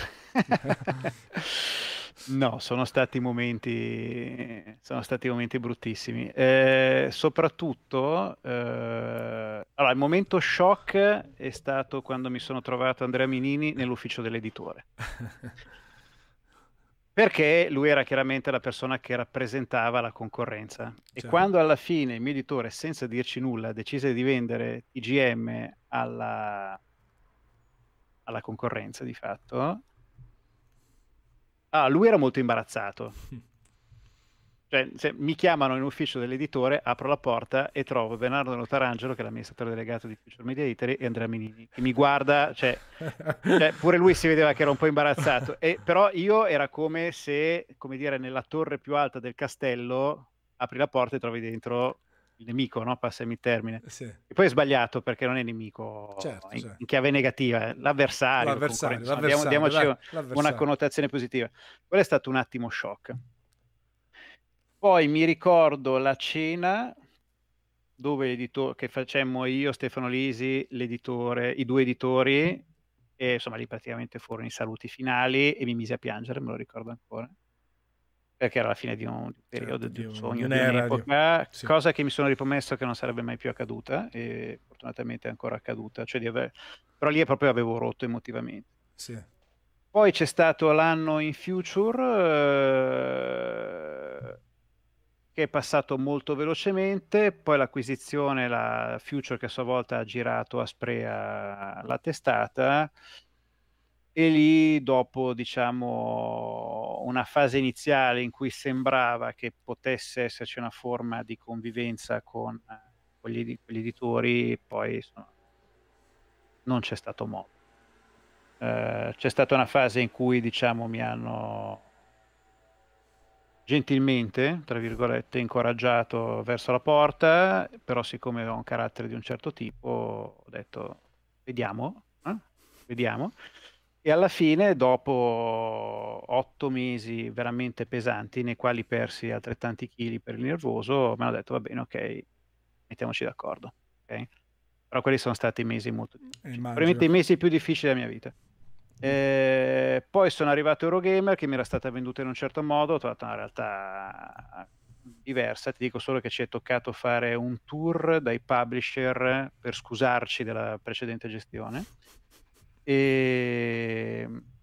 No, sono stati momenti, sono stati momenti bruttissimi. Eh, soprattutto, eh, allora, il momento shock è stato quando mi sono trovato Andrea Minini nell'ufficio dell'editore. Perché lui era chiaramente la persona che rappresentava la concorrenza. E Certo. quando alla fine il mio editore, senza dirci nulla, decise di vendere T G M alla, alla concorrenza di fatto, ah, lui era molto imbarazzato. Cioè, se mi chiamano in ufficio dell'editore, apro la porta e trovo Bernardo Notarangelo, che è l'amministratore delegato di Future Media Italy, e Andrea Minini, che mi guarda, cioè, cioè, pure lui si vedeva che era un po' imbarazzato, e, però io era come se, come dire, nella torre più alta del castello, apri la porta e trovi dentro il nemico, no? Passami il termine. Sì, E poi è sbagliato perché non è nemico certo, in, certo. in chiave negativa, è l'avversario, il concorrente, L'avversario, insomma, diamo- l'avversario, diamoci dai, una l'avversario. connotazione positiva. Quello è stato un attimo shock. Poi mi ricordo la cena dove l'editore che facemmo io, Stefano Lisi, l'editore, i due editori, e insomma lì praticamente furono i saluti finali e mi mise a piangere, me lo ricordo ancora, perché era la fine di un, di un periodo, Certo, di di, un un- di sogno, di un'era, di... un'epoca, Sì, cosa che mi sono ripromesso che non sarebbe mai più accaduta e fortunatamente è ancora accaduta, cioè di aver... però lì proprio avevo rotto emotivamente. sì. Poi c'è stato l'anno in Future, eh, che è passato molto velocemente, poi l'acquisizione, la Future che a sua volta ha girato a Sprea la testata, e lì dopo, diciamo, una fase iniziale in cui sembrava che potesse esserci una forma di convivenza con, con, gli, con gli editori, poi insomma, non c'è stato modo. Uh, c'è stata una fase in cui, diciamo, mi hanno gentilmente, tra virgolette, incoraggiato verso la porta, però siccome ho un carattere di un certo tipo, ho detto vediamo, eh? vediamo. E alla fine, dopo otto mesi veramente pesanti, nei quali persi altrettanti chili per il nervoso, mi hanno detto va bene, ok, mettiamoci d'accordo. Okay? Però quelli sono stati mesi molto difficili, Immagino. probabilmente i mesi più difficili della mia vita. Eh, poi sono arrivato Eurogamer, che mi era stata venduta in un certo modo, ho trovato una realtà diversa. Ti dico solo che ci è toccato fare un tour dai publisher per scusarci della precedente gestione. E...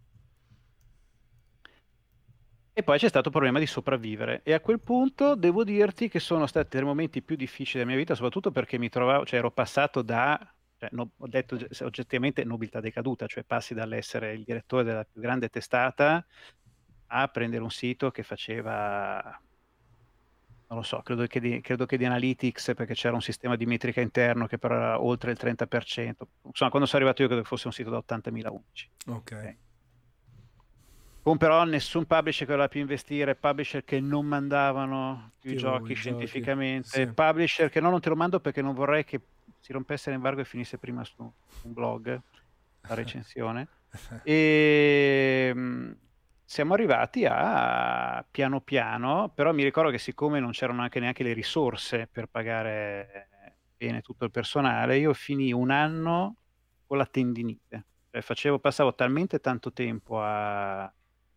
e poi c'è stato il problema di sopravvivere, e a quel punto devo dirti che sono stati tre momenti più difficili della mia vita, soprattutto perché mi trovavo, cioè ero passato da, cioè, no, ho detto oggettivamente nobiltà decaduta, cioè passi dall'essere il direttore della più grande testata a prendere un sito che faceva, non lo so, credo che di, credo che di Analytics, perché c'era un sistema di metrica interno che però era oltre il trenta per cento. Insomma, quando sono arrivato io credo che fosse un sito da ottantamila undici. Ok. Okay. Con però nessun publisher che voleva più investire, publisher che non mandavano più Che giochi vuoi, scientificamente, giochi. Sì. publisher che no, non te lo mando perché non vorrei che si rompesse l'embargo e finisse prima su un blog la recensione. E mh, siamo arrivati a piano piano, però mi ricordo che siccome non c'erano anche neanche le risorse per pagare bene tutto il personale, io finì un anno con la tendinite. Cioè, facevo, passavo talmente tanto tempo a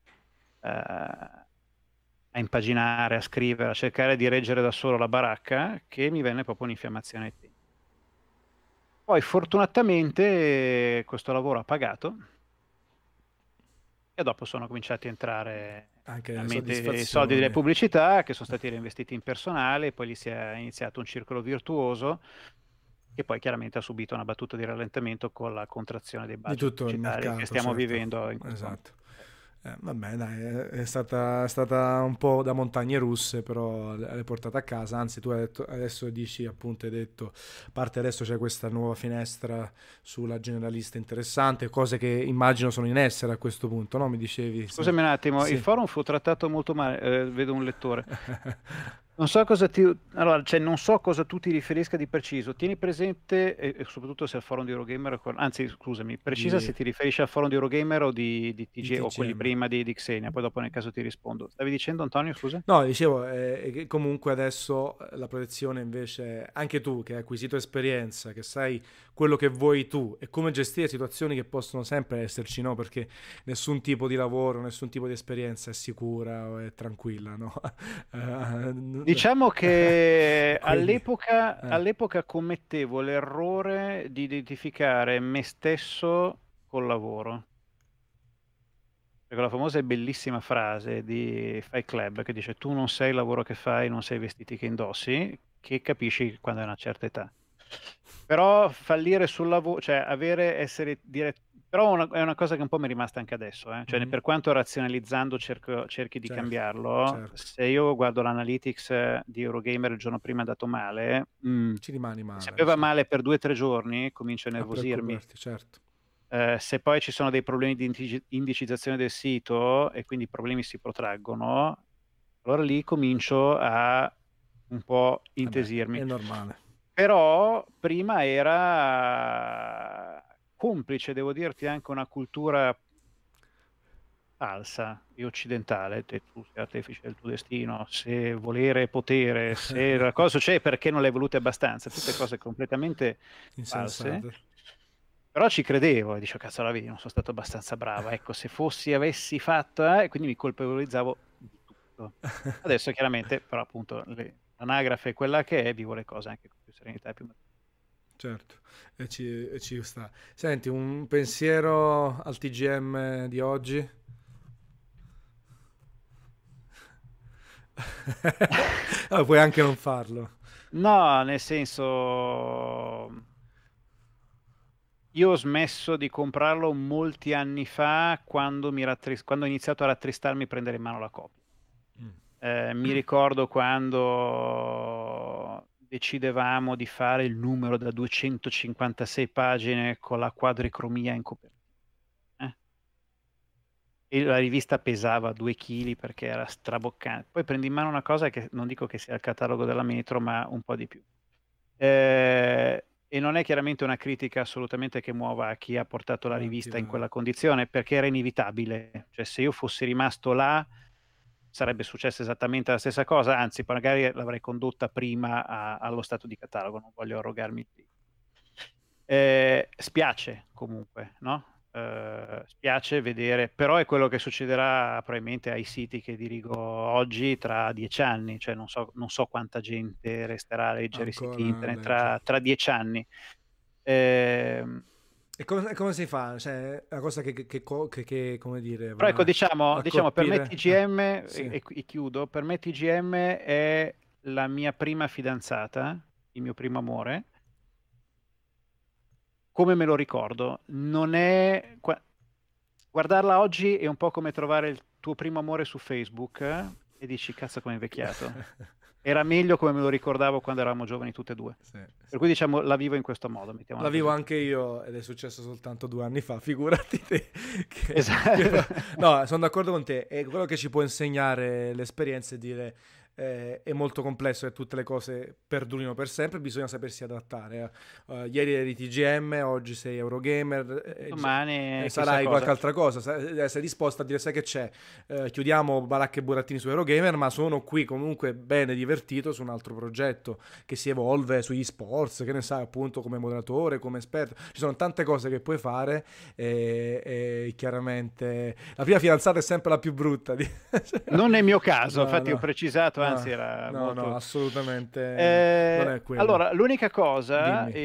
a impaginare, a scrivere, a cercare di reggere da solo la baracca, che mi venne proprio un'infiammazione ai tempi. Poi fortunatamente questo lavoro ha pagato e dopo sono cominciati a entrare anche finalmente i soldi delle pubblicità che sono stati reinvestiti in personale, poi lì si è iniziato un circolo virtuoso che poi chiaramente ha subito una battuta di rallentamento con la contrazione dei budget di tutto il pubblicitari mercato, che stiamo certo. vivendo in questo Esatto. momento. Eh, vabbè, dai, è stata, è stata un po' da montagne russe, però l'hai portata a casa. Anzi, tu hai detto, adesso dici, appunto, hai detto, a parte adesso c'è questa nuova finestra sulla generalista interessante, cose che immagino sono in essere a questo punto, no? Mi dicevi. Scusami un attimo, Sì. il forum fu trattato molto male, eh, vedo un lettore. Non so cosa ti, allora, cioè, non so cosa tu ti riferisca di preciso. Tieni presente, e, e soprattutto se al forum di Eurogamer, anzi, scusami, precisa Di... se ti riferisci al forum di Eurogamer o di, di T G, di T G M. o quelli prima di, di Xenia, poi dopo nel caso ti rispondo. Stavi dicendo, Antonio, scusa? No, dicevo eh, che comunque adesso la protezione invece, anche tu che hai acquisito esperienza, che sai quello che vuoi tu e come gestire situazioni che possono sempre esserci, no? Perché nessun tipo di lavoro, nessun tipo di esperienza è sicura o è tranquilla, no? Diciamo che Quindi, all'epoca, eh. all'epoca commettevo l'errore di identificare me stesso col lavoro. Quella famosa e bellissima frase di Fight Club che dice: tu non sei il lavoro che fai, non sei i vestiti che indossi, che capisci quando hai una certa età. Però fallire sul lavoro, cioè avere, essere diretto, però una, è una cosa che un po' mi è rimasta anche adesso, eh? Cioè, Mm-hmm. per quanto razionalizzando cerco, cerchi di certo, cambiarlo, certo. se io guardo l'analytics di Eurogamer il giorno prima è andato male, mh, ci rimani male. se va sì. male per due o tre giorni comincio a A nervosirmi. preoccuparti, certo. Eh, se poi ci sono dei problemi di indicizzazione del sito e quindi i problemi si protraggono, allora lì comincio a un po' intesirmi. Vabbè, è normale. Però prima era complice, devo dirti, anche una cultura falsa e occidentale, te tu sei artefice del tuo destino, se volere è potere, se la cosa succede perché non l'hai volute abbastanza, tutte cose completamente insensate. false. Però ci credevo e dicevo, cazzo la vedi, non sono stato abbastanza brava, ecco, se fossi, avessi fatto, eh, e quindi mi colpevolizzavo di tutto. Adesso chiaramente, però appunto, le, l'anagrafe è quella che è, vivo le cose anche con più serenità e più maturità. Certo, e ci, e ci sta. Senti, un pensiero al T G M di oggi? Ah, puoi anche non farlo. No, nel senso... Io ho smesso di comprarlo molti anni fa quando, mi rattris- quando ho iniziato a rattristarmi prendere in mano la copia. Mm. Eh, mi ricordo quando decidevamo di fare il numero da duecentocinquantasei pagine con la quadricromia in copertina. eh. E la rivista pesava due chili perché era straboccante. Poi prendi in mano una cosa che non dico che sia il catalogo della Metro, ma un po' di più. Eh, e non è chiaramente una critica assolutamente che muova a chi ha portato la Avanti rivista in la... quella condizione, perché era inevitabile. Cioè, se io fossi rimasto là, sarebbe successa esattamente la stessa cosa, anzi, magari l'avrei condotta prima a- allo stato di catalogo, non voglio arrogarmi il diritto. Eh, spiace comunque, no? Eh, spiace vedere, però è quello che succederà probabilmente ai siti che dirigo oggi tra dieci anni, cioè non so, non so quanta gente resterà a leggere i siti Ancora a internet leggere. tra, tra dieci anni. Eh, E come, e come si fa? Cioè, è una cosa che, che- che co- che- che, come dire, però ecco, va diciamo, a diciamo per me colpire... Ah, T G M, e, sì. e- e chiudo, per me T G M è la mia prima fidanzata, il mio primo amore, come me lo ricordo. Non è... qua- Guardarla oggi è un po' come trovare il tuo primo amore su Facebook, eh, e dici, cazzo come è invecchiato. Era meglio come me lo ricordavo quando eravamo giovani tutte e due. Sì, Per sì. cui diciamo, la vivo in questo modo, La mettiamola vivo così. anche io ed è successo soltanto due anni fa, figurati te. Che, che- Esatto. No, sono d'accordo con te. E quello che ci può insegnare l'esperienza è dire eh, è molto complesso e tutte le cose perdurino per sempre, bisogna sapersi adattare. Eh, ieri eri T G M, oggi sei Eurogamer, eh, gi- eh, Domani chissà sarai qualche cosa. altra cosa. Sa- eh, sei disposta a dire, sai che c'è? Eh, chiudiamo Baracche e Burattini su Eurogamer, ma sono qui comunque bene divertito su un altro progetto che si evolve sugli sports, che ne sai, appunto come moderatore, come esperto. Ci sono tante cose che puoi fare e, e chiaramente la prima fidanzata è sempre la più brutta. di- Non è mio caso, No, infatti ho no, precisato, no, anzi era no, no, molto... assolutamente non Eh, è quello. allora, l'unica cosa Dimmi.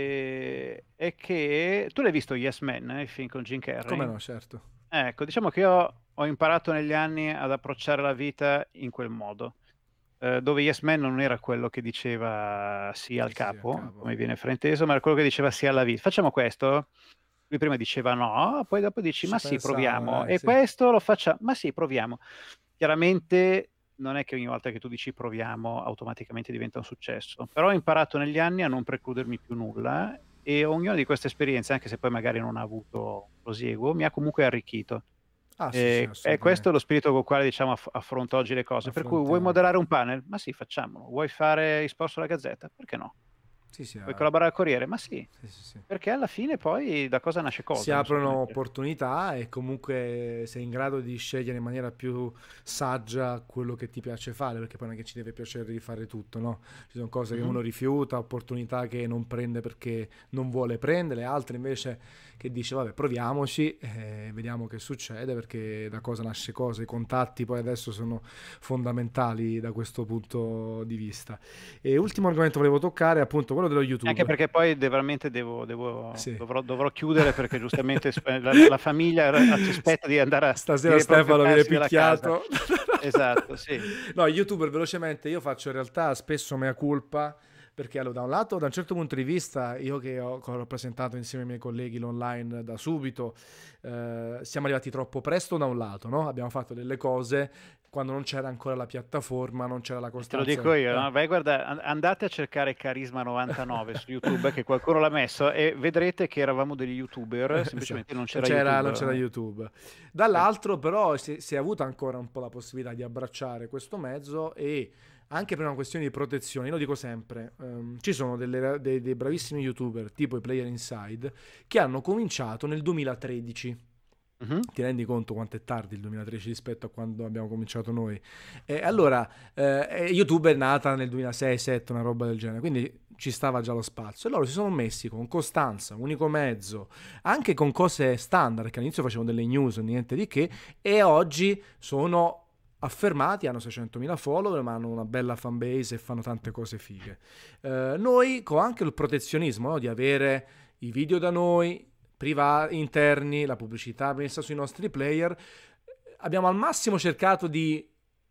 eh, è che tu l'hai visto Yes Man, eh, il film con Jim Come Carrey? no, certo. Ecco, diciamo che io ho imparato negli anni ad approcciare la vita in quel modo, eh, dove Yes Man non era quello che diceva sì al Sì, sì, sì, a capo, capo. come viene frainteso, ma era quello che diceva sì alla vita. Facciamo questo? Lui prima diceva no, poi dopo dici Ci ma sì, proviamo. pensava, eh, E sì. questo lo facciamo, ma sì, proviamo. Chiaramente non è che ogni volta che tu dici proviamo automaticamente diventa un successo, però ho imparato negli anni a non precludermi più nulla e ognuna di queste esperienze, anche se poi magari non ha avuto un prosieguo, mi ha comunque arricchito. Ah, sì, sì, E, e questo è lo assolutamente. spirito con il quale diciamo aff- affronto oggi le cose. Per cui vuoi Affrontiamo. moderare un panel? Ma sì, facciamolo. Vuoi fare il sport sulla Gazzetta? Perché no? Sì, sì, Vuoi ah, collaborare al Corriere? Ma sì, sì, sì, sì. perché alla fine poi da cosa nasce Si cosa, non so come aprono dire. opportunità e comunque sei in grado di scegliere in maniera più saggia quello che ti piace fare, perché poi non è che ci deve piacere di fare tutto, no? Ci sono cose che uno Mhm. rifiuta, opportunità che non prende perché non vuole prendere, altre invece che dice vabbè proviamoci e vediamo che succede, perché da cosa nasce cosa, i contatti poi adesso sono fondamentali da questo punto di vista. E ultimo argomento volevo toccare è appunto quello dello Anche YouTube. perché poi de- veramente devo, devo- Sì. dovrò, dovrò chiudere perché giustamente sp- la, la famiglia ra- ci aspetta di andare a, Stasera di Stefano viene riappropriarsi della casa. picchiato. Esatto, sì. No, YouTuber velocemente, io faccio in realtà spesso mea culpa perché allora, da un lato, da un certo punto di vista, io che ho, che ho rappresentato insieme ai miei colleghi l'online da subito, eh, siamo arrivati troppo presto da un lato, no? Abbiamo fatto delle cose quando non c'era ancora la piattaforma, non c'era la E te lo costanza. dico io, Eh. no? Vai, guarda, an- andate a cercare Carisma novantanove su YouTube, che qualcuno l'ha messo, e vedrete che eravamo degli YouTuber, Esatto. semplicemente non Non c'era c'era, non YouTube. c'era YouTube. Sì. Dall'altro, però, si, si è avuta ancora un po' la possibilità di abbracciare questo mezzo e anche per una questione di protezione. Io lo dico sempre: ehm, ci sono delle- dei, dei bravissimi YouTuber tipo i Player Inside che hanno cominciato nel duemilatredici. Mhm. Ti rendi conto quanto è tardi il duemilatredici rispetto a quando abbiamo cominciato noi? E allora, eh, YouTube è nata nel duemilasei duemilasette, una roba del genere, quindi ci stava già lo spazio. E loro si sono messi con costanza, unico mezzo, anche con cose standard, che all'inizio facevano delle news, niente di che, e oggi sono affermati, hanno seicentomila follower, ma hanno una bella fanbase e fanno tante cose fighe. Eh, noi, con anche il protezionismo, no, di avere i video da noi, privati, interni, la pubblicità messa sui nostri player, abbiamo al massimo cercato di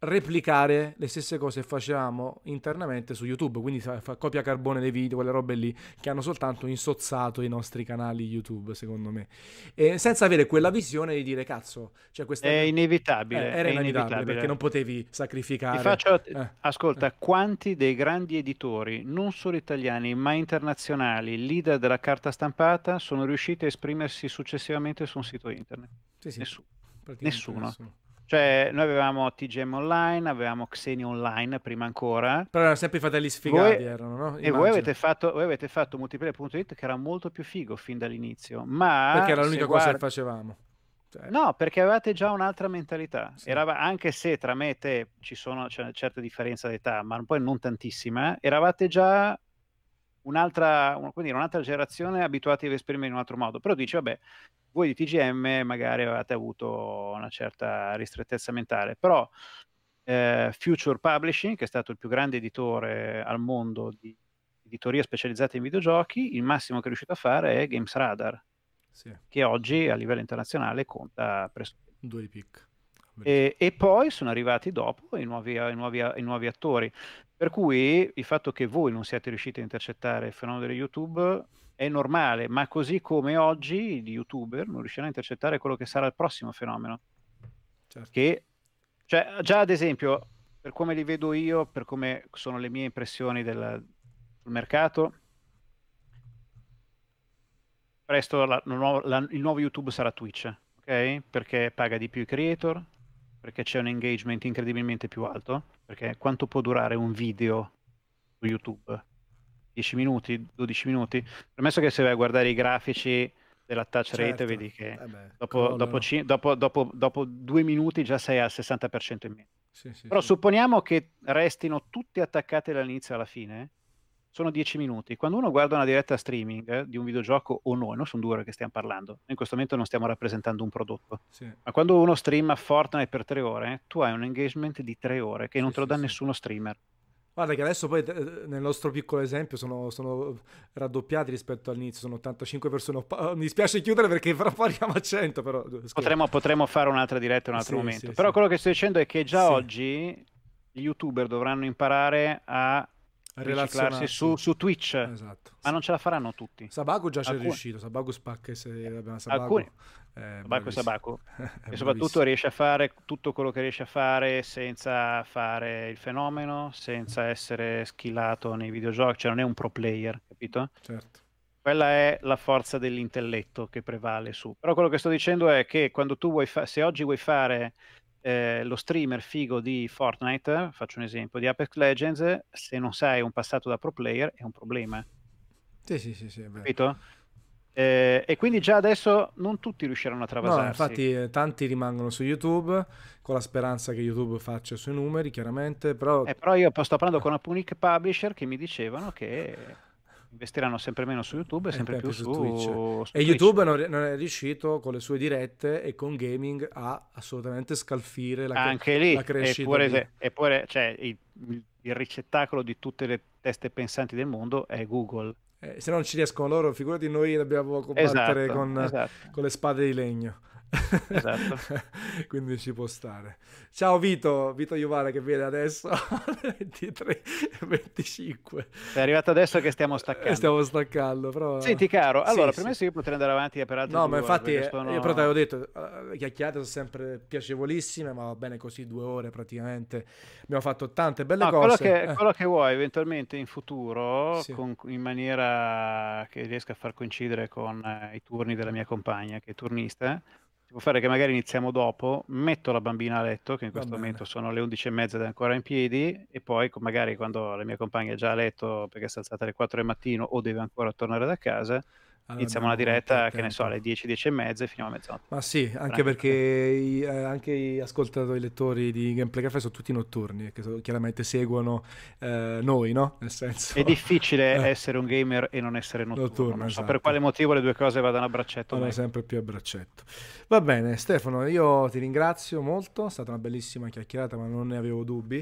replicare le stesse cose che facevamo internamente su YouTube, quindi fa, fa copia carbone dei video, quelle robe lì che hanno soltanto insozzato i nostri canali YouTube, secondo me, e senza avere quella visione di dire cazzo, cioè questa È eh, inevitabile, era è inevitabile perché inevitabile. non potevi Ti sacrificare. faccio, Eh, ascolta, eh. quanti dei grandi editori, non solo italiani, ma internazionali, leader della carta stampata, sono riusciti a esprimersi successivamente su un sito internet? Sì, sì, Nessuno. praticamente Nessuno. nessuno. Cioè, noi avevamo T G M Online, avevamo Xenia Online prima ancora. Però erano sempre i fratelli Voi, sfigati, erano, no? e voi Immagino. avete fatto, voi avete fatto multiplayer punto it che era molto più figo fin dall'inizio, ma Perché era se l'unica cosa guardi- che facevamo. Cioè, No, perché avevate già un'altra mentalità. sì. Erava- anche se tra me e te ci sono, c'è una certa differenza d'età, ma poi non tantissima, eravate già un'altra, un- quindi un'altra generazione abituati ad esprimere in un altro modo. Però dici, vabbè, voi di T G M magari avevate avuto una certa ristrettezza mentale, però eh, Future Publishing, che è stato il più grande editore al mondo di editoria specializzata in videogiochi, il massimo che è riuscito a fare è Games Radar, Sì, che oggi a livello internazionale conta presso. due di pick. E, e poi sono arrivati dopo i nuovi, i, nuovi, i nuovi attori. Per cui il fatto che voi non siate riusciti a intercettare il fenomeno di YouTube è normale, ma così come oggi gli YouTuber non riusciranno a intercettare quello che sarà il prossimo fenomeno. Certo. Che, cioè, già ad esempio, per come li vedo io, per come sono le mie impressioni del, sul mercato, presto la- la nuova- la- il nuovo YouTube sarà Twitch, ok? Perché paga di più i creator, perché c'è un engagement incredibilmente più alto, perché quanto può durare un video su YouTube? dieci minuti, dodici minuti? Premesso che se vai a guardare i grafici della touch rate Certo. vedi che Eh beh, dopo, crollano. dopo, ci- dopo- dopo- dopo due minuti già sei al sessanta per cento in meno. Sì, sì, Però sì. supponiamo che restino tutti attaccati dall'inizio alla fine, sono dieci minuti. Quando uno guarda una diretta streaming eh, di un videogioco o noi, non sono due ore che stiamo parlando, in questo momento non stiamo rappresentando un prodotto, Sì. ma quando uno streama Fortnite per tre ore, tu hai un engagement di tre ore che Sì, non te lo sì, dà sì. nessuno streamer. Guarda che adesso poi eh, nel nostro piccolo esempio sono, sono raddoppiati rispetto all'inizio, sono ottantacinque persone. Ho pa- Mi dispiace chiudere perché fra poi arriviamo a cento, però scherzo. Potremmo, potremmo fare un'altra diretta in un altro Sì, momento. sì, Però sì. quello che sto dicendo è che già Sì. oggi gli YouTuber dovranno imparare a riciclarsi Relazionarsi. su, su Twitch, Esatto. ma non ce la faranno tutti. Sabaku già c'è Alcuni- riuscito, Sabaku spacca se abbiamo Sabaku. Alcuni, eh, Sabaku e bravissimo. Sabaku, È e soprattutto bravissimo. riesce a fare tutto quello che riesce a fare senza fare il fenomeno, senza essere skillato nei videogiochi, cioè non è un pro player, capito? Certo. Quella è la forza dell'intelletto che prevale su. Però quello che sto dicendo è che quando tu vuoi fare, se oggi vuoi fare eh, lo streamer figo di Fortnite, faccio un esempio, di Apex Legends, se non sai un passato da pro player è un problema, Sì, sì, sì, sì, è vero. capito? Eh, e quindi già adesso non tutti riusciranno a No, travasarsi. infatti eh, tanti rimangono su YouTube con la speranza che YouTube faccia i suoi numeri, chiaramente, però Eh, però io sto parlando con alcuni publisher che mi dicevano che investiranno sempre meno su YouTube e è sempre più su su, Twitch. su E Twitch. YouTube non, non è riuscito con le sue dirette e con gaming a assolutamente scalfire la, Anche lì, la crescita. eppure, di- se- eppure cioè, il, il ricettacolo di tutte le teste pensanti del mondo è Google. eh, se non ci riescono loro, figurati noi dobbiamo combattere Esatto, con, esatto. con le spade di legno. Esatto. Quindi ci può stare. Ciao Vito, Vito Iuvara che viene adesso alle ventitré e venticinque. È arrivato adesso che stiamo Eh, staccando. Stiamo staccando, però... Senti caro, Sì, allora, sì. premesso io potrei andare avanti per altre No, due ma ore, infatti perché eh, sono- io però te l'avevo detto, eh, le chiacchierate sono sempre piacevolissime, ma va bene così, due ore praticamente. Abbiamo fatto tante belle No, quello cose. che, eh. quello che vuoi eventualmente in futuro, Sì. con- in maniera che riesca a far coincidere con eh, i turni della mia compagna, che è turnista, si può fare che magari iniziamo dopo, metto la bambina a letto, che in Va questo bene. momento sono le undici e mezza ed è ancora in piedi, e poi co- magari quando la mia compagna è già a letto perché si è alzata alle quattro del mattino o deve ancora tornare da casa, Allora iniziamo una abbiamo diretta, più che ne so, tempo. alle dieci, dieci e mezza e finiamo a mezzanotte. Ma sì, anche Tranquillo. perché i- eh, anche gli ascoltatori, i lettori di Gameplay Caffè sono tutti notturni, che so- chiaramente seguono eh, noi, no? Nel senso... È difficile Eh, essere un gamer e non essere notturno. Notturno, non so esatto. per quale motivo le due cose vadano a braccetto. vanno ma- sempre più a braccetto. Va bene, Stefano, io ti ringrazio molto, è stata una bellissima chiacchierata, ma non ne avevo dubbi.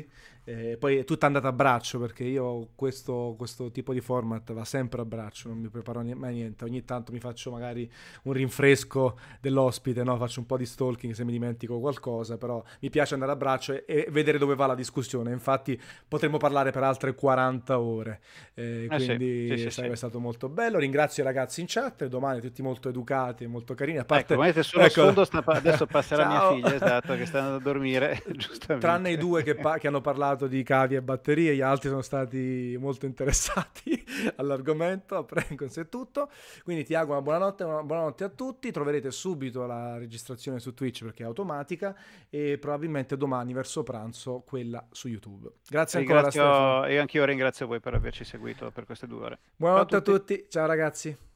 Eh, poi è tutta andata a braccio perché io questo, questo tipo di format va sempre a braccio, non mi preparo ni- mai niente. Ogni tanto mi faccio magari un rinfresco dell'ospite, no? Faccio un po' di stalking se mi dimentico qualcosa, però mi piace andare a braccio e, e vedere dove va la discussione. Infatti potremmo parlare per altre quaranta ore. Eh, Eh sì, sì, quindi sì, sai, sì. è stato molto bello. Ringrazio i ragazzi in chat, domani tutti molto educati e molto carini. A Ecco, parte, vedete sullo ecco, sfondo sta pa- adesso passerà mia ciao. figlia, esatto, che sta andando a dormire, Tranne i giustamente. due che, pa- che hanno parlato di cavi e batterie, gli altri sono stati molto interessati all'argomento. A Prencoz è tutto. Quindi ti auguro una buonanotte, una buonanotte a tutti. Troverete subito la registrazione su Twitch perché è automatica e probabilmente domani verso pranzo quella su YouTube. Grazie ancora Stefano. Ringrazio, e anch'io ringrazio voi per averci seguito per queste due ore. Ciao a Buonanotte a tutti. tutti, ciao ragazzi.